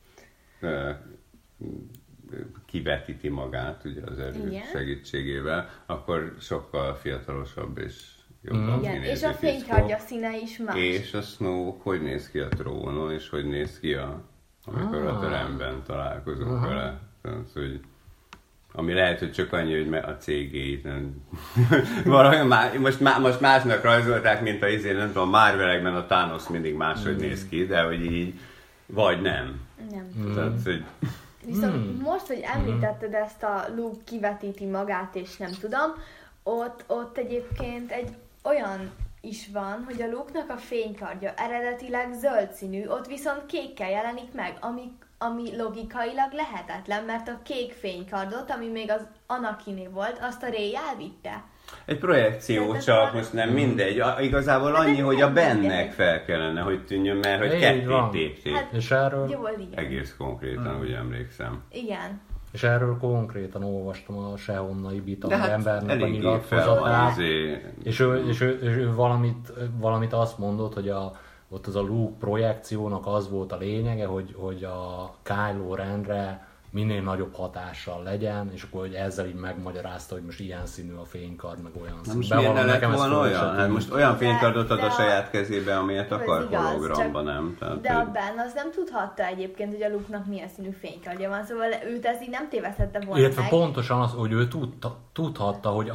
kivetíti magát ugye az erő segítségével, akkor sokkal fiatalosabb és jobban kinézik. És a fénykardja színe is más. És a Snoke hogy néz ki a trónon, és hogy néz ki amikor a teremben találkozunk vele. Tehát, hogy ami lehet, hogy csak annyi, hogy a CG-t nem... Valami most másnak rajzolták, mint nem tudom, a Marvelekben a Thanos mindig máshogy néz ki, de hogy így, vagy nem. Nem. Tehát, hogy... Viszont most, hogy említetted ezt a Luke kivetíti magát, és nem tudom, ott egyébként egy olyan is van, hogy a Luke-nak a fénykardja eredetileg zöld színű, ott viszont kékkel jelenik meg, ami logikailag lehetetlen, mert a kék fénykardot, ami még az Anakiné volt, azt a Rey elvitte. Egy projekció csak, most nem mindegy. Igazából annyi, hogy a bennek fel kellene, hogy tűnjön, mert hogy ketté tépték. Hát, és erről... Jó, egész konkrétan, úgy emlékszem. Igen. És erről konkrétan olvastam a Sehonnai Bitan embernek a nyilatkozatát. És ő valamit azt mondott, hogy ott az a Luke projekciónak az volt a lényege, hogy a Kylo Renre minél nagyobb hatással legyen, és akkor hogy ezzel így megmagyarázta, hogy most ilyen színű a fénykard, meg olyan színű. Most miért ne lett volna olyan? Hát most olyan fénykardot ad a saját kezébe, amilyet akar hologramban, nem? Tehát, de a Ben az nem tudhatta egyébként, hogy a Luke-nak milyen színű fénykardja van, szóval őt ez így nem tévesztette volna illetve meg. pontosan az, hogy ő tudhatta, hogy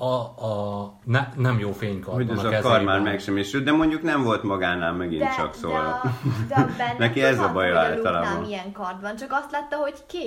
nem jó fénykard hogy van a kezében. Hogy az a kar már meg sem is, de mondjuk nem volt magánál megint csak szóval. De a Ben neki ez a baj általában. Milyen kard van, csak azt látta, hogy kék.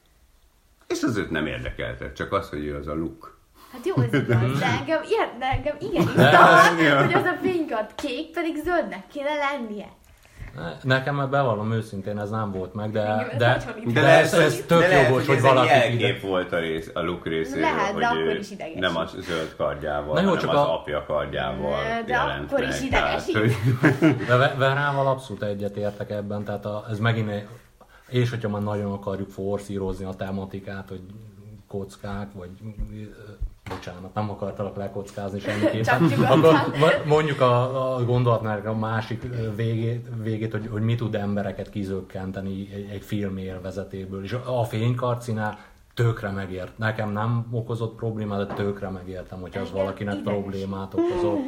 És az őt nem érdekelte, csak az, hogy ő az a Luke. Hát jó, ez igaz, de engem igenis tart, hogy az a fénykard kék, pedig zöldnek kéne lennie. Nekem bevallom őszintén, ez nem volt meg, de ez tök jogos, hogy valaki jelkép volt a Luke részéről, lehet, hogy de akkor is idegesít. Nem a zöld kardjával, hanem csak az apja kardjával de jelent akkor meg. is idegesít. De Verával abszolút egyetértek ebben, tehát ez megint és hogyha már nagyon akarjuk forszírozni a tematikát, hogy kockák, vagy bocsánat, nem akartalak lekockázni semmiképpen. Akkor mondjuk a gondolatnak a másik végét hogy mi tud embereket kizökkenteni egy film élvezetéből. És a fénykard színe tökre megért. Nekem nem okozott problémát, de tökre megértem, hogyha az valakinek problémát okozott.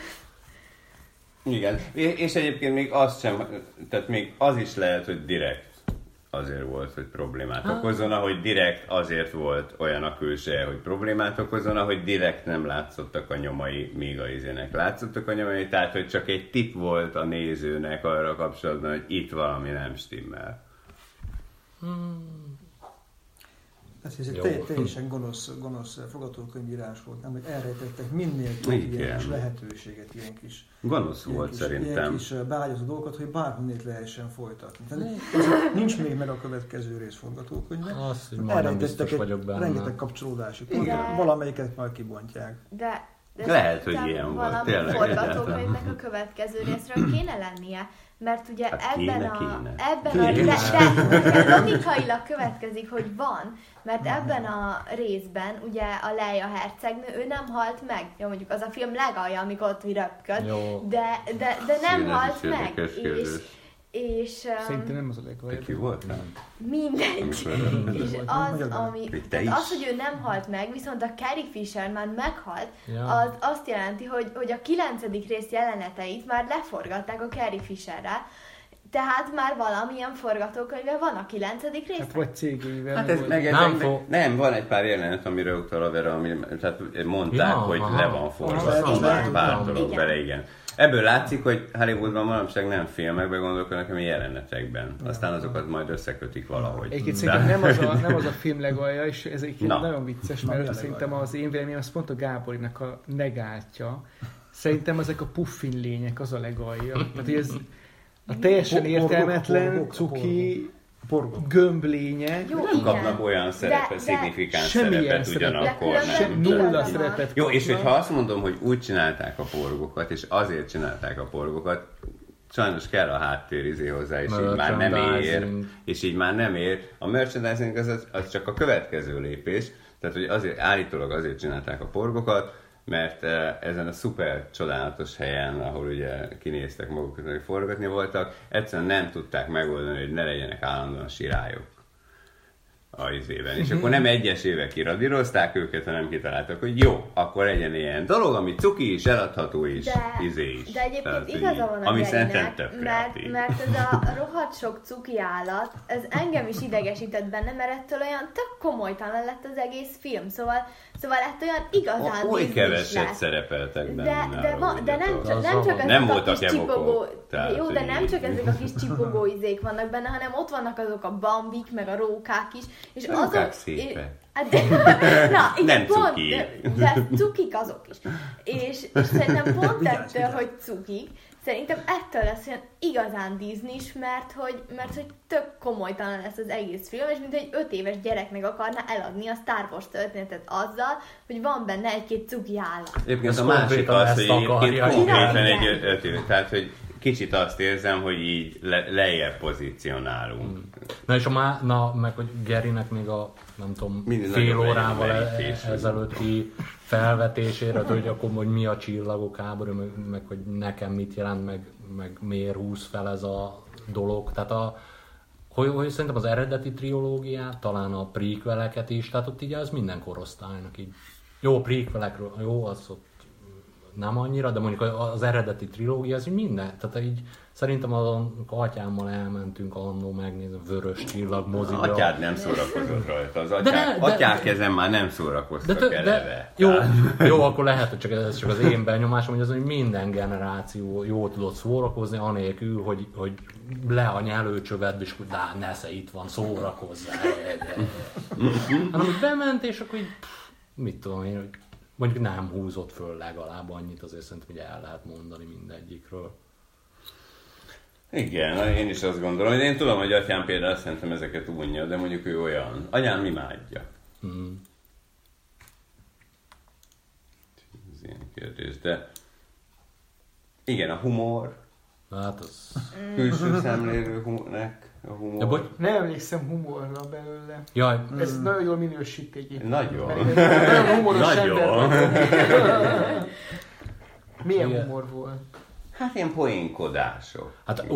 Igen, és egyébként még az sem, tehát még az is lehet, hogy direkt azért volt, hogy problémát okozzon, ahogy direkt azért volt olyan a külseje, hogy problémát okozzon, ahogy direkt nem látszottak a nyomai, míg a izének látszottak a nyomai, tehát hogy csak egy tipp volt a nézőnek arra kapcsolatban, hogy itt valami nem stimmel. Ez egy teljesen gonosz forgatókönyvírás volt, nem, hogy elrejtettek minél több ilyen kis lehetőséget, ilyen kis... Gonosz volt szerintem. Ilyen kis beágyazó dolgokat, hogy bárhonnét lehessen folytatni. Nincs még meg a következő rész forgatókönyve. Azt, hogy majdnem biztos vagyok benne. Rengeteg kapcsolódási pont, valamelyiket majd kibontják. De lehet, hogy ilyen volt. Valami forgatókönyvnek a következő részről kéne lennie. Mert ugye hát de logikailag következik, hogy van, mert ebben a részben ugye a Leia hercegnő, ő nem halt meg. Jó, mondjuk az a film legalja, amikor ott röpköd, de nem halt meg. És szerintem nem az a legalja. Ki volt? Mindegy. És az, hogy ő nem halt meg, viszont a Carrie Fisher már meghalt, az azt jelenti, hogy a 9. rész jeleneteit már leforgatták a Carrie Fisherrel, tehát már valamilyen forgatókönyve van a 9. részben. Hát vagy CGI-vel. Hát nem, van egy pár jelenet, amire utal a Vera, tehát mondták, hogy le van forgatva, pár dolog vele, igen. Ebből látszik, hogy Hollywoodban manapság nem filmekben gondolkodnak, hanem jelenetekben. Aztán azokat majd összekötik valahogy. Egyébként szerintem nem az a film legalja, és ez egyébként nagyon vicces, mert szerintem az én véleményem az pont a Gáborinak a negáltja. Szerintem ezek a puffin lények az a legalja. Tehát, hogy ez a teljesen értelmetlen, cuki, gömblények. Nem kapnak olyan szerepet, szignifikáns szerepet ugyanakkor. Nulla szerepet kapnak. Jó, és hogyha azt mondom, hogy úgy csinálták a porgokat, és azért csinálták a porgokat, sajnos kell a háttérizé hozzá, és így már nem ér. És így már nem ér. A merchandising az csak a következő lépés. Tehát, hogy állítólag azért csinálták a porgokat, mert ezen a szuper csodálatos helyen, ahol ugye kinéztek magukat, hogy forgatni voltak, egyszerűen nem tudták megoldani, hogy ne legyenek állandóan sirályok a izében. És akkor nem egyesével kiradírozták őket, hanem kitaláltak, hogy jó, akkor legyen ilyen dolog, ami cuki is, eladható is, izé is. De egyébként igaza van a Gerinek, mert ez a rohadt sok cuki állat, ez engem is idegesített benne, mert ettől olyan tök komolytalan lett az egész film, szóval ettől olyan igazán oly keveset szerepeltek benne. De nem csak ezek a kis csipogó... Jó, de nem csak ezek a kis csipogó izék vannak benne, hanem ott vannak azok a bambik, meg a rókák is. És rókák szépek. Nem cuki. De cukik azok is. És szerintem pont ettől, hogy cukik, szerintem ettől lesz olyan igazán Disney-s, mert hogy tök komolytalan lesz az egész film, és mint egy 5 éves gyereknek akarná eladni a Star Wars történetet azzal, hogy van benne egy-két cuki állat. Egyébként a másik az, hogy egyébként konkrétan egy 5 éves, tehát hogy kicsit azt érzem, hogy így lejjebb pozícionálunk. Na és meg hogy Gerinek még a, nem tudom, fél órával ezelőtti felvetésére, hogy akkor hogy mi a csillagok háború, meg hogy nekem mit jelent, meg miért húz fel ez a dolog. Tehát hogy szerintem az eredeti trilógiát, talán a prequeleket is, tehát ott így az minden korosztálynak így. Jó, a prequelekről, jó, az ott nem annyira, de mondjuk az eredeti trilógia, az így minden. Tehát így szerintem az atyámmal elmentünk annó megnézni a Vörös Csillag moziba. Atyád nem szórakozott rajta. Az atyák ezen már nem szórakoztak eleve. Jó, akkor lehet, hogy ez csak az én benyomásom, hogy minden generáció jól tudott szórakozni, anélkül, hogy le a nyelőcsöved, és hogy nesze itt van, szórakozzál. Hanem hogy bement, és akkor így, mit tudom én, hogy mondjuk nem húzott föl legalább annyit, azért szerintem, hogy el lehet mondani mindegyikről. Igen, én is azt gondolom, hogy én tudom, hogy atyám például szerintem ezeket unja, de mondjuk ő olyan. Anyám imádja. Ez ilyen kérdés, de igen, a humor. Hát az... Külső szemlélőnek a humor. Ja, nem emlékszem humorra belőle. Jaj. Ez nagyon jól minősít egyébként. Nagyon. Nagyon humoros nagyon. Milyen humor volt? Hát ilyen poénkodások. Hát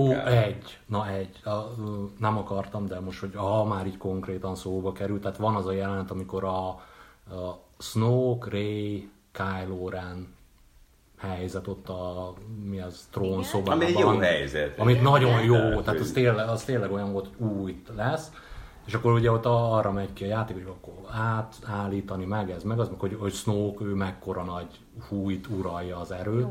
nem akartam, de most, hogy már így konkrétan szóba került, tehát van az a jelenet, amikor a Snoke, Rey, Kylo Ren helyzet ott trónszobában. Ami egy jó helyzet. Amit nagyon jó, tehát az tényleg olyan volt, hogy itt lesz. És akkor ugye ott arra megy ki a játék, hogy akkor átállítani meg, hogy Snoke, ő mekkora nagy hújt uralja az erőt. Jó,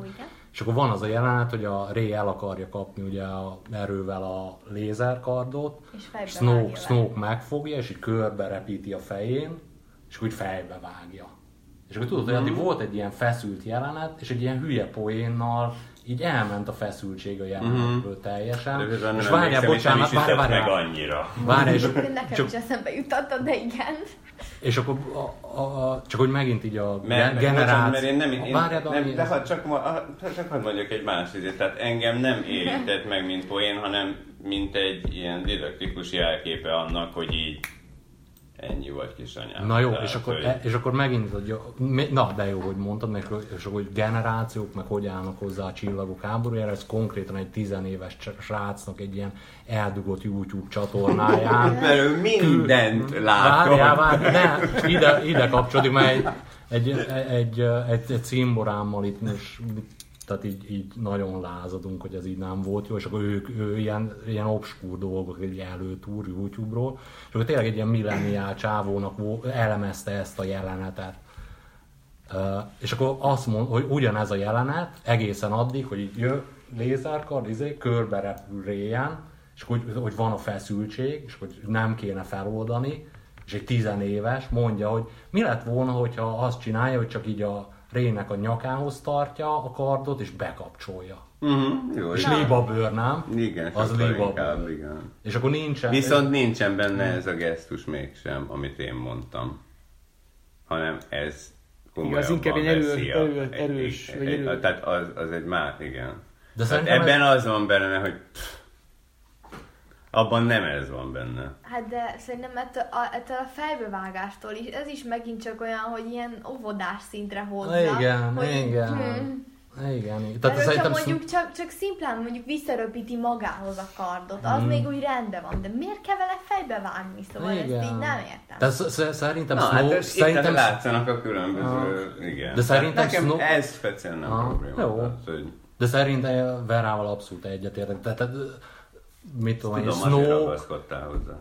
és akkor van az a jelenet, hogy a Rey el akarja kapni ugye erővel a lézerkardot, és Snoke megfogja, és így körbe repíti a fején, és akkor úgy fejbe vágja. És akkor tudod, hogy addig volt egy ilyen feszült jelenet, és egy ilyen hülye poénnal így elment a feszültség a jelenetből teljesen. És várjál, bocsánat, várjál. annyira. Nekem is eszembe jutottad, de igen. És akkor csak hogy megint így a generáció... Mert én nem, csak hadd mondjak egy más izét, tehát engem nem érintett meg, mint poén, hanem mint egy ilyen didaktikus jelképe annak, hogy így ennyi vagy kisanyám. Na jó, tehát, és akkor megint, hogy na de jó, hogy mondtad, és akkor hogy generációk meg hogy állnak hozzá a Csillagok háborújára, ez konkrétan egy 10 éves srácnak egy ilyen eldugott YouTube csatornáján. Mert ő mindent látom. Várjál, ide kapcsolódik, mert egy cimborámmal itt most, tehát így nagyon lázadunk, hogy ez így nem volt jó, és akkor ő ilyen obskúr dolgok így előtúr YouTube-ról, és akkor tényleg egy ilyen milleniál csávónak elemezte ezt a jelenetet. És akkor azt mondta, hogy ugyanez a jelenet egészen addig, hogy így jön lézerkard, körbe repül Rayen, és akkor, hogy van a feszültség, és hogy nem kéne feloldani, és egy 10 éves mondja, hogy mi lett volna, hogyha azt csinálja, hogy csak így a Raynek a nyakához tartja a kardot, és bekapcsolja. Jó, és libabőr, nem? Igen, az libabőr. Igen. És akkor nincsen... Viszont nincsen benne ez a gesztus mégsem, amit én mondtam. Hanem ez az inkább egy erős. Tehát az egy már, igen. De hát ebben az van benne, hogy abban nem ez van benne. Hát de szerintem ettől a fejbevágástól is, ez is megint csak olyan, hogy ilyen óvodás szintre hozza. Igen. Tehát hogyha mondjuk csak szimplán mondjuk visszaröpíti magához a kardot, az még úgy rendben van, de miért kell vele fejbevágni? Szóval ezt így nem értem. De szerintem Snoke... látszanak a különböző... Igen. De szerintem nekem Snoke... ez speciál nem probléma. Jó. Tehát, hogy... De szerintem Verával abszolút egyetértek. Tehát mit tudom én, Snoke... Tudom, ragaszkodtál hozzá.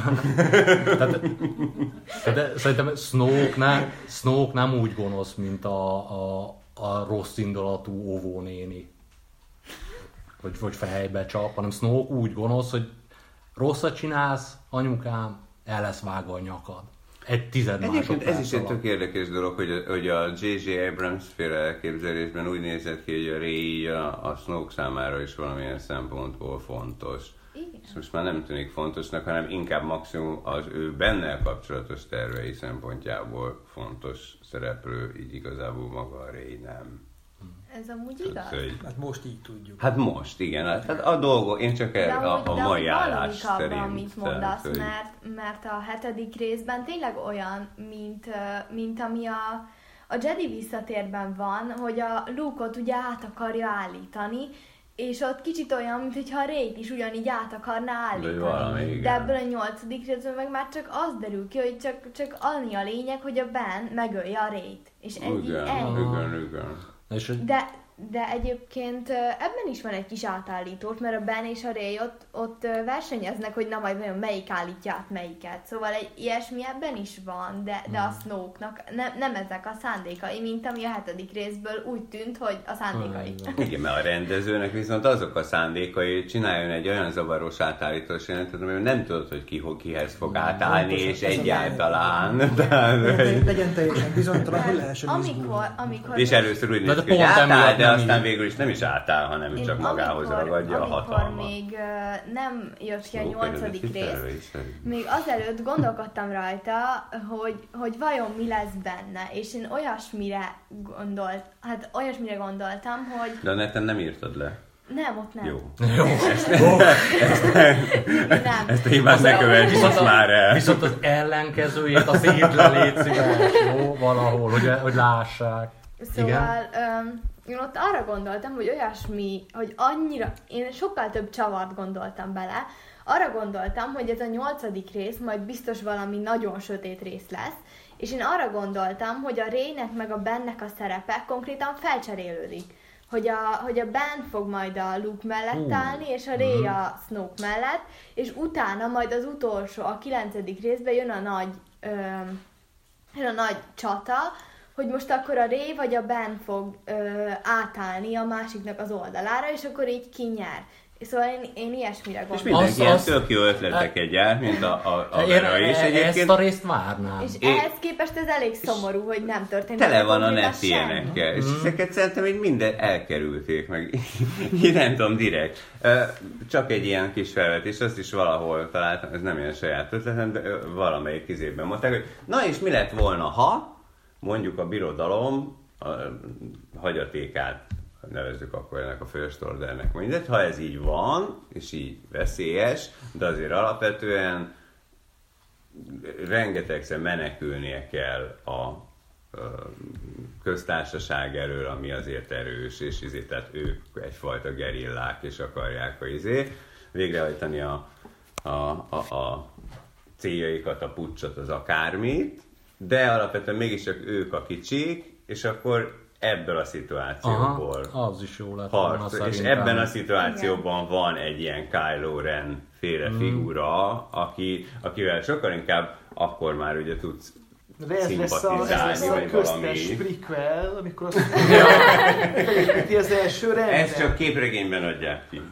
de szerintem Snoke nem úgy gonosz, mint a rossz indulatú óvónéni, hogy fejbe csap, hanem Snoke úgy gonosz, hogy rosszat csinálsz, anyukám, el lesz vágva a nyakad. Egy 10 másodperc. Ez is egy tök érdekes dolog, hogy a J.J. Abrams féle elképzelésben úgy nézett ki, hogy a Rey a Snoke számára is valamilyen szempontból fontos. Igen. És most már nem tűnik fontosnak, hanem inkább maximum az ő bennel kapcsolatos tervei szempontjából fontos szereplő, így igazából maga a Rey nem. Ez amúgy igaz? Hát most így tudjuk. Hát most, igen. Hát a dolgok, én csak a mai állás szerint. Amit mondasz, hogy... mert a 7. részben tényleg olyan, mint ami a Jedi visszatérben van, hogy a Luke-ot ugye át akarja állítani, és ott kicsit olyan, mintha a Rey-t is ugyanígy át akarná állítani. De ebből a 8. részben meg már csak az derül ki, hogy csak annyi a lényeg, hogy a Ben megölje a Rey-t. És ennyi. Igen. De egyébként ebben is van egy kis átállítós, mert a Ben és a Rey ott versenyeznek, hogy na majd vajon melyik állítja át melyiket. Szóval egy ilyesmi ebben is van, de a Snoke-nak nem ezek a szándékai, mint ami a 7. részből úgy tűnt, hogy a szándékai. Igen, mert a rendezőnek viszont azok a szándékai, hogy csináljon egy olyan zavaros átállítós jelentet, amiben nem tudod, hogy kihez fog átállni, és egyáltalán. Legyen teljesen bizonytalan, hogy lehessen amikor és először úgy néz ki, hogy átáll, de aztán végül is nem is átáll, hanem csak magához ragadja a hatalmat. Amikor még nem jött ki a 8. rész, még azelőtt gondolkodtam rajta, hogy vajon mi lesz benne, és én olyasmire gondoltam, hogy... De a neten nem írtad le? Nem, ott nem. Jó. Ezt a hibát ne kövessd már el. Viszont az ellenkezőjét az írd le, légy szíves, jó, valahol, hogy lássák. Szóval én ott arra gondoltam, hogy olyasmi, hogy annyira, én sokkal több csavart gondoltam bele, arra gondoltam, hogy ez a 8. rész majd biztos valami nagyon sötét rész lesz, és én arra gondoltam, hogy a Reynek meg a Bennek a szerepe konkrétan felcserélődik. Hogy a Ben fog majd a Luke mellett állni, és a Rey a Snoke mellett, és utána majd az utolsó, a 9. részben jön a nagy csata, hogy most akkor a Rey vagy a Ben fog átállni a másiknak az oldalára, és akkor így ki nyer. Szóval én ilyesmire gondolom. És mindenki ilyen tök jó ötleteket gyárt, mint a Vera is egyébként. Ezt a részt várnám. És ehhez képest ez elég szomorú, hogy nem történt. Tele van a net ilyenekkel, és ezeket szerintem így minden elkerülték meg. Én nem tudom, direkt. Csak egy ilyen kis felvetés, azt is valahol találtam, ez nem ilyen saját ötletem, de valamelyik izében mondták, hogy na és mi lett volna, ha mondjuk a birodalom a hagyatékát nevezzük akkor ennek a First Ordernek mindegy, ha ez így van, és így veszélyes, de azért alapvetően rengetegszer menekülnie kell a köztársaság elől, ami azért erős, és tehát ők egyfajta gerillák, és akarják végrehajtani a céljaikat, a puccsot, az akármit, de alapvetően mégiscsak ők a kicsik, és akkor ebből a szituációból az is jó lett volna, és ebben a szituációban van egy ilyen Kylo Ren féle figura, akivel sokkal inkább akkor már ugye tudsz szimpatizálni, vagy köztes valami. prequel, amikor azt mondja, az első rendszer. Ezt csak képregényben adják ki.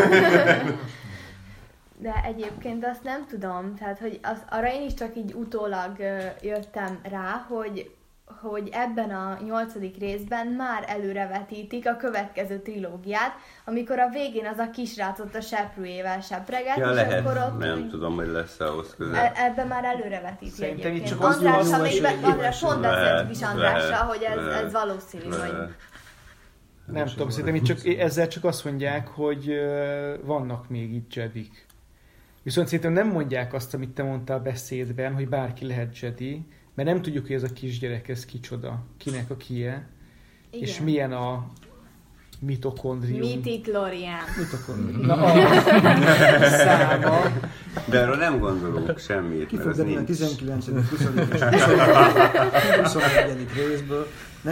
De egyébként azt nem tudom, tehát hogy arra én is csak így utólag jöttem rá, hogy ebben a 8. részben már előrevetítik a következő trilógiát, amikor a végén az a kisrác ott a seprűjével sepreget, ja, és lehet. akkor ott nem tudom, hogy lesz ahhoz közel. Ebben már előrevetíti szerintem egyébként. csak András, pont beszéltük is lehet, Andrással, hogy ez valószínű, hogy... Nem tudom, szerintem ezzel csak azt mondják, hogy vannak még itt Jedik. Viszont szerintem nem mondják azt, amit te mondtál a beszédben, hogy bárki lehet Jedi, mert nem tudjuk, hogy ez a kisgyerek, ez kicsoda, kinek a kie, igen. És milyen a mitokondrium. Midi-chlorian. Na, száma. De arról nem gondolunk semmit, ki mert az fog nincs. 19., 20. és 21. részből.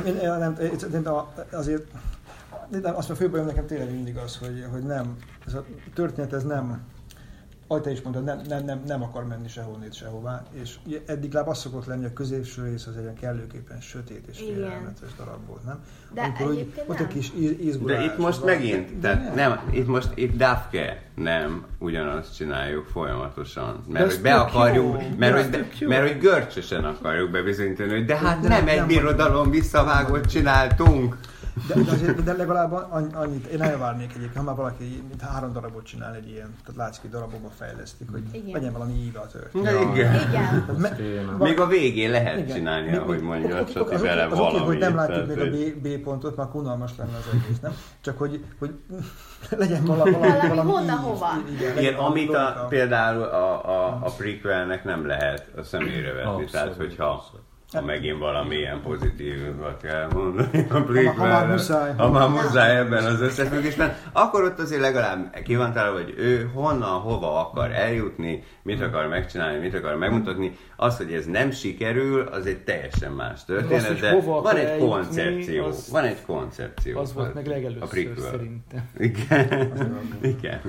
Azért azt a fő bajom nekem tényleg mindig az, hogy nem, ez a történet ez nem, ahogy te is mondtad, nem akar menni sehonnét sehová, és eddig láb az szokott lenni, a középső rész az egy kellőképpen sötét és félelmetes darab volt, nem? De amikor ott egy kis izgulás. De itt most megint, itt Dafke nem ugyanazt csináljuk folyamatosan, mert hogy be akarjuk, mert hogy görcsösen akarjuk bebizonyítani, hogy de hát nem egy birodalom visszavágót csináltunk. De legalább annyit, én elvárnék egyébként, ha már valaki 3 darabot csinál egy ilyen, tehát látszik, hogy darabokba fejlesztik, hogy legyen valami íve a történet. Igen. Még a végén lehet csinálni, ahogy mondja, csak vele valami. Az oké, hogy nem látjuk még a B pontot, már unalmas lenne az egész, nem? Csak hogy legyen valami honnan hova. Igen, amit például a prequelnek nem lehet a személyre vetni, tehát hogyha megint valamilyen pozitívat kell mondani a prequelnek, ha már muszáj ebben az összefüggésben, akkor ott azért legalább ki van találva, hogy ő honnan, hova akar eljutni, mit akar megcsinálni, mit akar megmutatni. Az, hogy ez nem sikerül, az egy teljesen más történet, de van egy koncepció. Van egy koncepció. Az volt meg legelőször szerintem. Igen.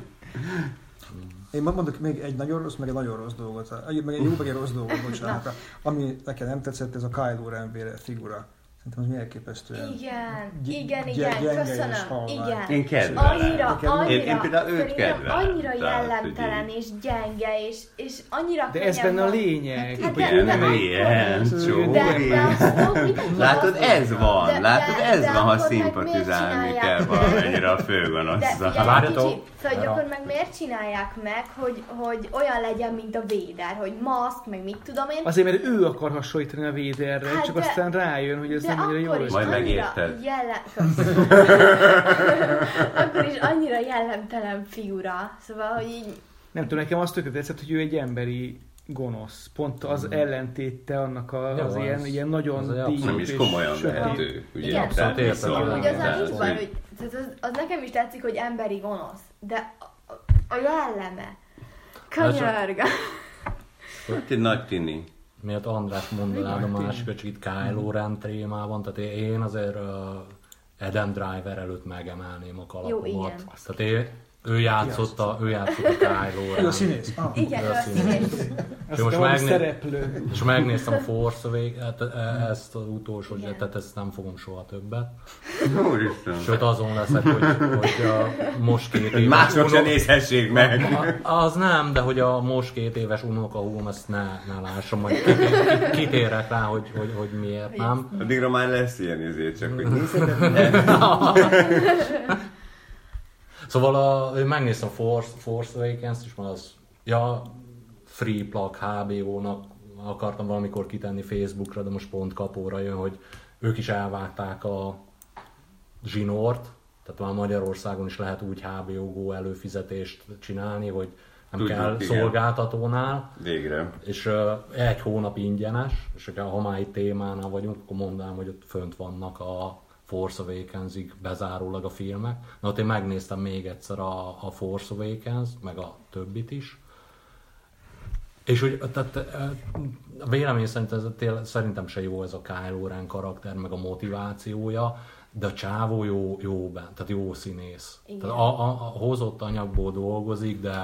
Én mondok még egy nagyon rossz, meg egy nagyon rossz dolgot. Meg egy jó, meg egy rossz dolgot, bocsánat. Ami nekem nem tetszett, ez a Kylo Ren figura. Szerintem az milyen elképesztően. Igen, köszönöm. Igen. Én kedvelem. Annyira, például őt kedvelem. Annyira jellemtelen és gyenge, és annyira de ez benne a lényeg. Nem ilyen, Csóri. Látod, ez van, ha szimpatizálni kell valamennyire a főgonosszal. Várjatok. Szóval akkor meg miért csinálják meg, hogy olyan legyen, mint a Vader, hogy maszk, meg mit tudom én. Azért, mert ő akar hasonlítani a Vaderre, hát csak aztán rájön, hogy ez nem annyira jól. Majd megérted. Akkor is annyira jellemtelen figura. Szóval, hogy így... Nem tudom, nekem azt tökéletes tetszett, hogy ő egy emberi gonosz. Pont az ellentéte annak az ilyen nagyon díj. Nem is komolyan vehető. Igen, abszolút értem. Hogy az van, hogy az nekem is tetszik, hogy emberi gonosz. De a jelleme. Könyörg. Ott egy nagy tini. Miért András mondanád a másikat, csak itt Kylo Ren témában, tehát én azért Adam Driver előtt megemelném a kalapomat. Jó, igen. Tehát Ő játszott a Kylo Ren. Ő a színész. Igen, ő a színész. És megnéztem a Force Awakens, ezt az utolsó jetet, ezt nem fogom soha többet. Sőt, azon leszek, hogy most 2 éves... Mások se nézhessék meg! Az nem, de hogy a most 2 éves unokahúgom, ezt ne lássam, majd kitérek rá, hogy miért nem. Addigra már lesz ilyen izé, csak hogy nézhetek. Szóval megnéztem a Force Awakens-t, és már az free plug HBO-nak akartam valamikor kitenni Facebookra, de most pont kapóra jön, hogy ők is elvágták a zsinort, tehát már Magyarországon is lehet úgy HBO Go előfizetést csinálni, hogy nem tudjuk, kell igen. Szolgáltatónál. Végre. És 1 hónap ingyenes, és ha már itt témánál vagyunk, akkor mondanám, hogy ott fönt vannak a Force Awakens-ig bezárólag a filmek. Na ott én megnéztem még egyszer a Force Awakens, meg a többit is. És úgy, tehát vélemény szerint szerintem se jó ez a Kylo Ren karakter, meg a motivációja, de a csávó jó benne, tehát jó színész. Tehát a hozott anyagból dolgozik, de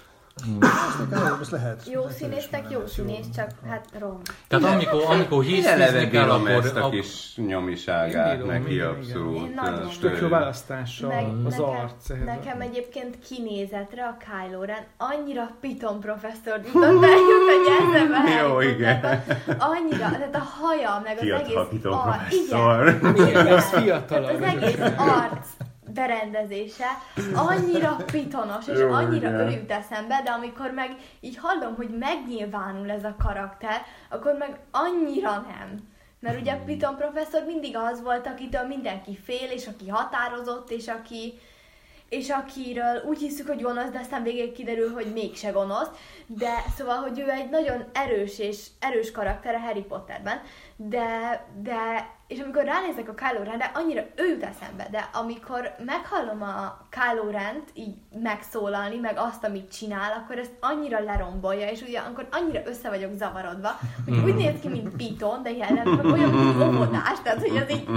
jó színésznek jó színész, csak hát rossz. Tehát amikor hisztizni kell, akkor... ezt a kis nyomiságát neki abszolút. Tök jó választása az arc. Nekem egyébként kinézetre a Kylo Ren annyira Piton professzor jutott eljut a nyelvembe. Jó, igen. Annyira, tehát a haja, meg az egész Piton professzor. Igen, ez fiatalabb. Az egész arc berendezése annyira pitonos, és annyira ő jut eszembe, de amikor meg így hallom, hogy megnyilvánul ez a karakter, akkor meg annyira nem. Mert ugye Piton professzor mindig az volt, akitől mindenki fél, és aki határozott, és akiről úgy hiszük, hogy gonosz, de aztán végig kiderül, hogy mégse gonosz. De szóval, hogy ő egy nagyon erős karakter a Harry Potterben, de és amikor ránézek a Kylo Renre, annyira ő jut eszembe, de amikor meghallom a Kylo Rent így megszólalni, meg azt, amit csinál, akkor ezt annyira lerombolja, és ugye akkor annyira össze vagyok zavarodva, hogy úgy néz ki, mint Piton, de jelenleg olyan, mint óvodás, tehát hogy az így...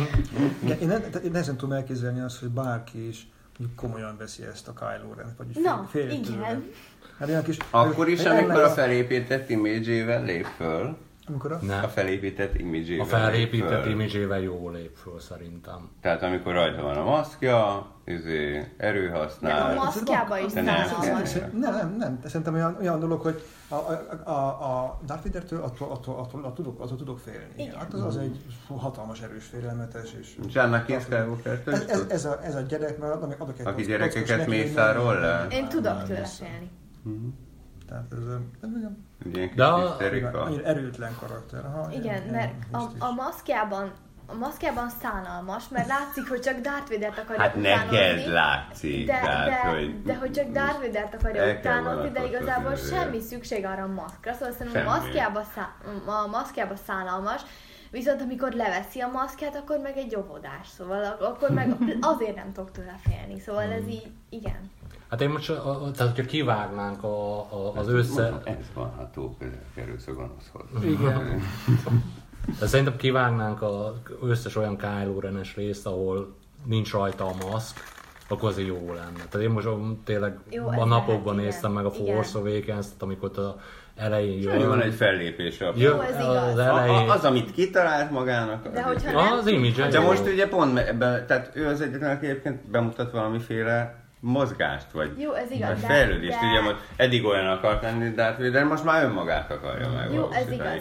Én nehezen tudom elképzelni azt, hogy bárki is komolyan veszi ezt a Kylo Rent, vagy igen. Hát kis, akkor is, amikor a felépített image-ével lép föl. Amikor a felépített image-ével. A felépített image-ével jól lép föl szerintem. Tehát amikor rajta van a maszkja, erőhasznál. De a maszkjába is szánalmas. Nem. Szerintem olyan dolog, hogy a Darth Vader-től attól tudok félni. Igen. Hát az egy hatalmas erős félelmetes. És Anakin Skywalker-től ez a gyerek, aki gyerekeket mészárol le? Én tudok tőle félni. Tehát ez annyira erőtlen karakter. Igen, mert a maszkjában szánalmas, mert látszik, hogy csak Darth Vadert akarja hát utánozni. Hát neked látszik, de hogy csak Darth Vadert akarja utánozni, de igazából semmi szükség arra a maszkra. Szóval szerintem a maszkjában szánalmas, viszont amikor leveszi a maszkját, akkor meg egy óvodás. Szóval akkor meg azért nem tudok tőle félni. Szóval ez így, igen. Hát én most, tehát hogyha kivágnánk az össze... Ez van, ha túl közel kerülsz a gonoszhoz. Igen. De szerintem kivágnánk az összes olyan Kylo Ren-es részt, ahol nincs rajta a maszk, akkor azért jó lenne. Tehát én most tényleg a napokban néztem meg a Force Awakens-t, amikor az elején jön. Van egy fellépése. Jó, ez igaz. Az, amit kitalált magának. De hogyha nem... Az image. De most ugye pont ebben, tehát ő az egyetlen, aki egyébként bemutat valamiféle mozgást, vagy jó, ez igaz, fejlődést. Ugye most eddig olyan akart lenni Darth Vader, most már önmagát akarja meg. Jó, ez igaz.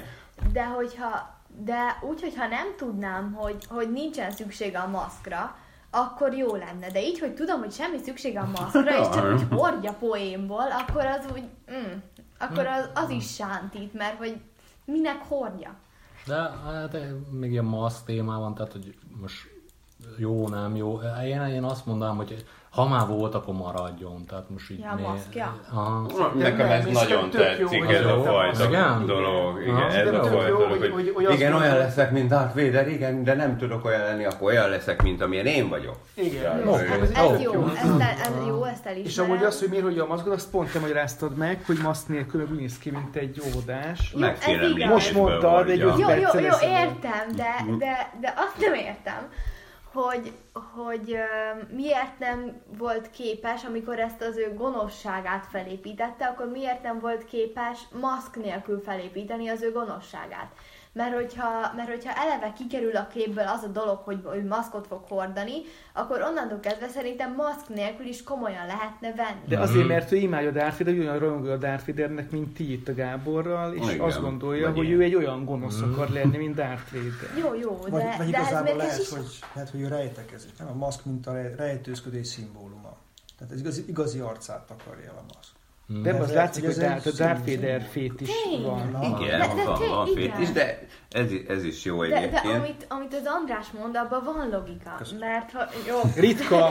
De úgy, hogyha nem tudnám, hogy nincsen szüksége a maszkra, akkor jó lenne. De így, hogy tudom, hogy semmi szüksége a maszkra, és csak úgy hordja poénból, akkor az úgy... akkor az is sántít, mert hogy minek hordja. De hát még ilyen maszk témában, tehát hogy most jó, nem jó. Én azt mondanám, hogy ha már volt, akkor maradjon. Tehát most így... Ja, maszkja. Nekem ez nagyon tetszik, ez a fajta dolog. Igen, ez a fajta dolog, hogy igen, olyan leszek, mint Darth Vader, igen, de nem tudok olyan lenni, akkor olyan leszek, mint amilyen én vagyok. Igen. Ez jó, ezt elismerem. És amúgy az, hogy miért hordja a maszkot, azt pont te magyaráztad meg, hogy maszk nélkül úgy néz ki, mint egy óvodás. Jó, most mondtad, egy 5 perccel Jó, értem, de azt nem értem, hogy miért nem volt képes, amikor ezt az ő gonoszságát felépítette, akkor miért nem volt képes maszk nélkül felépíteni az ő gonoszságát. Mert hogyha eleve kikerül a képből az a dolog, hogy ő maszkot fog hordani, akkor onnantól kezdve szerintem maszk nélkül is komolyan lehetne venni. De azért, mert ő imádja Darth Vader, olyan rajongó a Darth Vadernek, mint ti itt a Gáborral, és azt gondolja, hogy ő egy olyan gonosz akar lenni, mint Darth Vader. Jó, vagy de igazából ez lehet, hogy ő rejtekezik. Nem, a maszk, mint a rejtőzködés szimbóluma. Tehát ez igazi arcát akarja el a maszk. De az látszik, hogy a Darth Vader fétis van. Igen, van fétis, de ez is jó egyébként. De amit az András mond, abban van logika. Köszönöm. Mert jó. Ritka!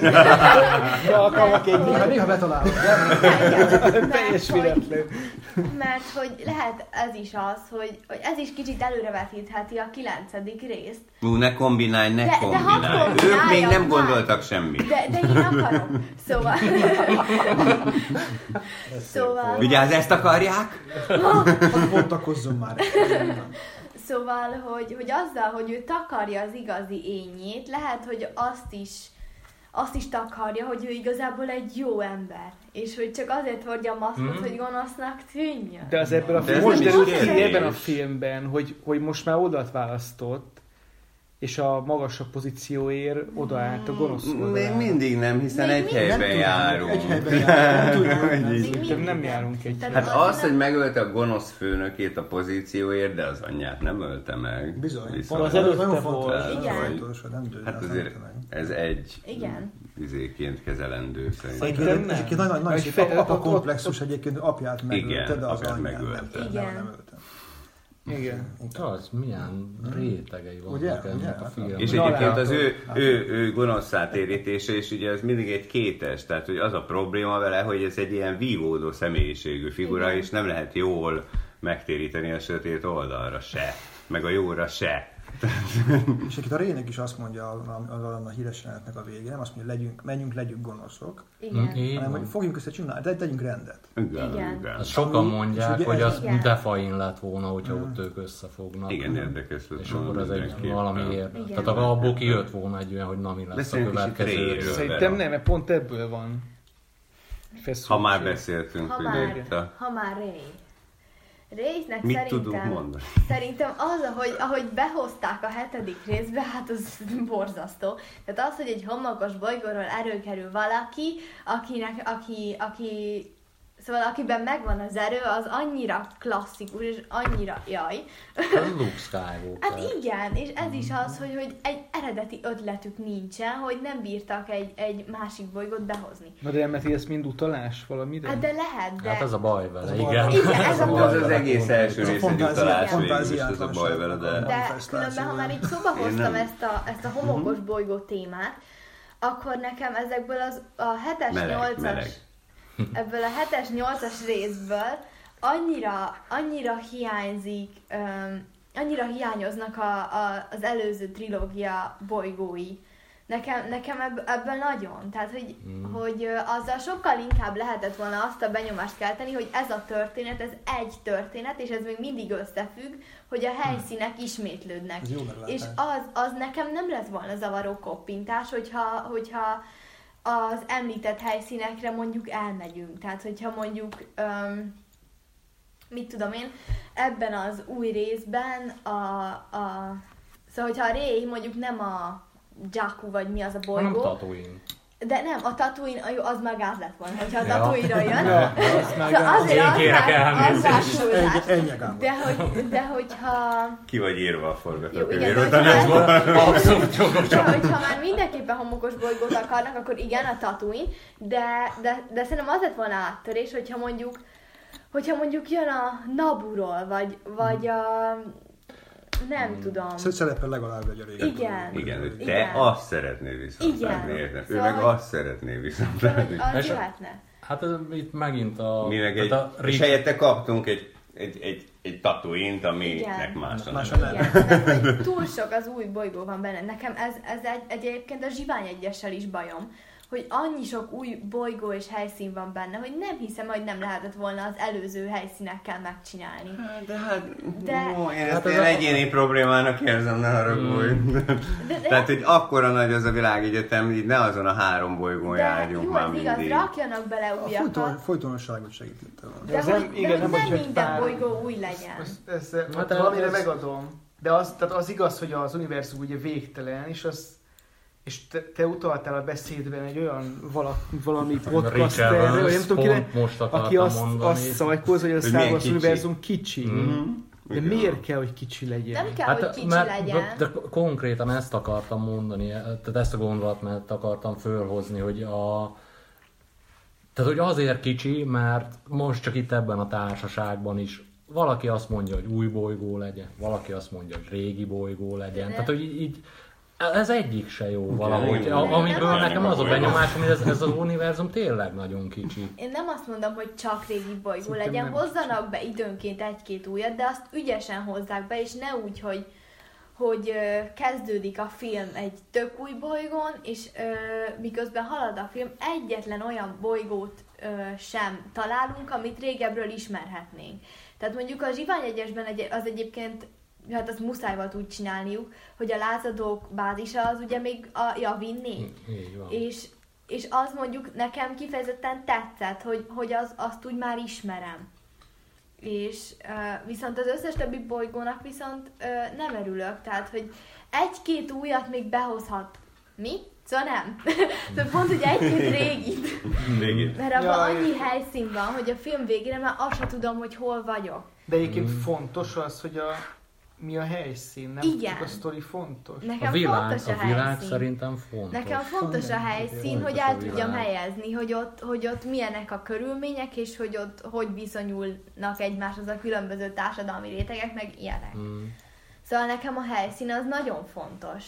Néha betalálok. Teljes véletlen. Mert hogy lehet ez is az, hogy ez is kicsit előrevetítheti a 9. részt. Ne kombinálj, De Ők még nem már. gondoltak semmit. De én akarom. Szóval... Vigyázz, ezt akarják? Bontakozzon már. Szóval, hogy azzal, hogy ő takarja az igazi énjét, lehet, hogy azt is takarja, hogy ő igazából egy jó ember. És hogy csak azért hordja a maszkot, hogy gonosznak tűnjön. De az ebből a De ez most nem is derült ki kérdés. ebben a filmben, hogy most már oldalt választott, és a magasabb pozícióért odaállt a gonosz Még oldalára. mindig nem, hiszen egy helyben járunk. Egy helyben járunk. Szerintem nem járunk egy. Tehát Hát azért az, hogy megölte a gonosz főnökét a pozícióért, de az anyját nem ölte meg. Bizony. Viszont- Az előtte Nagyon volt. fontos, Igen. fontos, hogy nem dőlne. Hát azért ez egy Igen. izéként kezelendő szerintem. Szerintem nem. Egyébként nagyon Vagy szép fe- apa komplexus egyébként apját megölte, Igen, de az apját anyját megölte. nem Igen. ölte. Igen. Az milyen rétegei vannak Ugye? ennek a Ugye? filmnek. És egyébként az ő gonoszszá térítése, és ugye ez mindig egy kétes, tehát hogy az a probléma vele, hogy ez egy ilyen vívódó személyiségű figura, Igen. és nem lehet jól megtéríteni a sötét oldalra se, meg a jóra se. És itt a Rének is azt mondja a híres jelenetnek a végén, azt mondja, menjünk, legyünk gonoszok, Igen. hanem hogy fogjunk össze csinálni, de tegyünk rendet. Igen. Azt sokan Ami- mondják, és ugye hogy az Igen. defain lett volna, hogyha ott ők összefognak. Igen, érdekes lett És volna akkor az egy mindenképpen. valamiért. Igen. Tehát abból kijött volna egy olyan, hogy na mi lesz a Beszéljünk kicsit következő Rayről. rész. Szerintem nem, mert pont ebből van. Ha már beszéltünk, Ha hogy itt a... Ray. Raynek Mit tudunk mondani? szerintem az, ahogy behozták a 7. részbe, hát az borzasztó. Tehát az, hogy egy homokos bolygóról előkerül valaki, szóval akiben megvan az erő, az annyira klasszikus, és annyira jaj. Ez Luke Skywalker. Hát igen, és ez is az, hogy egy eredeti ötletük nincsen, hogy nem bírtak egy másik bolygót behozni. Na de emleti ez mind utalás valamire? Hát de lehet, de... Hát ez a baj vele, Ez a baj. igen. Igen, ez a Az baj. az egész első Ez a rész egy fantázia- utalás végül is, ez a fantáziátlanság. baj vele, de... De különben, ha már így szóba Én hoztam nem. ezt a homokos bolygó témát, akkor nekem ezekből a 7-es, Meleg, 8-as, meleg. ebből a 7-es, 8-as részből annyira hiányzik, annyira hiányoznak az előző trilógia bolygói. Nekem ebből nagyon. Tehát, hogy azzal sokkal inkább lehetett volna azt a benyomást kelteni, hogy ez a történet, ez egy történet, és ez még mindig összefügg, hogy a helyszínek ismétlődnek. Ez jó meglátás. És az nekem nem lett volna zavaró koppintás, hogyha az említett helyszínekre mondjuk elmegyünk. Tehát, hogyha mondjuk, mit tudom én, ebben az új részben szóval, hogyha a Rey mondjuk nem a Jakku, vagy mi az a Hanem bolygó, Tatooine. de nem, a Tatooine, az már gáz lett volna, hogyha a Ja. Tatooine-ról jön. Ja, az már Szóval gáz. azért Én kérek az elnézést. túlzás. Ennyi Gábor. De hogyha... Ki vagy írva a Jó, forgatókönyvről, igen, tanácsban. Abszolút jogos. de hogyha már mindenképpen homokos bolygót akarnak, akkor igen, a Tatooine, de szerintem az lett volna áttörés, hogyha mondjuk jön a Naboo-ról, vagy a... Nem tudom. Szerepel legalább egy a régen. Igen. Igen, hogy te Igen. azt szeretnél viszontlátni, Igen. érted? Ő Szóval, meg hogy- azt szeretné Hogy viszontlátni. az És- jöhetne. Hát ez itt megint a... Mi meg tehát a és Rick- helyette kaptunk egy Tatooine-t, aminek Igen. más a Más neve. a Igen, mert hogy túl sok az új bolygó van benne. Nekem ez egyébként a Zsivány egyessel is bajom, hogy annyi sok új bolygó és helyszín van benne, hogy nem hiszem, hogy nem lehetett volna az előző helyszínekkel megcsinálni. Én ezt én egyéni problémának érzem, ne haragudj. Tehát, hogy akkora nagy az a világegyetem, így ne azon a 3 bolygón járjunk már mindig. Igaz, rakjanak bele újakat. A folytonosságot segítette volna. De hogy nem minden bolygó új legyen. Ezt valamire megadom. De az igaz, hogy az univerzum ugye végtelen, és te utaltál a beszédben egy olyan valami podcasterre, vagy nem tudom kinek, aki azt szajkóz, hogy a Star Wars univerzum kicsi. De miért kell, hogy kicsi legyen? Nem kell, hogy kicsi legyen. De konkrétan ezt akartam mondani, tehát ezt a gondolatmenetet akartam fölhozni, hogy tehát, hogy azért kicsi, mert most csak itt ebben a társaságban is valaki azt mondja, hogy új bolygó legyen, valaki azt mondja, hogy régi bolygó legyen. Tehát, hogy így ez egyik se jó valahogy. Amiből nekem az a benyomásom, hogy ez az univerzum tényleg nagyon kicsi. Én nem azt mondom, hogy csak régi bolygó legyen, hozzanak be időnként 1-2 újat, de azt ügyesen hozzák be, és ne úgy, hogy kezdődik a film egy tök új bolygón, és miközben halad a film, egyetlen olyan bolygót sem találunk, amit régebről ismerhetnénk. Tehát mondjuk a Zsivány 1-esben az egyébként, hát azt muszáj volt úgy csinálniuk, hogy a lázadók bázisa az ugye még a Yavin 4. És az mondjuk nekem kifejezetten tetszett, hogy azt úgy már ismerem. És viszont az összes többi bolygónak viszont nem örülök, tehát hogy 1-2 újat még behozhat. Mi? Szóval nem. Szóval pont, hogy 1-2 régit. Mert abban annyi helyszín van, hogy a film végére már azt sem tudom, hogy hol vagyok. De egyébként fontos az, hogy mi a helyszín, nem igen. A sztori fontos. Nekem fontos a világ szerintem fontos. Nekem fontos a helyszín, hogy el tudjam helyezni, hogy ott milyenek a körülmények, és hogy ott hogy viszonyulnak egymáshoz a különböző társadalmi rétegek, meg ilyenek. Szóval nekem a helyszín az nagyon fontos.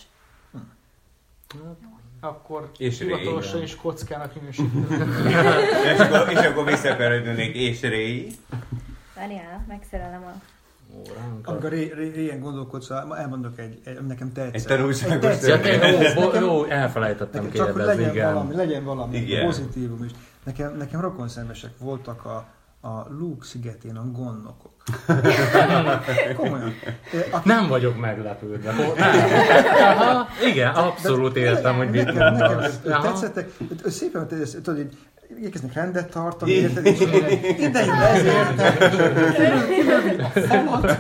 Akkor hivatalosan is kockának minősíteni. és akkor visszakanyarodnék, és Ray. Várjál, megszerelem a óránkat. Amikor régen gondolkodsz, elmondok nekem tetszett. Egy tanulságos Jó, elfelejtettem kérdezni, igen. Legyen valami pozitívum is. Nekem rokonszenvesek voltak a Luke szigetén a gonnokok. Komolyan. Nem vagyok meglepődve. Aha, igen, abszolút értem, hogy mit mondasz. Nekem tetszettek, szépen tudod, így igyekeznek rendet tartani, érted, és idején ezért, a falat,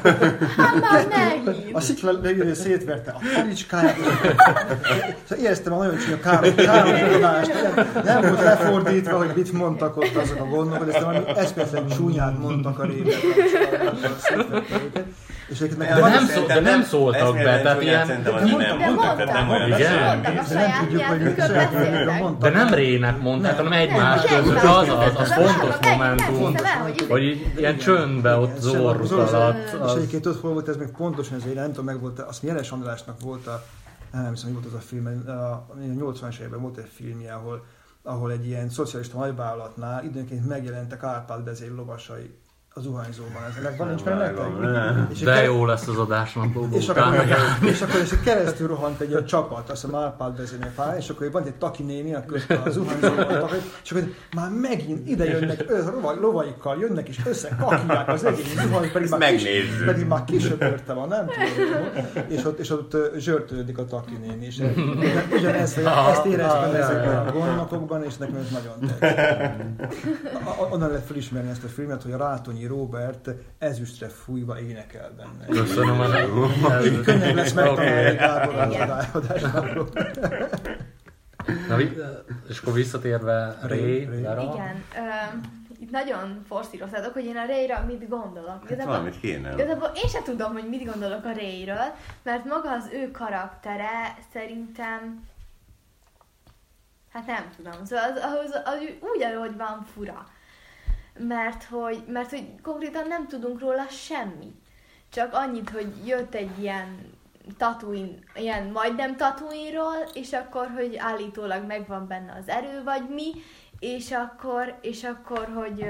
a szikla szétverte a falicskáját, szóval éreztem a nagyon csúnya károkodást, nem volt lefordítva, hogy mit mondtak ott azok a gondok, de valami eszméletlen csúnyát mondtak a régen. De nem szóltak be, tehát ilyen... De nem Rének mondták, hanem egymás között, az fontos momentum, hogy ilyen csöndbe ott zorruk alatt. És egyébként ott hol volt ez még pontosan ez, nem tudom, meg volt, azt Jeles Andrásnak volt nem hiszem, hogy volt az a film, a 80-as években volt egy filmje, ahol egy ilyen szocialista nagyvállalatnál időnként megjelentek Árpád vezér lovasai a zuhanyzóban. Ez van, nincs meg de jó lesz az adásnak. És akkor keresztül rohant egy csapat, azt hiszem Árpád vezérnek fáj, és akkor van egy Taki néni, akkor a zuhanyzóban, és akkor már megint ide jönnek, lovaikkal jönnek, és összekakják az egész zuhany, pedig már kisöpörte van, nem tudom. És ott zsörtődik a Taki néni. És ugyanezt éreztem ezekben a gondnokokban, és nekem ez nagyon tetszett. Onnan lehet felismerni ezt a filmet, hogy a Rátonyi Róbert ezüstre fújva énekel benne. Köszönöm az így könnyebb lesz megtalálni Gábor az adásáról. És akkor visszatérve Ray. Igen. Itt nagyon forszíroztátok, hogy én a Rayra mit gondolok. Valamit kéne. Igazából én sem tudom, hogy mit gondolok a Rayről, mert maga az ő karaktere szerintem hát nem tudom. Szóval az úgy, ahogy van, fura. Mert hogy konkrétan nem tudunk róla semmit. Csak annyit, hogy jött egy ilyen Tatooine, ilyen majdnem Tatooine-ról, és akkor, hogy állítólag megvan benne az erő, vagy mi, és akkor hogy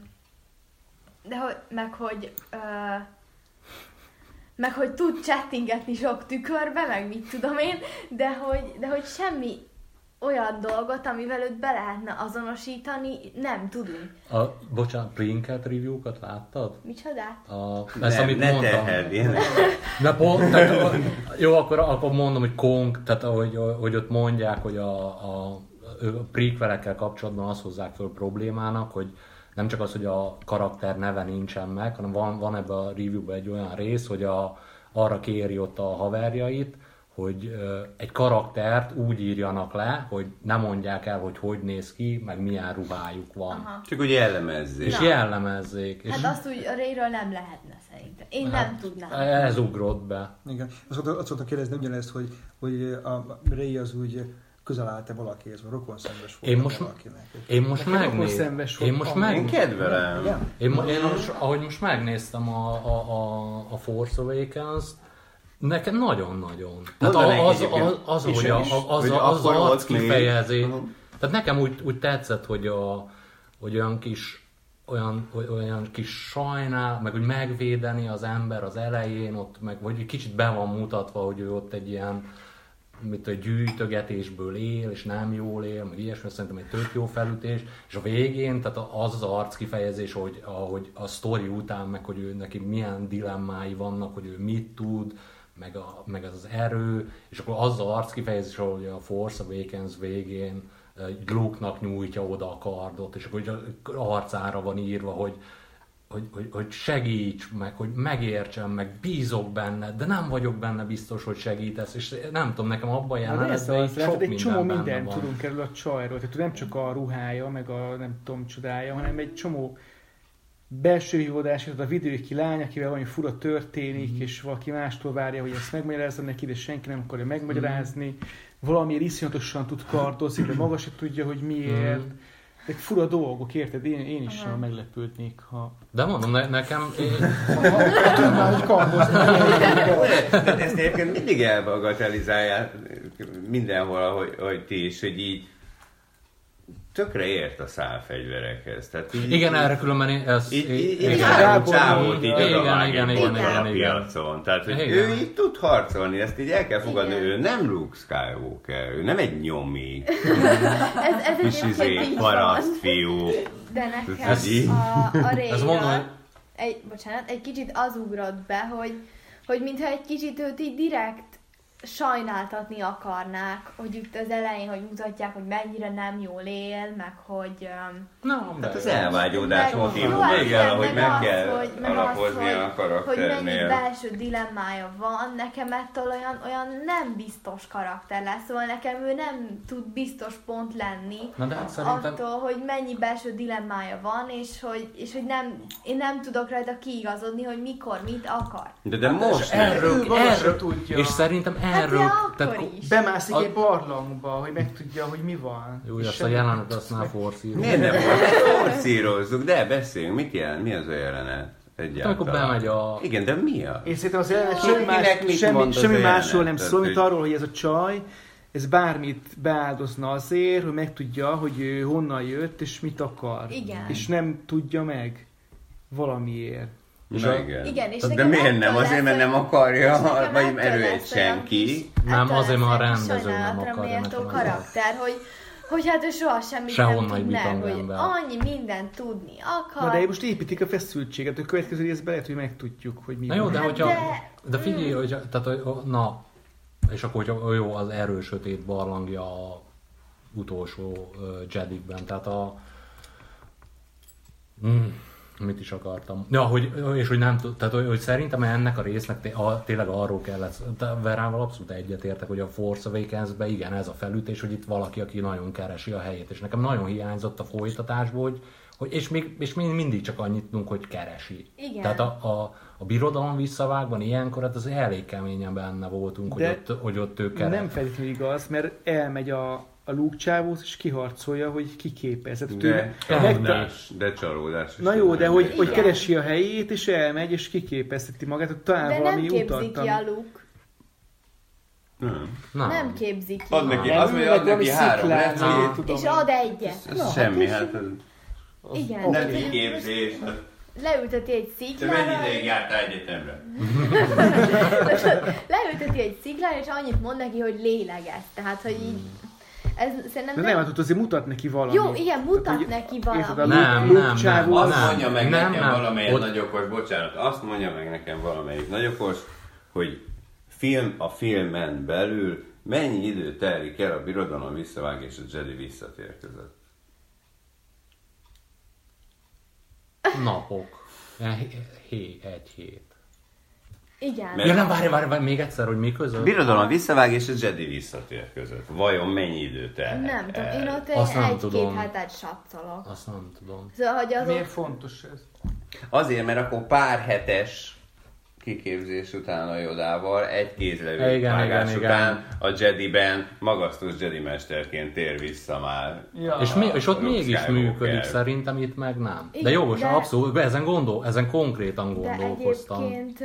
meg hogy tud chattingetni sok tükörbe, meg mit tudom én, de hogy semmi olyan dolgot, amivel őt be lehetne azonosítani, nem tudunk. Bocsánat, Prinket review-kat láttad? Micsodát? Ezt, amit ne mondtam. teheld ilyenek. De jó, akkor mondom, hogy tehát hogy ott mondják, hogy a prequelekkel kapcsolatban azt hozzák föl problémának, hogy nem csak az, hogy a karakter neve nincsen meg, hanem van ebben a reviewban egy olyan rész, hogy arra kéri ott a haverjait, hogy egy karaktert úgy írjanak le, hogy nem mondják el, hogy néz ki, meg milyen ruhájuk van. Aha. Csak úgy jellemezzék. És jellemezzék. Hát És azt úgy a Rayről nem lehetne szerintem. Én nem tudnám. ez ugrott be. Igen. Azt szoktam kérdezni ugyanezt, hogy a Ray az úgy közel állt-e valakihez, vagy rokon szembes volt valakinek. Én kedvelem. Ahogy most megnéztem a Force Awakens, nekem nagyon-nagyon. Tehát az arc kifejezés. Tehát nekem úgy tetszett, hogy olyan kis sajnál, meg hogy megvédeni az ember az elején, ott meg, vagy kicsit be van mutatva, hogy ő ott egy ilyen gyűjtögetésből él, és nem jól él, meg ilyesmi, szerintem egy tök jó felütés, és a végén, tehát az arc kifejezés, hogy a sztori után, meg hogy ő neki milyen dilemmái vannak, hogy ő mit tud, meg az erő, és akkor az arc kifejezés, hogy a Force Awakens végén Luke-nak nyújtja oda a kardot, és akkor arcára van írva, hogy segíts meg, hogy megértsem, meg bízok benne, de nem vagyok benne biztos, hogy segítesz, és nem tudom, nekem abban jelenetben sok egy csomó minden mindent van. tudunk erről a csajról, tehát nem csak a ruhája, meg a nem tudom csodája, hanem egy csomó belső hívódás, a vidéki lány, akivel valami fura történik, és valaki mástól várja, hogy ezt megmagyarázza neki, de senki nem akarja megmagyarázni. Valamiért iszonyatosan tud kardozni, de maga se tudja, hogy miért. Egy fura dolgok, érted? Én is meglepődnék, ha... De mondom, nekem... Tudnál, hogy kardozni. De ezt egyébként mindig elbagatelizálják mindenhol, hogy ti is, hogy így tökre ért a szálfegyverekhez. Tehát igen, erre különben így csávót így odavágják a piacon. Tehát, hogy ő így tud harcolni, ezt így el kell fogadni, ő nem Luke Skywalker, ő nem egy nyomi. Ez kis paraszt fiú. De nekem a Rayra egy kicsit az ugrott be, hogy mintha egy kicsit őt így direkt sajnáltatni akarnák, hogy itt az elején, hogy mutatják, hogy mennyire nem jól él, meg hogy... Hát az elvágyódás motívum végel, hogy meg kell alapozni a karakternél. Hogy mennyi belső dilemmája van, nekem ettől olyan nem biztos karakter lesz, szóval nekem ő nem tud biztos pont lenni attól, hogy mennyi belső dilemmája van, és hogy én nem tudok rajta kiigazodni, hogy mikor mit akar. De most erről tudja. És szerintem erről... Bemászik egy barlangba, hogy megtudja, hogy mi van. Jó, ezt a jelenet azt már forszírozzuk. Miért nem forszírozzuk? De beszéljünk, mit jelent? Mi az a jelenet? Egyáltalán. Amikor bemegy a... Igen, de mi a? Én szerintem az jelenet semmi másról nem szól, mint arról, hogy ez a csaj, ez bármit beáldozna azért, hogy megtudja, hogy ő honnan jött, és mit akar. Igen. És nem tudja meg valamiért. Igen, és de miért nem? Azért, mert nem akarja, vagy erő egy senki. Nem, azért, mert a rendező nem akarja. Karakter, hogy hát ő soha semmit nem tud meg, hogy annyi mindent tudni akar. Na de most építik a feszültséget, a következő részben lehet, hogy megtudjuk, hogy mi van. Jó, de hogyha... De figyelj, hogy... Tehát, na, és akkor, hogyha jó, az erős sötét barlangja a utolsó Jedikben, tehát mit is akartam? Ja, és hogy nem tud, tehát hogy szerintem ennek a résznek tényleg arról kellett, Verával abszolút egyetértek, hogy a Force Awakens-ben igen, ez a felütés, hogy itt valaki, aki nagyon keresi a helyét, és nekem nagyon hiányzott a folytatásból, és még mindig csak annyit tudunk, hogy keresi. Igen. Tehát a birodalom visszavágban ilyenkor hát az elég keményen benne voltunk, hogy ott ő keres. Nem feltétlenül igaz, mert elmegy a Luke csávót, és kiharcolja, hogy kiképez. De csalódás. Na jó, de hogy keresi a helyét, és elmegy, és kiképezteti magát, hogy talán de valami nem képzi ki a Luke. Nem képzi ki. Ad neki, az mondja, ad neki 3 lecét. És ad egyet. Ez semmi, hát... Igen. Nem így képzés. Leülteti egy sziklára. Te mennyi ideig jártál egyetemre? Leülteti egy sziklára, és annyit mond neki, hogy lélegez. Tehát, hogy így... Ez szerintem de nem, hát azért mutat neki valamit. Jó, igen, mutat hogy, neki valamit. Nem. Azt mondja meg nem, nekem valamelyik ott... nagyokos, bocsánat, azt mondja meg nekem valamelyik nagyokos, hogy a filmen belül mennyi idő telik el a Birodalom visszavág és a Jedi visszatér között? Napok. Egy hét. Igen. Mert- Ja nem, várj, még egyszer, hogy mi között? Birodalom visszavág és a Jedi visszatér között. Vajon mennyi idő telhet Nem tudom, el? én ott Azt nem egy-két tudom. hetet satszolok. Azt nem tudom. Szóval, hogy azok... Miért fontos ez? Azért, mert akkor pár hetes kiképzés után a Jodával, egy kézlevő Igen, vágás igen, után a Jediben magasztos Jedi mesterként tér vissza már. Ja. És ott Luke mégis Skywalker. működik, szerintem itt meg nem. De Igen, jogos, de- abszolút, ezen konkrétan De gondolkoztam. egyébként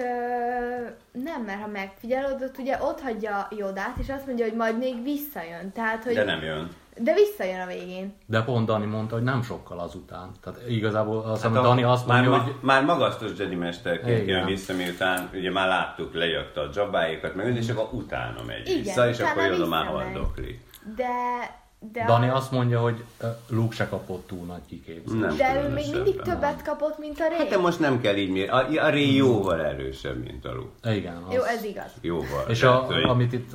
nem, mert ha megfigyelod, ott hagyja Jodát, és azt mondja, hogy majd még visszajön. Tehát, hogy... De nem jön. De visszajön a végén. De pont Dani mondta, hogy nem sokkal azután. Tehát igazából azt Hát hiszem, Dani azt mondja, hogy... Már magasztos Jedi mesterként Igen. jön vissza, miután ugye már láttuk, lejötte a Jabbáékat, meg és akkor utána megy Igen, vissza, és utána akkor Yoda már visszamegy. haldoklik. De Dani azt mondja, hogy Luke se kapott túl nagy kiképzést. Nem de ő még különösebben. mindig többet kapott, mint a Rey. Hát de most nem kell így mérni. A Rey jóval erősebb, mint a Luke. Igen. Az... Jó, ez igaz. Jóval. És Tehát, hogy- amit itt,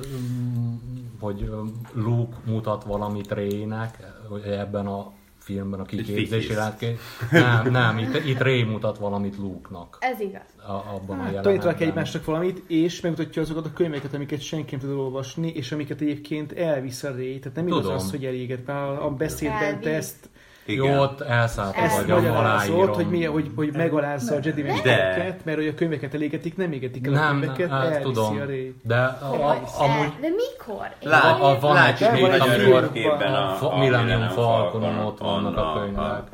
hogy Luke mutat valamit Rey-nek, hogy ebben a filmben a kiképzési fikisz. látké. Nem, itt Rey mutat valamit Luke-nak. Ez igaz. Abban a jelenetben. Tanítanak egymásnak valamit, és megmutatja azokat a könyveket, amiket senki nem tud olvasni, és amiket egyébként elvisz a Rey. Tehát nem igaz Tudom. az, hogy eléget. Már a beszédben te ezt Igen. Jó, ott elszállt Ezt vagy a magyarázott, hogy, aláírom. hogy megalázza a Jedi mestereket, mert hogy a könyveket elégetik, nem égetik el a Nem, könyveket, hát elviszi tudom. a Rey. De amúgy De mikor? van egy Látjuk hét, nagyon amikor rövidképpen a Millennium Falconon ott vannak a könyvek.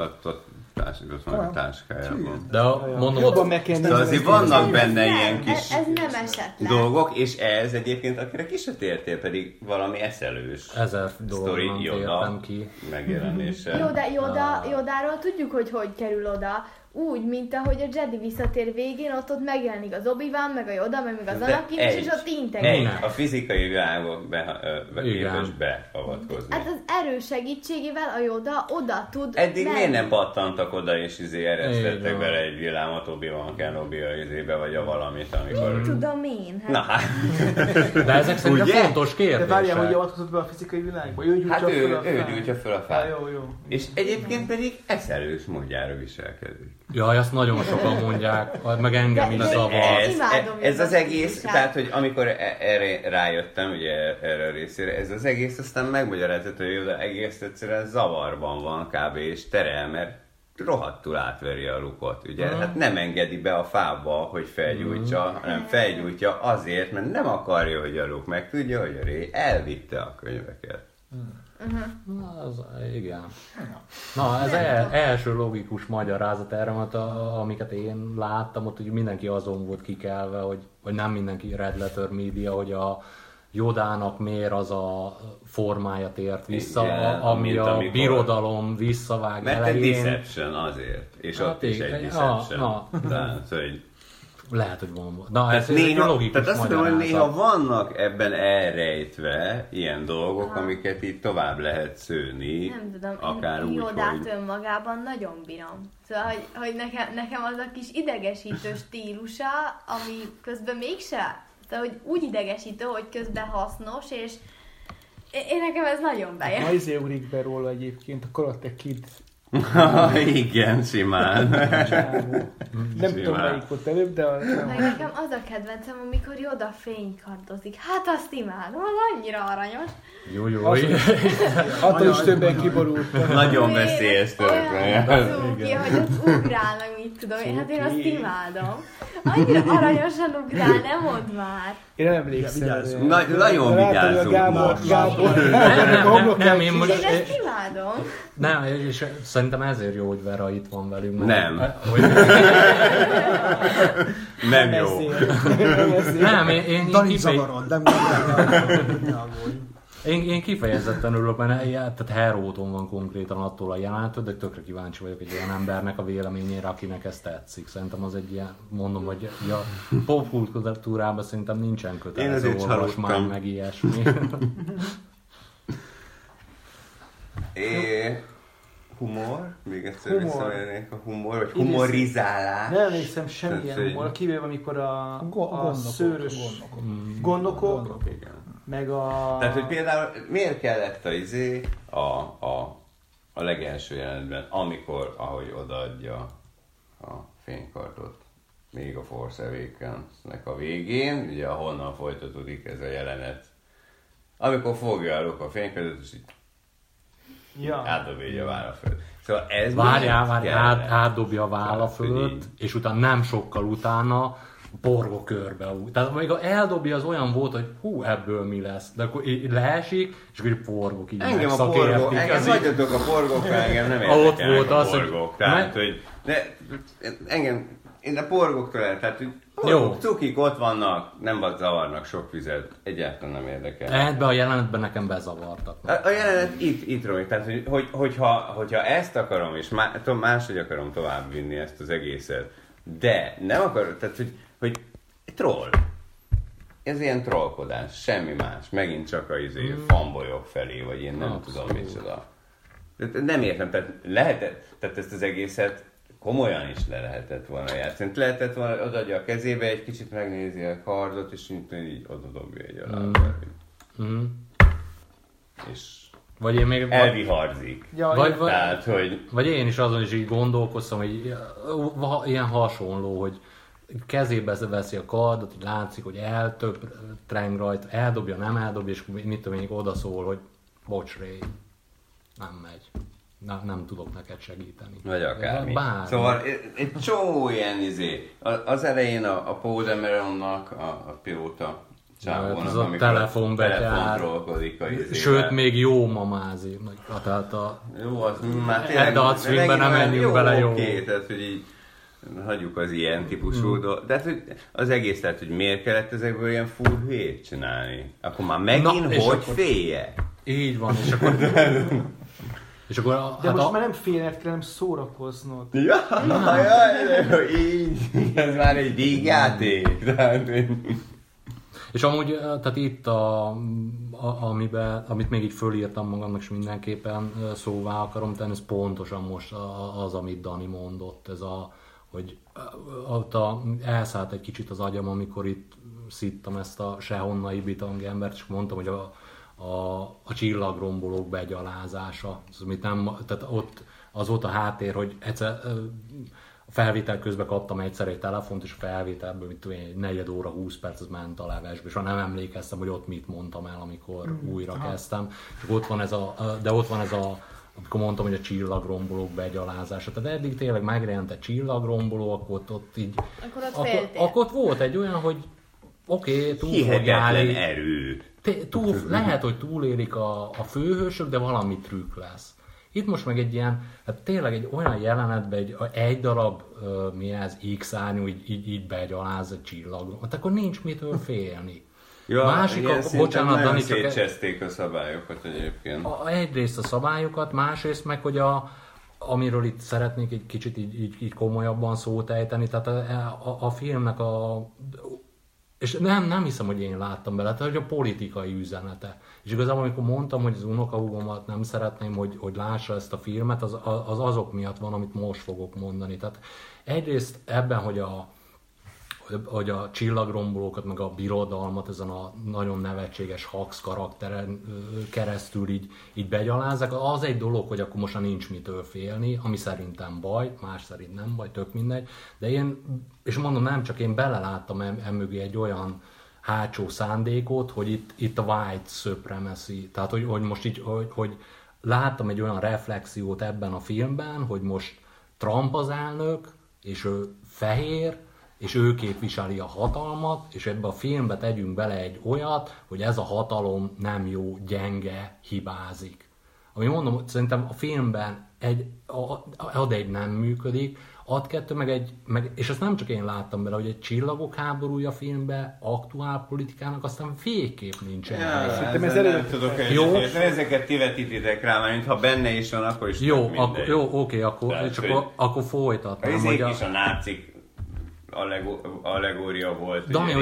Ott van a táskájában. De mondom, Jobban ott, meg kell De azért nézni. vannak benne ilyen kis Ez nem esetlen. dolgok, és ez egyébként, akire ki se tértél, pedig valami eszelős 1000 sztori dolgot Yoda értem ki. megjelenése. Jó, de Yodáról tudjuk, hogy kerül oda. Úgy, mint ahogy a Jedi visszatér végén, ott megjelenik az Obi-Wan, meg a Yoda, meg az De Anakin, és ott egy, integrálják. a fizikai világok Igen. képes beavatkozni. Hát az erő segítségével a Yoda oda tud Eddig menni. miért nem pattantak oda és eresztettek Igen. bele egy villámot Obi-Wan Kenobi a izébe, vagy a valamit, amikor... Tudom én. Hát. Na hát, De ezek szerintem Ugye? fontos De várjál, hogy kérdések. avatkozott be a fizikai világba? Ő gyújtja hát föl a ő fát. gyújtja föl a Á, fát. jó. És egyébként pedig eszelős módjára viselkedik. Jaj, azt nagyon sokan mondják, meg engem is De- zavar. Imádom Ez az Yoda egész, stílusát. tehát, hogy amikor erre rájöttem, ugye erre a részére, ez az egész aztán megmagyarázható, hogy Yoda egész egyszerűen zavarban van kb. És terel, mert rohadtul átveri a Luke-ot, ugye? Hát nem engedi be a fába, hogy felgyújtsa, hanem felgyújtja azért, mert nem akarja, hogy a Luke megtudja, hogy a Rey elvitte a könyveket. Na, igen. Na, ez első logikus magyarázat erre, mert amiket én láttam, ott ugye mindenki azon volt kikelve, hogy nem mindenki Red Letter Media, hogy a Yodának miért az a formája tért vissza, Igen, ami mint a amikor- birodalom visszavág Mert egy elején. deception azért, és Hát ott is igen, egy deception. na. Tehát, hogy Lehet, hogy van. Na, Tehát, ez egy logikus tehát azt mondom, hogy néha magyarázat. vannak ebben elrejtve ilyen dolgok, amiket így tovább lehet szőni. Nem tudom, akár én úgy, Yodát hogy... önmagában nagyon bírom. Szóval, hogy nekem az a kis idegesítő stílusa, ami közben mégse, szóval, hogy úgy idegesítő, hogy közben hasznos, és én nekem ez nagyon bejön. Ma izé ugrik be róla egyébként, a Karate Kid Igen, simán. csávó. Nem tudom Simán. melyik volt előbb, de Meg nekem az a kedvencem, amikor Yoda fénykardozik. Hát azt imádom, az annyira aranyos. Jó. attól is többen kiborult. Nagyon veszélyeztetve. Olyan cuki, hogy ott ugrálnak, mit tudom én. Hát én azt imádom. Annyira aranyosan ugrál, nem mondd már. Én nem emlékszem. Vigyázzunk. Nagyon vigyázzunk most. Nem, én most... Én ezt imádom. Nem, és szerintem ezért jó, hogy Vera itt van velünk. mert- Nem. Hogy, Nem jó. nem, én Dani zavarod, nem aggódj. Én kifejezetten örülök, mert tehát Heróton van konkrétan attól a jelenetől, de tökre kíváncsi vagyok egy olyan embernek a véleményére, akinek ez tetszik. Szerintem az egy ilyen, mondom, hogy a popkultúrában szerintem nincsen Én kötelező azért olvasmány, csalódtam. meg ilyesmi. Humor? Még egyszer Humor. visszaérnék a humor, vagy humorizálás. Nem emlékszem semmilyen humor, kivéve amikor a szőrös gondnokok, igen. meg a... Tehát, hogy például miért kellett a legelső jelenetben, ahogy odaadja a fénykardot, még a Force Awakens-nek a végén, ugye ahonnan folytatódik ez a jelenet, amikor fogja a Luke a fénykardot, és így átdobja így a válla fölött. Szóval ez Várjál, átdobja a válla fölött, és utána nem sokkal utána borgó körbe úgy. Tehát még eldobja az olyan volt, hogy hú, ebből mi lesz. De akkor leesik, és akkor forgok így engem hagyjatok a porgókkal, engem nem érdekelnek a porgók. Tehát, hogy én a porgóktól tehát, hogy cukik ott vannak, nem zavarnak sok vizet, egyáltalán nem érdekel. Ebben a jelenetben nekem bezavartak. A jelenet itt romlik, tehát hogyha ezt akarom, és máshogy akarom továbbvinni ezt az egészet, de nem akarom, tehát hogy troll. Ez ilyen trollkodás, semmi más. Megint csak a fanbolyok felé, vagy én nem tudom micsoda. Nem értem, tehát ezt az egészet komolyan is le lehetett volna játszani. Lehetett volna, odaadja a kezébe, egy kicsit megnézi a kardot, és így odadobja egy alá. És vagy én még elviharzik. Tehát, vagy én is azon is így gondolkoztam, hogy ilyen hasonló, hogy kezébe veszi a kardot, így látszik, hogy eltreng rajta, eldobja, nem eldobja, és mit tudom én, oda szól, hogy bocs, Ray, nem megy. Nem tudok neked segíteni. Vagy akármi. Szóval egy csomó ilyen az elején a Poe Dameronnak, a pilóta csávónak, ez a telefontrollkodik a sőt, még jó mamázi. Jó, az már tényleg... De a filmben nem menjünk bele, jó. Oké, tehát, hogy így hagyjuk az ilyen típusú dolgot. De hogy az egész, tehát, hogy miért kellett ezekből ilyen full hülyét csinálni? Akkor már megint hogy félje? Így van, és akkor... De most már nem félned kell, nem szórakoznod. Ja, így. Ez már egy vígjáték. És amúgy, tehát itt amit még így fölírtam magamnak, és mindenképpen szóvá akarom tenni, ez pontosan most az, amit Dani mondott, ez hogy elszállt egy kicsit az agyam, amikor itt szittam ezt a sehonnai bitang embert, és mondtam, hogy a csillagrombolók begyalázása. Tehát ott az volt a háttér, hogy egyszer a felvétel közben kaptam egyszer egy telefont, és a felvételből egy 4 óra 20 perc az ment a levesbe, és nem emlékeztem, hogy ott mit mondtam el, amikor újra kezdtem. Csak ott van ez amikor mondtam, hogy a csillagrombolók begyalázása. Tehát eddig tényleg megjelent egy csillagromboló, akkor ott így... Akkor ott volt egy olyan, hogy oké, hihetetlen erő. Lehet, hogy túlélik a főhősök, de valami trükk lesz. Itt most meg egy ilyen, hát tényleg egy olyan jelenetben egy darab X-árnyú így begyaláz a csillagon. Hát akkor nincs mitől félni. Ja, másik, bocsánat, Dani, csak szétcseszték a szabályokat egyébként. Egyrészt a szabályokat, másrészt meg, hogy amiről itt szeretnék egy kicsit így komolyabban szót ejteni, tehát a filmnek és nem hiszem, hogy én láttam bele, tehát hogy a politikai üzenete. És igazából, amikor mondtam, hogy az unokahúgomat nem szeretném, hogy lássa ezt a filmet, az azok miatt van, amit most fogok mondani. Tehát egyrészt ebben, hogy a csillagrombolókat, meg a birodalmat ezen a nagyon nevetséges Hux karakteren keresztül így begyalázzák, az egy dolog, hogy akkor most nincs mitől félni, ami szerintem baj, más szerint nem baj, tök mindegy, de én, és mondom, nem csak én beleláttam emögé egy olyan hátsó szándékot, hogy itt a white supremacy, tehát hogy most így, hogy láttam egy olyan reflexiót ebben a filmben, hogy most Trump az elnök, és ő fehér, és ő képviseli a hatalmat, és ebbe a filmbe tegyünk bele egy olyat, hogy ez a hatalom nem jó, gyenge, hibázik. Ami mondom, szerintem a filmben ad egy nem működik, ad kettő, és ezt nem csak én láttam bele, hogy egy csillagok háborúja filmben, aktuál politikának aztán végképp nincsen. Nem tudok ezeket ti vetítitek rá, mert ha benne is van, akkor is oké, akkor folytatnám. Ezek is a nácik allegória volt, Dani,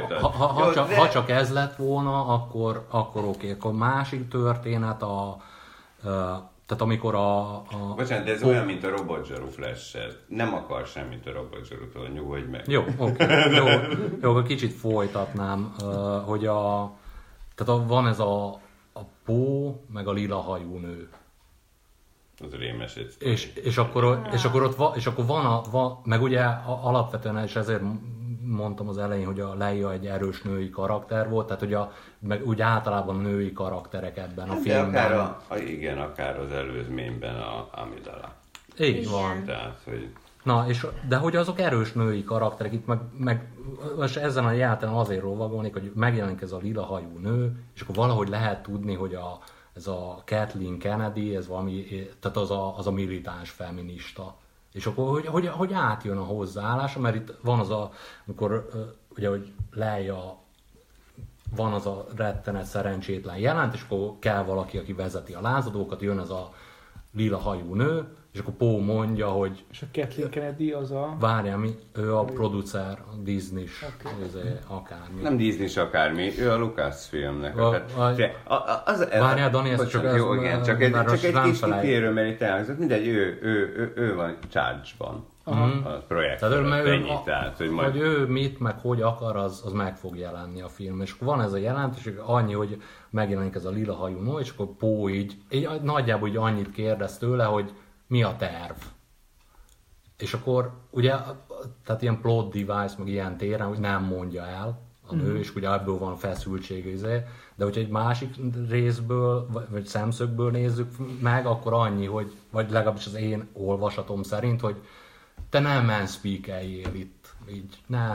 ha csak ez lett volna, akkor oké. Akkor másik történet, Tehát amikor Bocsánat, de ez olyan, mint a robotzsaru Flash-sel. Nem akar semmit a robotzsarutól, nyugodj meg. Jó, oké. Jó, kicsit folytatnám, hogy tehát van ez a Pó, meg a lila hajú nő. Az rémes egy. És akkor van, meg ugye alapvetően, és ezért mondtam az elején, hogy a Leia egy erős női karakter volt, tehát hogy meg úgy általában női karakterek ebben a filmben. De akár az előzményben a Amidala. Így van. Tehát, hogy... Na, de hogy azok erős női karakterek, itt meg most ezen a játékon azért rovagolnék, hogy megjelenik ez a lila hajú nő, és akkor valahogy lehet tudni, hogy ez a Kathleen Kennedy, ez valami, tehát az a militáns feminista. És akkor, hogy átjön a hozzáállása, mert itt van az amikor ugye, hogy Leia, van az a rettenet szerencsétlen jelent, és akkor kell valaki, aki vezeti a lázadókat, jön ez a lila hajú nő, és akkor Poe mondja, hogy... És a Kathleen Kennedy az a... Várjál, ő a producer, a Disney-s, akármi. Nem Disney-s akármi, ő a Lucasfilmnek. Várjál, Dani, ez csak egy kis kitérő, mert itt elhangzott, mindegy, ő van charge-ban. A projektben. Hogy ő mit, meg hogy akar, az meg fog jelenni a film. És van ez a jelentés, és annyi, hogy megjelenik ez a lila hajú nő, és akkor Poe így nagyjából így annyit kérdez tőle, hogy mi a terv. És akkor ugye, tehát ilyen plot device, meg ilyen téren, hogy nem mondja el a nő, és ugye ebből van feszültség, de hogyha egy másik részből, vagy szemszögből nézzük meg, akkor annyi, hogy, vagy legalábbis az én olvasatom szerint, hogy te nem manspeakeljél itt, így,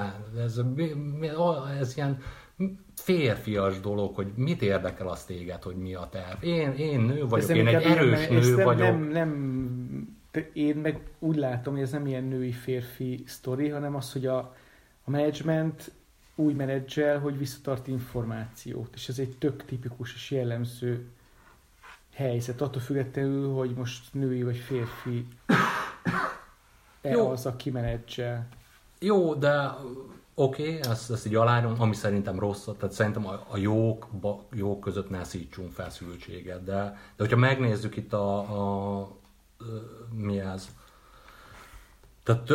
ez ilyen férfias dolog, hogy mit érdekel az téged, hogy mi a terv. Én nő vagyok, én egy erős nő vagyok. Én meg úgy látom, hogy ez nem ilyen női-férfi sztori, hanem az, hogy a menedzsment úgy menedzsel, hogy visszatart információt. És ez egy tök tipikus és jellemző helyzet. Attól függetlenül, hogy most női vagy férfi az, aki menedzsel. Jó, de oké, ezt így aláírom, ami szerintem rossz, tehát szerintem a jók között ne szítsunk feszültséget, de hogyha megnézzük itt mi ez? Tehát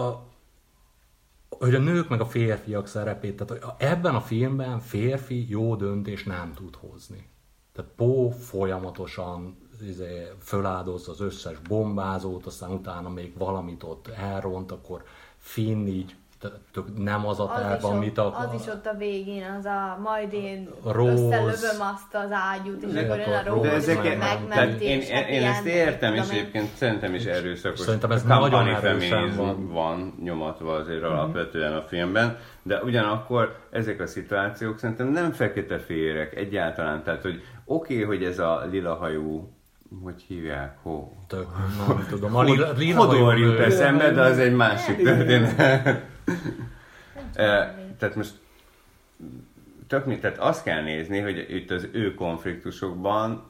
hogy a nők meg a férfiak szerepét, tehát ebben a filmben férfi jó döntés nem tud hozni. Tehát Poe folyamatosan föláldozza az összes bombázót, aztán utána még valamit ott elront, akkor Finn így nem az a terv, amit akar. Az is ott a végén, majd én összelövöm azt az ágyút, és akkor ön a Rose megmenti, és én ezt értem, és egyébként szerintem is erőszakos. Szerintem ez nagyon erősen van nyomatva azért alapvetően a filmben, de ugyanakkor ezek a szituációk szerintem nem fekete-fehérek egyáltalán, tehát hogy oké, hogy ez a lilahajú, hogy hívják? Nem tudom. Hodor jut eszembe, de az egy másik történet. Tehát most tehát azt kell nézni, hogy itt az ő konfliktusokban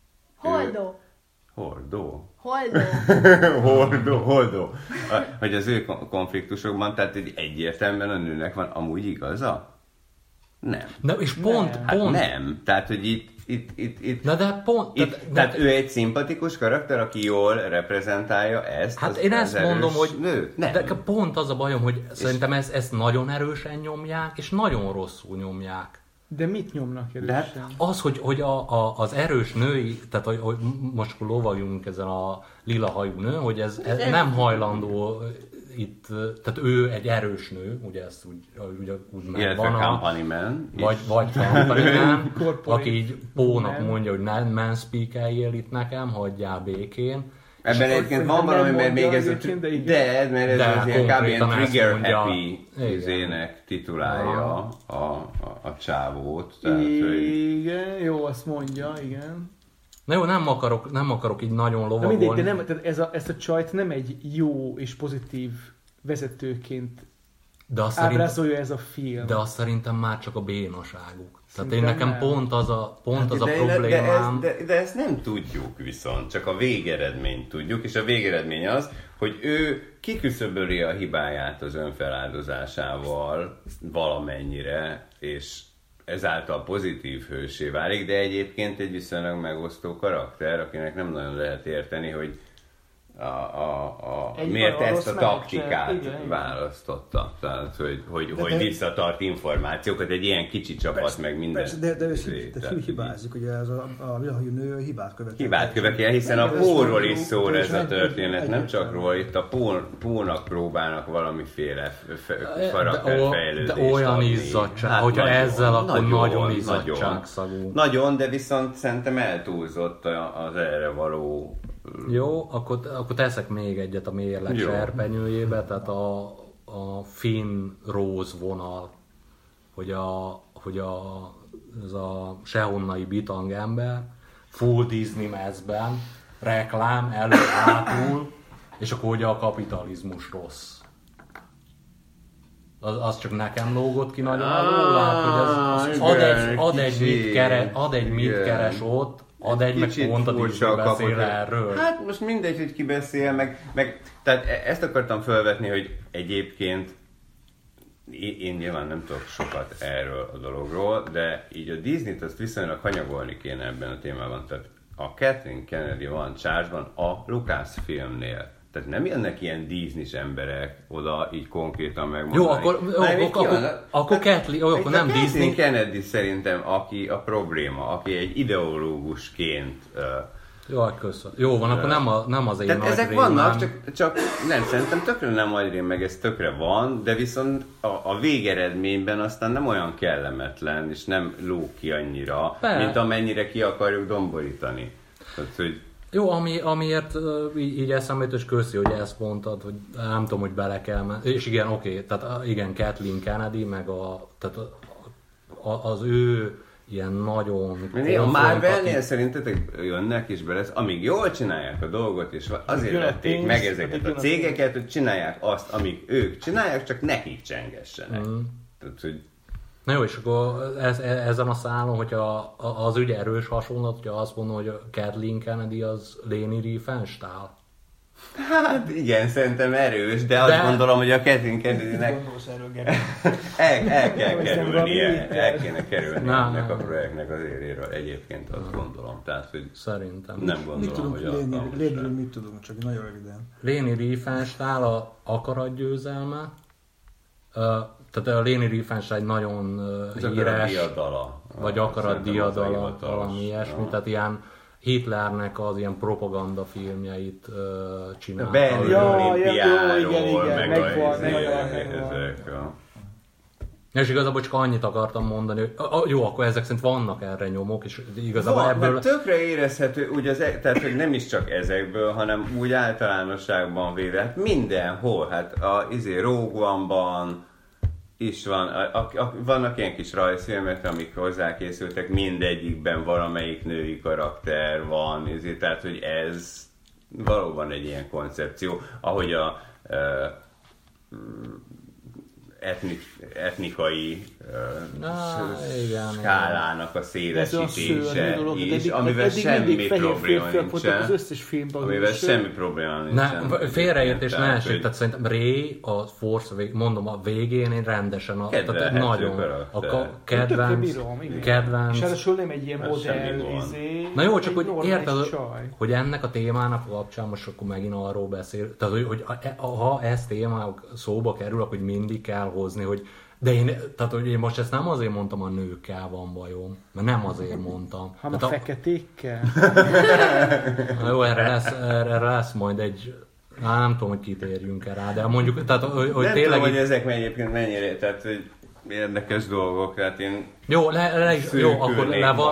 Holdó. Hogy az ő konfliktusokban, tehát egyértelműen a nőnek van amúgy igaza? Nem. És pont. Nem. Tehát, hogy itt tehát ő egy szimpatikus karakter, aki jól reprezentálja ezt. Hát én ezt mondom, hogy nőt. De pont az a bajom, hogy szerintem ezt nagyon erősen nyomják, és nagyon rosszul nyomják. De mit nyomnak erősen? Az, hogy az erős női, tehát hogy most akkor lovagjunk ezen a lila hajú nő, hogy ez nem hajlandó itt, tehát ő egy erős nő, ugye ezt úgy illetve company man. Vagy company man, aki így Pónak mondja, hogy nem manspeakeljél itt nekem, hagyjál békén. Ebben egyébként van valami, mert még ez mert ez az ilyen kb. Ilyen trigger happy izének titulálja a csávót. Tehát, igen, jó, azt mondja, igen. Na jó, nem akarok így nagyon lovagolni. De mindegy, de ezt a csajt nem egy jó és pozitív vezetőként ábrázolja ez a film. De azt szerintem már csak a bénaságuk. Tehát én nekem pont az a problémám. De ezt nem tudjuk viszont, csak a végeredményt tudjuk, és a végeredmény az, hogy ő kiküszöböli a hibáját az önfeláldozásával valamennyire, és ezáltal pozitív hősé válik, de egyébként egy viszonylag megosztó karakter, akinek nem nagyon lehet érteni, hogy miért ezt a taktikát választotta. Tehát, hogy visszatart információkat, egy ilyen kicsi csapat, persze, meg minden. Persze, de hibázik, ugye ez a vilahelyű nő hibát követett. Hibát követett, hiszen a Paulról is szól ez a történet, nem csak róla, itt a Paulnak próbálnak valamiféle karakterfejlődést de olyan izzadság, hát hogyha nagyon, ezzel, akkor nagyon izzadságszagú. Nagyon, de viszont szerintem eltúlzott az erre való. Jó, akkor teszek még egyet a mérleg serpenyőjébe, tehát a Finn Rose vonal, hogy ez a sehonnai bitang ember full Disney mezben, reklám elő-hátul, és akkor ugye a kapitalizmus rossz. Az csak nekem lógott ki nagyon alól, hogy ad egy mit keres ott, ad egy meg pont a Disney beszél erről. Hát most mindegy, hogy ki beszél, meg tehát ezt akartam felvetni, hogy egyébként én nyilván nem tudok sokat erről a dologról, de így a Disney-t azt viszonylag hanyagolni kéne ebben a témában. Tehát a Kathleen Kennedy van charge-ban a Lucasfilmnél. Tehát nem jönnek ilyen Disney-s emberek oda így konkrétan megmondani. Akkor Kathleen, akkor nem Disney. Kennedy szerintem aki a probléma, aki egy ideológusként... Jaj, köszönöm. Jó van, akkor nem az én tehát ezek vannak, csak nem, szerintem tökre nem agyrém, meg ez tökre van, de viszont a végeredményben aztán nem olyan kellemetlen, és nem lóg ki annyira, mint amennyire ki akarjuk domborítani. Tehát, hogy jó, amiért így eszembe jut, és köszi, hogy ezt mondtad, hogy nem tudom, hogy bele kell menni. És igen, oké, tehát igen, Kathleen Kennedy, meg tehát az ő ilyen nagyon... A Marvelnél szerintetek jönnek is bele, amíg jól csinálják a dolgot, és azért vették meg ezeket a cégeket, hogy csinálják azt, amíg ők csinálják, csak nekik csengessenek. Tehát, hogy na jó, és akkor ezen a szálon, hogyha az ügy erős hasonlat, hogyha azt mondom, hogy a Kathleen Kennedy az Leni Riefenstahl. Hát igen, szerintem erős, de azt gondolom, hogy a Kathleen Kennedy-nek el kéne kerülni ennek a projektnek az éréről. Egyébként azt gondolom. Tehát, hogy szerintem. Nem gondolom, hogy Léniről mit tudunk, csak nagyon röviden. Leni Riefenstahl a akaratgyőzelme. Tehát a Leni Riefenstahl egy nagyon híres, vagy akaratdiadala, valami ilyesmi, tehát ilyen Hitlernek az ilyen propaganda filmjeit csinálta. Berlin olimpiáról, meg ezek. És igazából csak annyit akartam mondani, hogy jó, akkor ezek szerint vannak erre nyomok, és igazából ebből... Mert tökre érezhető, úgy tehát hogy nem is csak ezekből, hanem úgy általánosságban véve, hát mindenhol, hát a Rogue One-ban is vannak ilyen kis rajzfilmek, amik hozzákészültek, mindegyikben valamelyik női karakter van, tehát hogy ez valóban egy ilyen koncepció, ahogy a etnikai skálának a szélesítése is, amivel semmi probléma nincsen. Amivel semmi probléma nincsen. Félreértés ne esik, tehát szerintem Rey a Force, mondom, a végén én rendesen, tehát nagyon a kedvenc. És ráadásul nem egy ilyen modell, na jó, csak hogy érted, hogy ennek a témának kapcsán most akkor megint arról beszél, tehát hogy ha ez témák szóba kerül, akkor mindig kell hozni, hogy tehát hogy én most ezt nem azért mondtam, a nőkkel van bajom, mert nem azért mondtam. Hanem a feketékkel? Jó, erre lesz majd egy... nem tudom, hogy kitérjünk rá, de mondjuk, tehát hogy nem tényleg... tudom, hogy ezek egyébként mennyire, tehát hogy érdekes dolgok, tehát én jó, akkor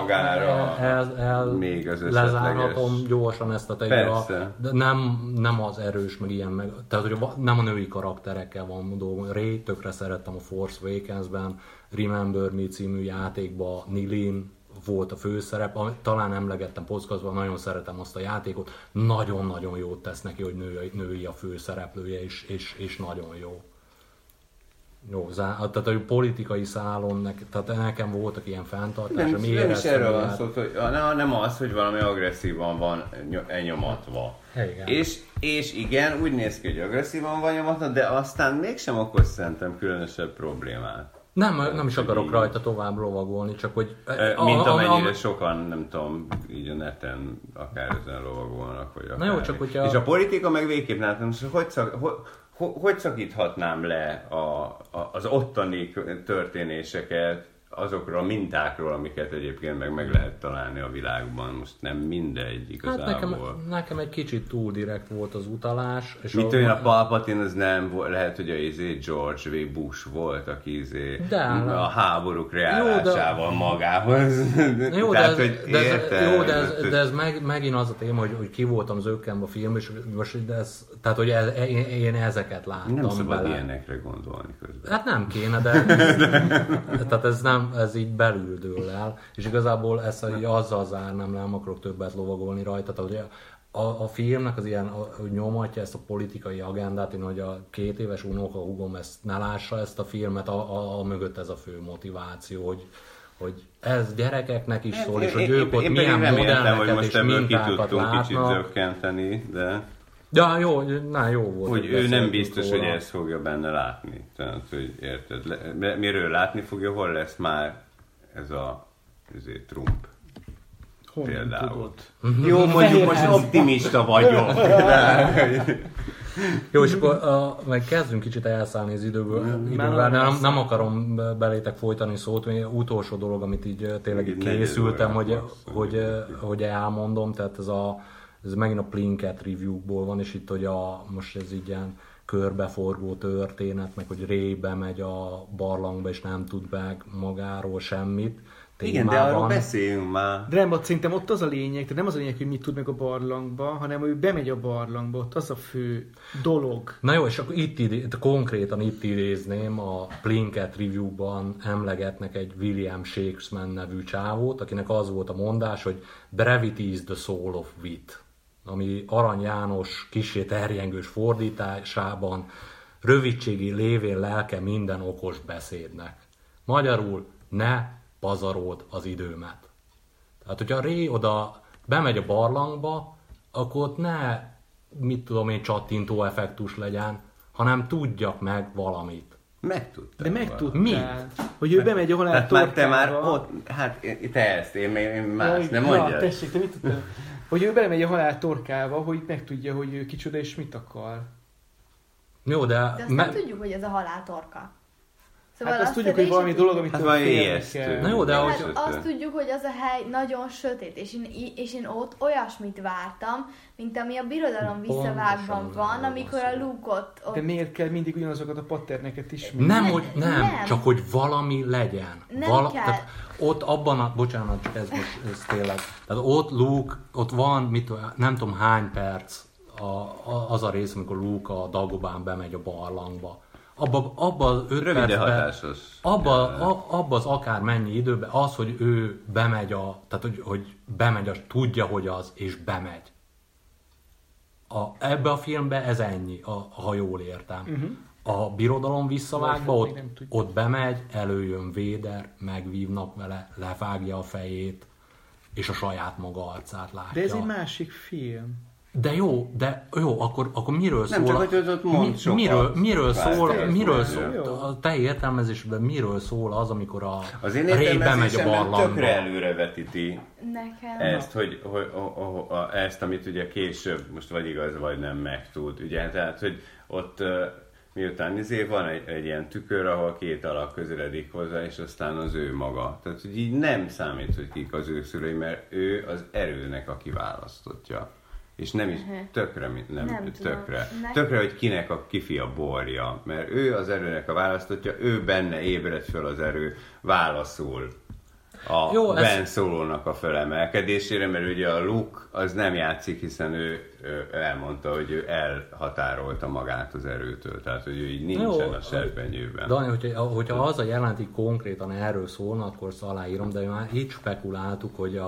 még az lezárhatom gyorsan ezt a tegyre. De nem az erős, meg ilyen, meg, tehát hogy nem a női karakterekkel van dolgom. Rey, tökre szerettem a Force Awakens-ben, Remember Me című játékban Nilin volt a főszerep, talán emlegettem podcastban, nagyon szeretem azt a játékot, nagyon-nagyon jót tesz neki, hogy női a főszereplője, és nagyon jó. Jó, tehát a politikai szálon, tehát nekem voltak ilyen fenntartások. Nem is erről van szó, hogy nem az, hogy valami agresszívan van nyomatva. És igen, úgy néz ki, hogy agresszívan van nyomatva, de aztán mégsem okoz szerintem különösebb problémát. Nem is akarok rajta tovább lovagolni, csak hogy... Mint amennyire sokan, nem tudom, így a neten akár ezen lovagolnak, vagy akár. Na jó, csak hogyha... És a politika meg végképp látom, hogy szakíthatnám le az ottani történéseket azokról a mintákról, amiket egyébként meg lehet találni a világban. Most nem mindegy igazából. Hát nekem egy kicsit túl direkt volt az utalás. És mit olyan a Palpatine, az nem volt, lehet, hogy a George W. Bush volt, aki a háborúk reálásával magához. Jó, de ez megint az a téma, hogy ki voltam zökkenve a film, és most tehát, hogy én ezeket láttam. Nem szabad ilyenekre gondolni közben. Hát nem kéne, de tehát ez így belül dől el, és igazából ezt azzal zárnám, nem akarok többet lovagolni rajta, tehát a filmnek az ilyen, hogy nyomatja ezt a politikai agendát, én hogy a 2 éves unokahúgom ezt ne lássa ezt a filmet, a mögött ez a fő motiváció, hogy ez gyerekeknek is szól, és hogy ők ott milyen modelleket és mintákat látnak. Kicsit zökkenteni, de... Ja, jó volt. Hogy ő nem biztos, hogy ezt fogja benne látni. Tehát, hogy érted, miről látni fogja, hol lesz már ez a Trump például. Jó, mondjuk most optimista vagyok. Jó, és akkor meg kezdünk kicsit elszállni az időből. Nem akarom belétek folytani szót, még utolsó dolog, amit így tényleg készültem, hogy elmondom, tehát ez megint a Plinkett review-ból van, és itt, hogy most ez így ilyen körbeforgó történet, meg hogy Rey bemegy a barlangba, és nem tud meg magáról semmit. Igen, de arról beszéljünk már. De nem, szerintem ott az a lényeg, tehát nem az a lényeg, hogy mit tud meg a barlangba, hanem hogy bemegy a barlangba, ott az a fő dolog. Na jó, és akkor konkrétan itt idézném, a Plinkett review-ban emlegetnek egy William Shakespeare nevű csávót, akinek az volt a mondás, hogy brevity is the soul of wit, ami Arany János kissé terjengős fordításában rövidségi lévén lelke minden okos beszédnek. Magyarul ne pazarold az időmet. Tehát, hogyha Rey oda bemegy a barlangba, akkor ott ne, mit tudom én, csattintó effektus legyen, hanem tudjak meg valamit. Megtudtam. De megtudtál. Mit? Hogy ő bemegy a halál torkába. Te már ott, hát te ezt, én más, nem mondjad. Ja, tessék, te mit tudtál? Hogy ő bemegy a halál torkába, hogy megtudja, hogy ő kicsoda és mit akar. Jó, de azt nem tudjuk, hogy ez a halál torka. Szóval hát azt tudjuk, hogy valami dolog, amit félni kell. Na jó, de azt tudjuk, hogy az a hely nagyon sötét, és én ott olyasmit vártam, mint ami a Birodalom visszavágban van, amikor a Luke ott... De miért kell mindig ugyanazokat a patterneket ismerni? Nem, csak hogy valami legyen. Nem kell. Tehát ott abban bocsánat, csak ez most ez tényleg. Tehát ott Luke, ott van, nem tudom hány perc az a rész, amikor Luke a Dagobán bemegy a barlangba. Abba az 5 percben, abba az akár mennyi időben, az, hogy ő bemegy tehát hogy bemegy, tudja, hogy az, és bemegy. Ebbe a filmbe ez ennyi, ha jól értem. Uh-huh. A Birodalom visszavágba, ott bemegy, előjön Vader, megvívnak vele, levágja a fejét, és a saját maga arcát látja. De ez egy másik film. De jó, akkor miről nem szól? Nem csak, hogy ott mond miről szól? A te értelmezésben miről szól az, amikor a Rey bemegy a barlangba? Tökre előrevetíti nekem. Ezt, hogy ezt, amit ugye később most vagy igaz, vagy nem megtud. Ugye, tehát, hogy ott miután van egy ilyen tükör, ahol 2 alak közeledik hozzá, és aztán az ő maga. Tehát, hogy így nem számít, hogy kik az ő szülei, mert ő az erőnek a kiválasztottja. És nem is tökre, hogy kinek a kifia borja, mert ő az erőnek a választottja, ő benne ébred föl az erő, válaszul a Ben Solo-nak a fölemelkedésére, mert ugye a Luke az nem játszik, hiszen ő elmondta, hogy ő elhatárolta magát az erőtől, tehát hogy ő így nincsen a serpenyőben. Dani, hogyha az a jelenti konkrétan erről szólna, akkor aláírom, de már így spekuláltuk, hogy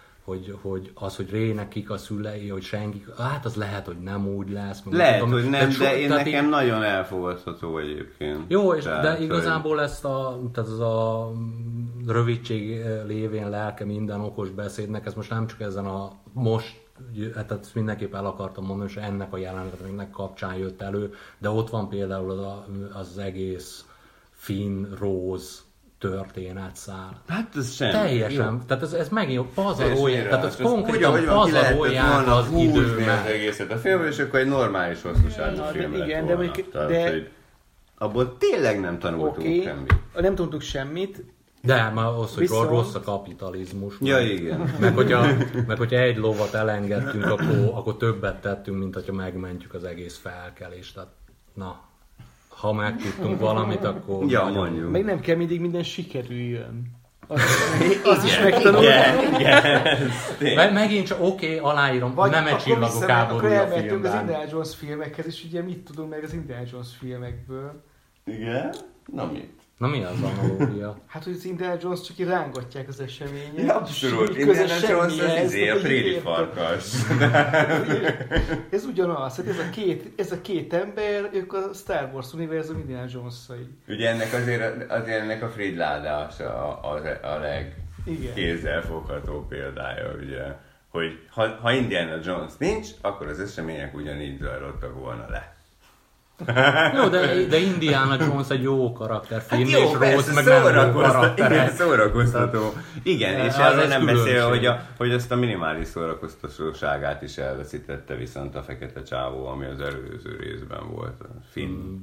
hogy Raynek kik a szülei, hogy senki, hát az lehet, hogy nem úgy lesz. Lehet, hogy nem, de nekem nagyon elfogadható egyébként. Jó, de igazából ezt tehát az a rövidség lévén lelke minden okos beszédnek, ez most nem csak ezen tehát ezt mindenképp el akartam mondani, és ennek a jelenetnek kapcsán jött elő, de ott van például az egész Finn, Rose történetszál. Hát ez semmi. Teljesen, Jó. tehát ez megint pazarolják, tehát ez konkrétan úgy, pazarolják az időmet. Az egészet a filmről, és akkor egy normális hosszúságú film lett igen, volna. Tehát, abból tényleg nem tanultunk semmit. Nem tudtuk semmit. De már az, hogy Viszont... rossz a kapitalizmus. Ja, igen. Meg hogyha egy lovat elengedtünk, akkor többet tettünk, mint hogyha megmentjük az egész felkelést. Tehát, na, ha megtudtunk valamit, akkor... Ja, mondjuk. Meg nem kell mindig minden sikerüljön. Az is megtanultam. Igen. Megint csak aláírom, nem egy csillagok háborúja a film. Akkor az Indiana Jones filmekhez, és ugye mit tudunk meg az Indiana Jones filmekből? Igen? Na mit? Na mi az analógia? Hát, hogy az Indiana Jones csak így rángatják az eseményet. Ja, abszolút. Indiana Jones az a préri farkas. Ez ugyanaz, hát ez a két ember, ők a Star Wars univerzum Indiana Jones-ai. Ugye ennek azért ennek a Frid ládása a legkézzelfogható példája, ugye, hogy ha Indiana Jones nincs, akkor az események ugyanígy zajlottak volna le. Jó, de Indiana Jones egy jó karakter, Finn hát jó, és Rose meg nem jó karakter. Igen, szórakoztató. Igen, és arról nem beszél, hogy azt a minimális szórakoztatóságát is elveszítette viszont a fekete csávó, ami az előző részben volt, a Finn.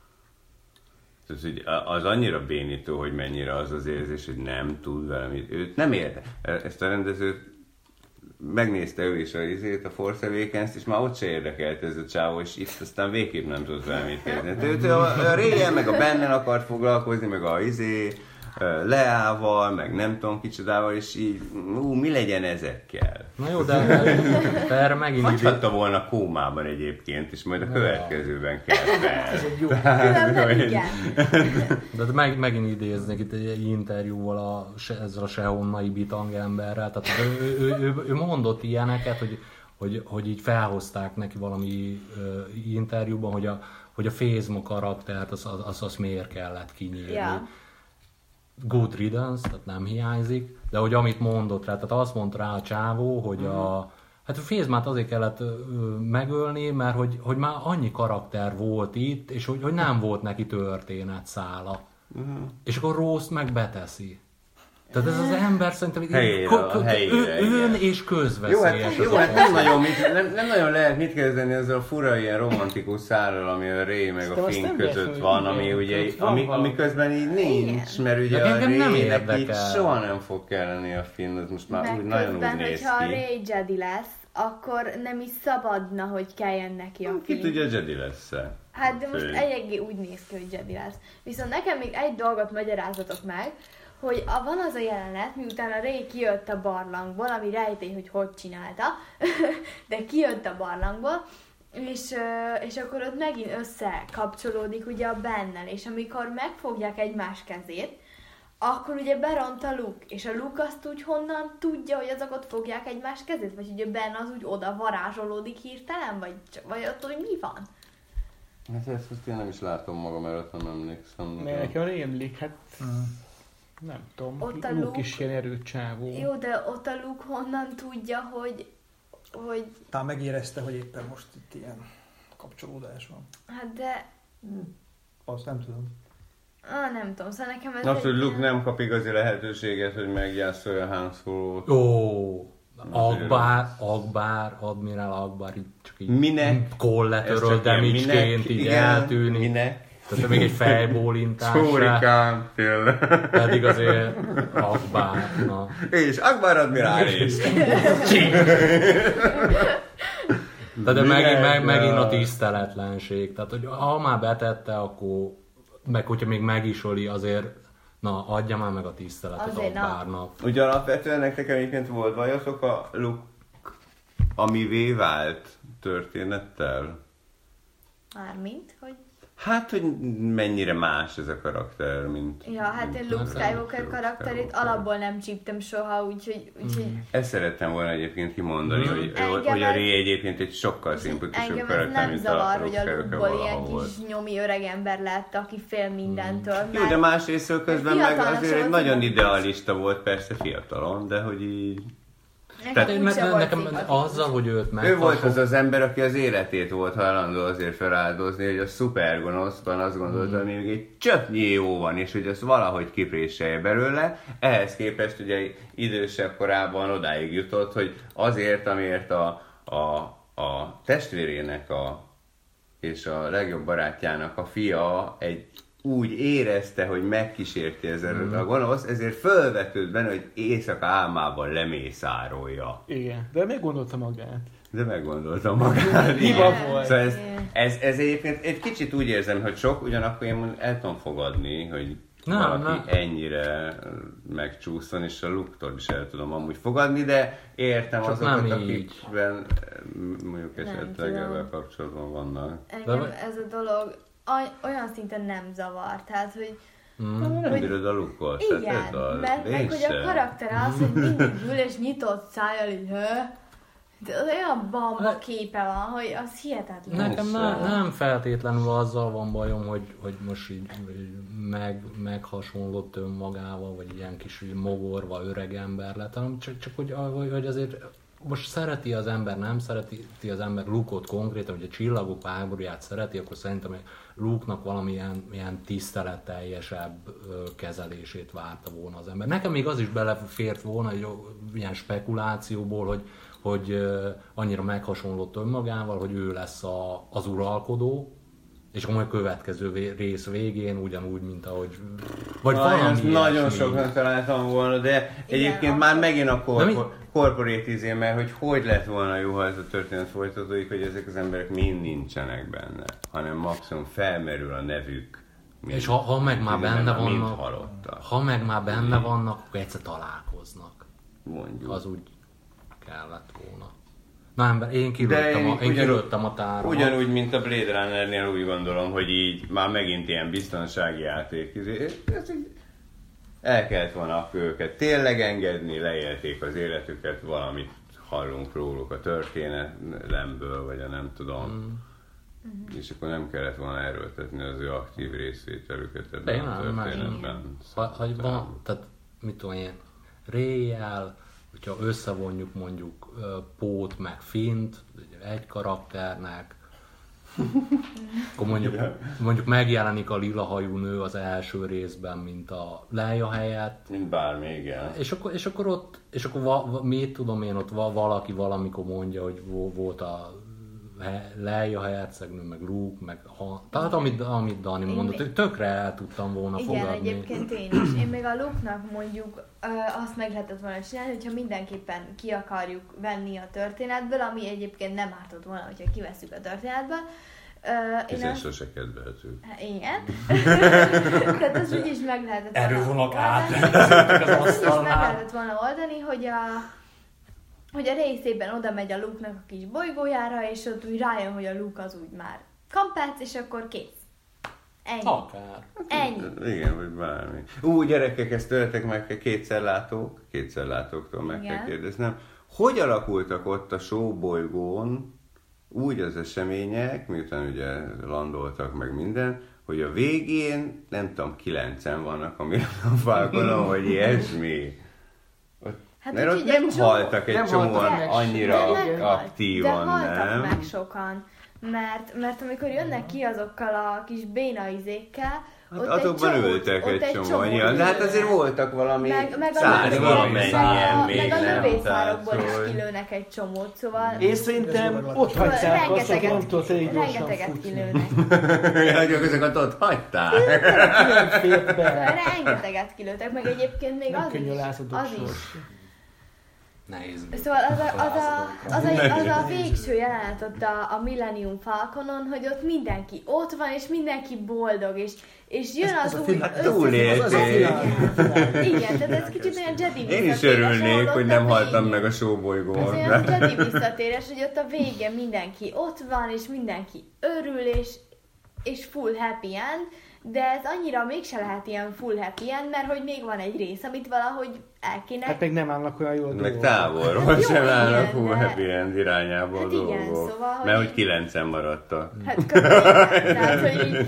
Az annyira bénító, hogy mennyire az az érzés, hogy nem tud valamit. Őt nem érte. Ezt a rendezőt megnézte ő is a Force Awakens-t, és már ott se érdekelt ez a csávó, és itt aztán végképp nem tudott valamit kezdeni. Őt a Ray-jel, meg a Bennel akart foglalkozni, meg a Leával, meg nem tudom kicsodával, és így, mi legyen ezekkel? Na jó, de erre megint... Hagyhatta volna kómában egyébként, és majd a következőben kell fel. Ez egy jó. De megint idéznék itt egy interjúval ezzel a sehonnai bitang emberrel, tehát ő mondott ilyeneket, hogy így felhozták neki valami interjúban, hogy a Phasma karaktert azt miért kellett kinyírni. Yeah. Good riddance, tehát nem hiányzik, de hogy amit mondott rá, tehát azt mondta rá a csávó, hogy hát a Phasmát azért kellett megölni, mert hogy már annyi karakter volt itt, és hogy nem volt neki történetszála. És akkor Rose meg beteszi. Tehát ez az ember szerintem ön és közveszélyes. Jó, hát nem nagyon lehet mit kezdeni ezzel a fura ilyen romantikus szárral, ami a Ray meg a Finn között van, ami ugye, ami közben így nincs, mert ugye a Raynek így soha nem fog kelleni a Finn, az most már úgy nagyon úgy néz ki. Hogyha a Ray Jedi lesz, akkor nem is szabadna, hogy kelljen neki a Finn. Ki tudja, Jedi lesz-e? Hát de most eléggé úgy néz ki, hogy Jedi lesz. Viszont nekem még egy dolgot magyarázatok meg, hogy van az a jelenet, miután a Ray kijött a barlangból, ami rejtély, hogy csinálta, de kijött a barlangból, és akkor ott megint összekapcsolódik ugye a Bennel, és amikor megfogják egymás kezét, akkor ugye beront a Luke, és a Luke azt úgy honnan tudja, hogy azok ott fogják egymás kezét, vagy ugye Ben az úgy oda varázsolódik hirtelen, vagy ott hogy mi van? Hát ezt én nem is látom magam előtt, nem emlékszem. Mert nekem rémlik, hát... Nem tudom, ott a Luke is ilyen erőcsávó. Jó, de ott a Luke honnan tudja, hogy... Talán megérezte, hogy éppen most itt ilyen kapcsolódás van. Hát de... Azt nem tudom. Nem tudom, szóval nekem ez... Azt, hogy Luke nem kap igazi lehetőséget, hogy meggyászolja Han Solo-t. Akbar, Admiral Akbar, csak így... Minek? Kolletöröl demicsként így eltűnik. Minek? Tehát még egy fejbólintás. Csórikám, tényleg. Pedig azért Akbar. Na. És Akbar admirális. De megint a tiszteletlenség. Tehát, hogy ha már betette, akkor meg hogyha még meg is öli, azért na, adja már meg a tiszteletet Akbarnak. Ugye alapvetően nektek egyébként volt bajotok a Luke amivé vált történettel? Mármint, hogy... Hát, hogy mennyire más ez a karakter, mint... Ja, hát én Luke Skywalker karakterét alapból nem csíptem soha, úgyhogy... Ezt szerettem volna egyébként kimondani, hogy a Rey egyébként egy sokkal szimpatikusabb karakter, mint a Luke Skywalker. Engem ez nem zavar, hogy a Luke-ból ilyen kis nyomi öregember lett, aki fél mindentől. Jó, de másrésztől közben meg azért egy nagyon idealista volt, persze fiatalon, de hogy így... Nekem azzal, hogy őt ő volt az ember, aki az életét volt hajlandó azért feláldozni, hogy a szupergonoszban azt gondolta, hogy még egy csöpnyi jó van, és hogy azt valahogy kipréselje belőle. Ehhez képest ugye idősebb korában odáig jutott, hogy azért, amiért a testvérének és a legjobb barátjának a fia úgy érezte, hogy megkísérti ezzel a gonosz, ezért fölvetődött benne, hogy éjszaka álmában lemészárolja. Igen, de meggondolta magát. Hiba volt. Szóval ez egyébként egy kicsit úgy érzem, hogy sok, ugyanakkor én el tudom fogadni, hogy valaki ennyire megcsúszson, és a Luke-tól is el tudom amúgy fogadni, de értem csak azokat, akikben mondjuk esetleg ebben kapcsolatban vannak. Engem ez a dolog olyan szinten nem zavar, tehát, hogy... Nem bírod a Luke-ot. Igen, mert hogy a karakter az, hogy mindig ül és nyitott szájjal így, de az olyan bamba képe van, hogy az hihetetlen. Nekem nem feltétlenül azzal van bajom, hogy most így meghasonlott önmagával, vagy ilyen kis mogorva öreg ember lett, hanem csak hogy azért most szereti az ember, nem szereti az ember Luke-ot konkrétan, hogy a Csillagok háborúját szereti, akkor szerintem Luke-nak valamilyen ilyen tiszteletteljesebb kezelését várta volna az ember. Nekem még az is belefért volna egy ilyen spekulációból, hogy annyira meghasonlott önmagával, hogy ő lesz az uralkodó, és akkor a következő rész végén ugyanúgy, mint ahogy... Vagy valami nagyon sokan találtam volna, de egyébként már megint a korporétizé, mert hogy lett volna jó, ha ez a történet folytatódik, hogy ezek az emberek mind nincsenek benne, hanem maximum felmerül a nevük. És ha meg már benne vannak, akkor egyszer találkoznak. Mondjuk. Az úgy kellett volna. Na ember, én kilőttem a tára. Ugyanúgy, mint a Blade Runnernél úgy gondolom, hogy így már megint ilyen biztonsági játék. El kellett volna őket tényleg engedni, leélték az életüket, valamit hallunk róluk a történelemből, vagy a nem tudom. És akkor nem kellett volna erőltetni az ő aktív részvételüket ebben a történetben. Tehát mit tudom én, Rey-jel, hogyha összevonjuk mondjuk Pót meg Fint, egy karakternek, akkor mondjuk megjelenik a lila hajú nő az első részben, mint a Leia helyett. Mint bármi, igen. És akkor mit tudom én, ott valaki valamikor mondja, hogy volt a Leia hercegnő, meg Luke, meg tehát amit Dani mondott, tökre el tudtam volna fogadni. Igen, egyébként én is. Én még a Luke-nak mondjuk azt meg lehetett volna csinálni, hogyha mindenképpen ki akarjuk venni a történetből, ami egyébként nem ártott volna, hogyha kivesszük a történetből. Hiszen sose kedveltük. Igen. Tehát az úgyis meg lehetett volna erővonalak át. Azt is meg lehetett volna oldani, hogy a részében oda megy a Luke-nak a kis bolygójára, és ott úgy rájön, hogy a Luke az úgy már kampác, és akkor kész. Ennyi. Akár. Ennyi. Igen, vagy bármi. Gyerekek, ezt töltek meg, kétszerlátóktól meg kell kérdeznem. Hogy alakultak ott a sóbolygón úgy az események, miután ugye landoltak meg minden, hogy a végén, nem tudom, 9-en vannak a Millennium Falconon, vagy ilyesmi. Hát mert ott nem haltak egy csomóan annyira aktívan, nem? De haltak nem? meg sokan. Mert amikor jönnek ki azokkal a kis béna izékkel, hát azokban ültek egy csomóan. De hát azért voltak valami száz valamennyien még meg a nem. lövészárokból is kilőnek egy csomót, szóval... Én szerintem ott hagyták azt, hogy nem tudott elég gyorsan rengeteget futni. kilőnek. Ezeket ott hagyták. Rengeteget kilőttek, meg egyébként még az is. Nehéz. Szóval az a végső jelenet ott a Millennium Falconon, hogy ott mindenki ott van, és mindenki boldog, és jön az új... Túlélték. Igen, tehát ez kicsit olyan Jedi visszatéres. Én is örülnék, hogy nem haltam meg a sóbolygón. Ez olyan Jedi visszatéres, hogy ott a végén mindenki ott van, és mindenki örül, és full happy end, de ez annyira mégse lehet ilyen full happy end, mert hogy még van egy rész, amit valahogy el kéne... Hát meg nem állnak olyan jól dolgok. Meg távolról sem állnak full happy end irányába a dolgok. Igen, szóval, mert hogy 9-en maradtak. Hát köszönöm, tehát hogy így...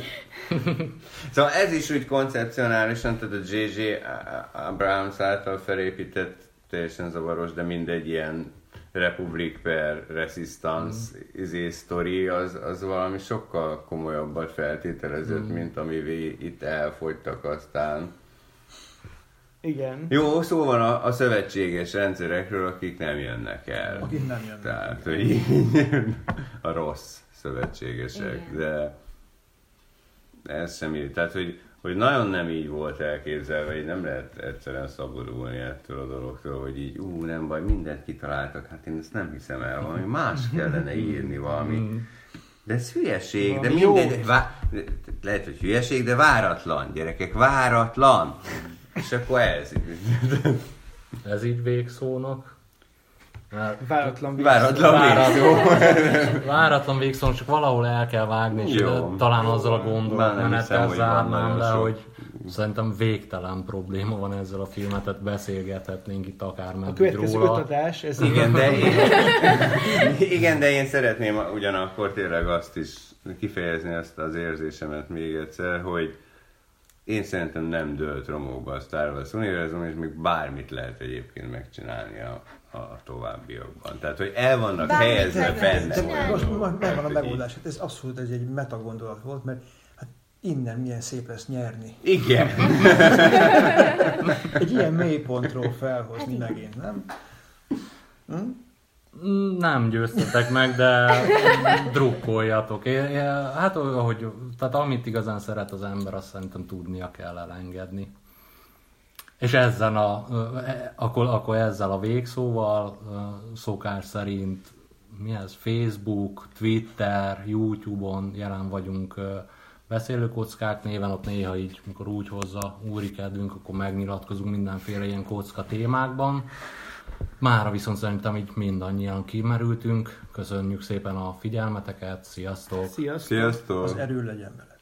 Szóval ez is úgy koncepcionálisan, tehát a J.J. Abrams által felépített teljesen zavaros, de mindegy ilyen Republic per Resistance sztori, az valami sokkal komolyabbat feltételezett, mint amivé itt elfogytak aztán. Igen. Jó, szó van a szövetséges rendszerekről, akik nem jönnek el. Akik nem jönnek. Tehát, hogy a rossz szövetségesek, de ez sem így. Tehát, hogy nagyon nem így volt elképzelve, így nem lehet egyszerűen szabadulni ettől a dologtól, hogy így, nem baj, mindent kitaláltak, hát én ezt nem hiszem el, valami más kellene írni, valami. De ez hülyeség, de mindegy, lehet, hogy hülyeség, de váratlan, gyerekek, váratlan. És akkor ez. Ez így végszónak. Váratlan végszónak, csak valahol el kell vágni, és talán azzal a gondolatmenettel zárnám le, hogy szerintem végtelen probléma van ezzel a filmet, tehát beszélgethetnénk itt akármeddig róla. A következő 5 adás, ez igen, de én szeretném ugyanakkor tényleg azt is kifejezni, ezt az érzésemet még egyszer, hogy én szerintem nem dőlt romokba a Star Wars univerzum, és még bármit lehet egyébként megcsinálni a továbbiakban. Tehát, hogy el vannak helyezve benne. Most megvan a megoldás. Ez abszolút egy metagondolat volt, mert hát innen milyen szép lesz nyerni. Igen. Egy ilyen mélypontról felhozni megint, nem? Nem győztetek meg, de drukkoljatok. Hát, tehát amit igazán szeret az ember, azt szerintem tudnia kell elengedni. És akkor ezzel a végszóval szokás szerint Facebook, Twitter, YouTube-on jelen vagyunk Beszélőkockák néven, ott néha így, amikor úgy hozza úri kedvünk, akkor megnyilatkozunk mindenféle ilyen kocka témákban. Mára viszont szerintem így mindannyian kimerültünk. Köszönjük szépen a figyelmeteket, sziasztok! Sziasztok! Az erő legyen vele.